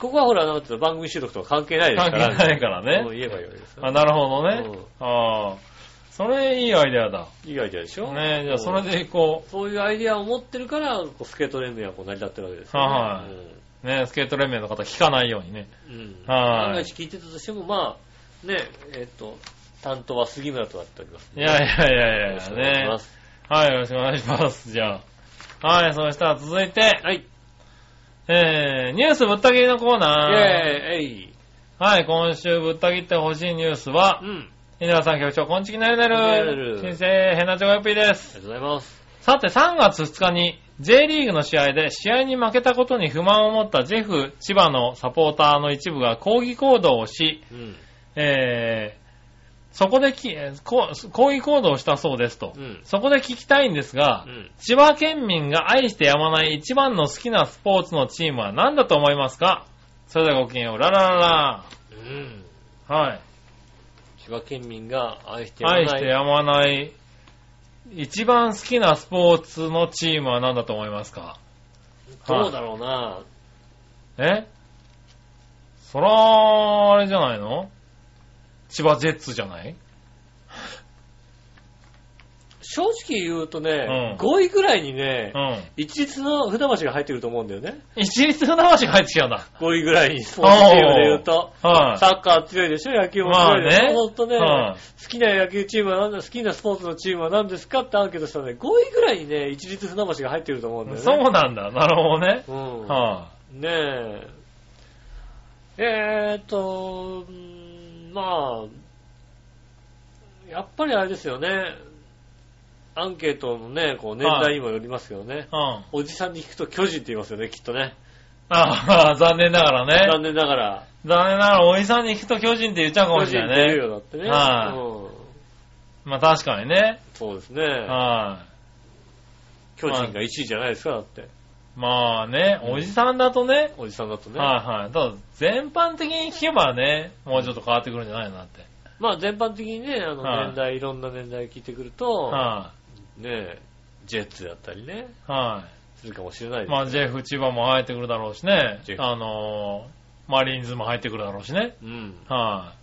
ここはほら、なんていうの、番組収録とか関係ないですから。 関係ないからね。 そう言えばいいわけですよ、 ね。あ、なるほどね。うん、ああ。それいいアイデアだ。 いいアイデアでしょねえ、じゃあそれでこう。そういうアイデアを持ってるから、こうスケート連盟はこう成り立ってるわけですよね。 はい、うん、ねえ、スケート連盟の方聞かないようにね。 うん。はい。万が一聞いてたとしても、まあ、ねえ、えっと、担当は杉村となっております、 ね。いやいやいやいや、ね、よろしくお願いします。はい、よろしくお願いします。じゃあ。はい、そしたら続いて。はい。えー、ニュースぶった切りのコーナー。イェーイ、えい。はい、今週ぶった切ってほしいニュースは、うん。稲田さん局長、こんちきなるなる。先生、ヘナチョコヨッピーです。 ありがとうございます。 さて、さんがつふつかに J リーグの試合で試合に負けたことに不満を持ったジェフ千葉のサポーターの一部が抗議行動をし、うん、えー、そこでき抗議行動をしたそうですと、うん、そこで聞きたいんですが、うん、千葉県民が愛してやまない一番の好きなスポーツのチームは何だと思いますか？それではごきげんよう、ララララ、うん、はい。 千葉県民が愛してやまない。 愛してやまない。一番好きなスポーツのチームは何だと思いますか？ どうだろうな。 え？そら、あれじゃないの？千葉ジェッツじゃない？ 正直言うとね、うん、ごいぐらいにね、うん、一律の船橋が入ってくると思うんだよね。 一律船橋が入ってきちゃうんだ。 ごいぐらいに、スポーツチームで言うと、はい、サッカー強いでしょ、野球も強いでしょ。まあね、ほんとね、はい、好きな野球チームは何だ、好きなスポーツのチームは何ですかってアンケートしたらね、ごいぐらいにね、一律船橋が入ってくると思うんだよね。 そうなんだ、なるほどね。うん。 はあ、ねえ。えーっと、まあ、やっぱりあれですよね。アンケートのね、こう年代にもよりますけどね。はい、うん。おじさんに聞くと巨人って言いますよね、きっとね。 ああ、残念ながらね。 残念ながら。 残念ながら、おじさんに聞くと巨人って言っちゃうかもしれないね。 巨人って言うよ、だってね。はい、 うん。まあ確かにね。 そうですね。はい。巨人がいちいじゃないですか、だって。 まあね、おじさんだとね。 おじさんだとね。 はいはい。ただ、全般的に聞けばね、もうちょっと変わってくるんじゃないのだって。 まあ全般的にね、あの年代、はい、いろんな年代聞いてくると、はい、ねえ、ジェッツだったりね、はい、するかもしれないです、ね。 まあジェフ千葉も入ってくるだろうしね、あのー、マリーンズも入ってくるだろうしね。うん。はい、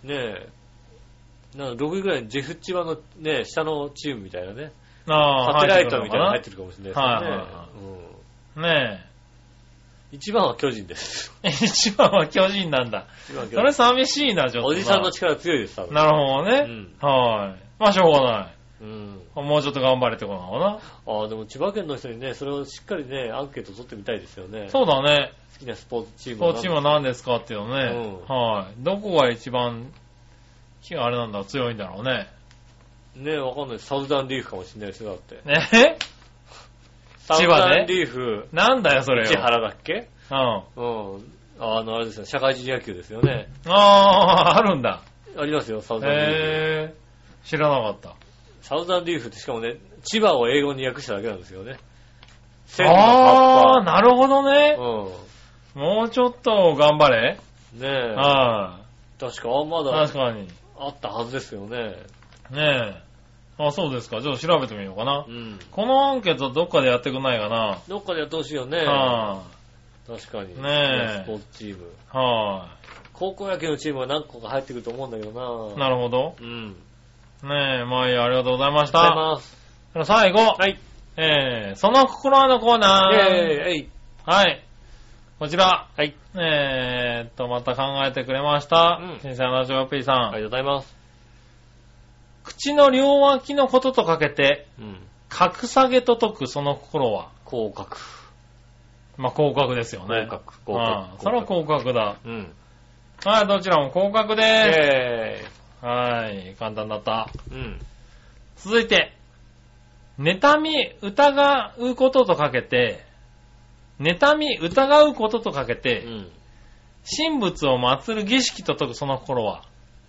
ねえ、なんかろくいぐらいにジェフ千葉のね、下のチームみたいなね、 あサテライトみたいなの入ってるかもしれないですね。はいはいはい、 うん、ねえ。 一番は巨人です。 一番は巨人なんだ。それ寂しいな、ちょっと。 おじさんの力強いです、多分。 なるほどね。うん、はい。まあ、しょうがない。うん。もうちょっと頑張れってことなのかな。 ああ、でも千葉県の人にね、それをしっかりね、アンケート取ってみたいですよね。 そうだね。 好きなスポーツチームは。スポーツチームは何ですかっていうのね。うん、はい。どこが一番、あれなんだ、強いんだろうね。 ねえ、わかんない。サウザンリーフかもしれないですよ、だって。 え千葉ね。リーフ。 なんだよ、それよ。 千原だっけ？うん。うん。あの、あれですよ。社会人野球ですよね。 ああ、あるんだ。 ありますよ、サウザンリーフ。 へー。知らなかった。 サウザンリーフってしかもね、千葉を英語に訳しただけなんですよね。 ああ、なるほどね。うん。もうちょっと頑張れ。 ねえ。はい。確か、あ、まだ。 確かに。 あったはずですよね。 ねえ。あ、そうですか。ちょっと調べてみようかな。うん。このアンケートどっかでやってくんないかな。 どっかでやってほしいよね。はぁ、あ。確かに。ねえ。スポーツチーム。はぁ、あ。高校野球のチームは何個か入ってくると思うんだけどな。 なるほど。うん。ねえ、まあいいや、ありがとうございました。ありがとうございます。最後。はい。えー、その心のコーナー。えー、はい。こちら。はい。えーっと、また考えてくれました。うん。新鮮なジョーピーさん。 ありがとうございます。 口の両脇のこととかけて、うん。格下げと解くその心は。 広角。 まあ、広角ですよね。 広角。広角。ああ、それは広角だ。うん。はい、どちらも広角でーす。えー、はい、簡単だった。うん。続いて、妬み疑うこととかけて、妬み疑うこととかけて、うん、神仏を祀る儀式と解くその心は。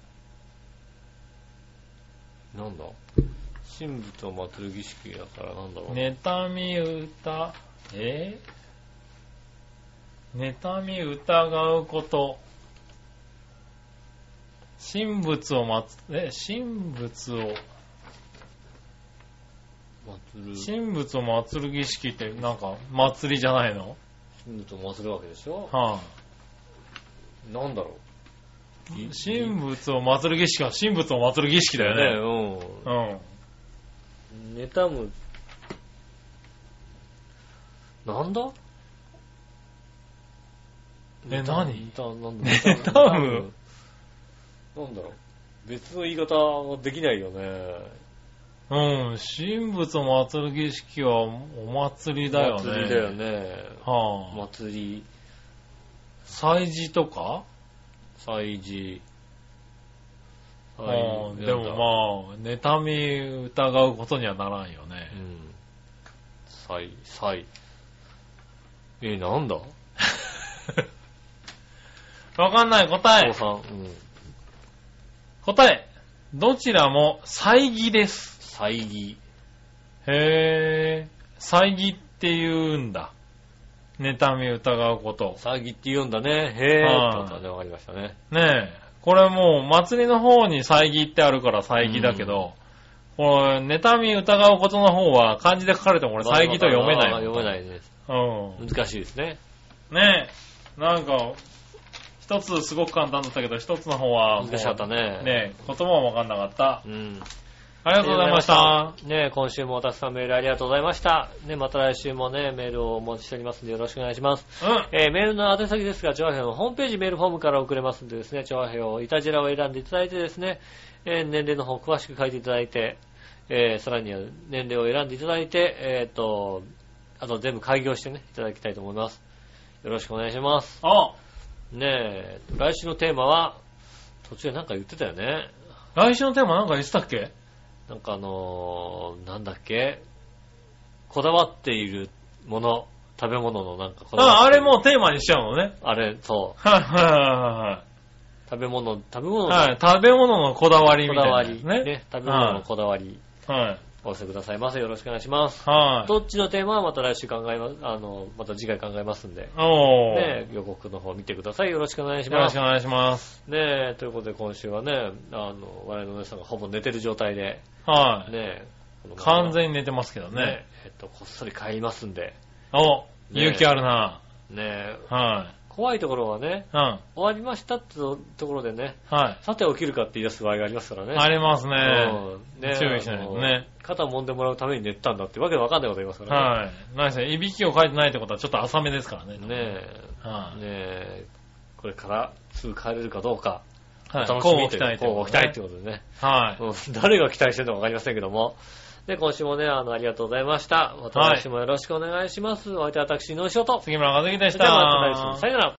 なんだ？神仏を祀る儀式だからなんだろう。 妬み疑、えー、妬み疑うこと。神仏を祀、え、神仏を、祭る。神仏を祀る儀式ってなんか祭りじゃないの？ 神仏を祀るわけでしょ？ はなんだろう。 神仏を祀る儀式は神仏を祀る儀式だよね。 うん。うん。妬む。なんだえ、何？ 妬む。 妬む。 なんだろう。別の言い方はできないよね。 うん。神仏を祀る儀式はお祭りだよね。 祭りだよね。はあ。祭り。 祭事とか？ 祭事。 ああ、でもまあ、妬み疑うことにはならんよね。 うん。祭、祭。え、なんだわかんない、答え。 父さん。うん。 答え。どちらも祭儀です。 祭儀。 へー。祭儀って言うんだ。妬み疑うこと。 祭儀って言うんだね。へー。ってことはね、わかりましたね。 ねえ。これもう祭りの方に祭儀ってあるから祭儀だけど、うん、これ、妬み疑うことの方は漢字で書かれても俺祭儀と読めないもん。 読めないです。うん。難しいですね。 ねえ。なんか、一つすごく簡単だったけど、一つの方は難しかったね。 ねえ、言葉もわかんなかった。 うん。 ありがとうございました。 ねえ、今週もたくさんメールありがとうございました。ね、また来週もね、メールをお待ちしておりますのでよろしくお願いします。うん。えー、メールの宛先ですが、チョアヘヨのホームページメールフォームから送れますんでですね、チョアヘヨ、イタジラを選んでいただいてですね、えー、年齢の方詳しく書いていただいて、えー、さらには年齢を選んでいただいて、えーと、あと全部開業してね、いただきたいと思います。よろしくお願いします。 あねえ、来週のテーマは、途中でなんか言ってたよね。 来週のテーマなんか言ってたっけ？ なんかあのー、なんだっけこだわっているもの、食べ物のなんかこだわっている。 あ、あれもうテーマにしちゃうのね。 あれ、そう。 はいはいはい。 食べ物、食べ物の、 はい、食べ物のこだわりみたいな、ね。 こだわり。ね。食べ物のこだわり。 はい。 お寄せくださいませ。よろしくお願いします。 はい。 どっちのテーマはまた来週考えます。あの、また次回考えますんで。 おー。 ね予告の方見てください。よろしくお願いします。 よろしくお願いします。 ねということで今週はね、あの、我々の皆さんがほぼ寝てる状態で。 はい。 ね完全に寝てますけどね。 ねえっと、こっそり帰りますんで。 お、勇気あるな。 ねはい。 怖いところはね、 うん。 終わりましたってところでね、 はい。 さて起きるかって言い出す場合がありますからね。 ありますね。 うん。ね注意しないとね。 肩を揉んでもらうために寝たんだってわけでわかんないこと言いますからね。はい。何せ、いびきをかいてないってことはちょっと浅めですからね。 ねえ。はい。ねえ。これからすぐ帰れるかどうか。 はい。こうご期待こうご期待ってことでね。 はい。 誰が期待してるのかわかりませんけども。で、今週もね、あの、ありがとうございました。また来週もよろしくお願いします。お相手は私、のしおと。 杉村和樹でした。 ではまた来週。さよなら。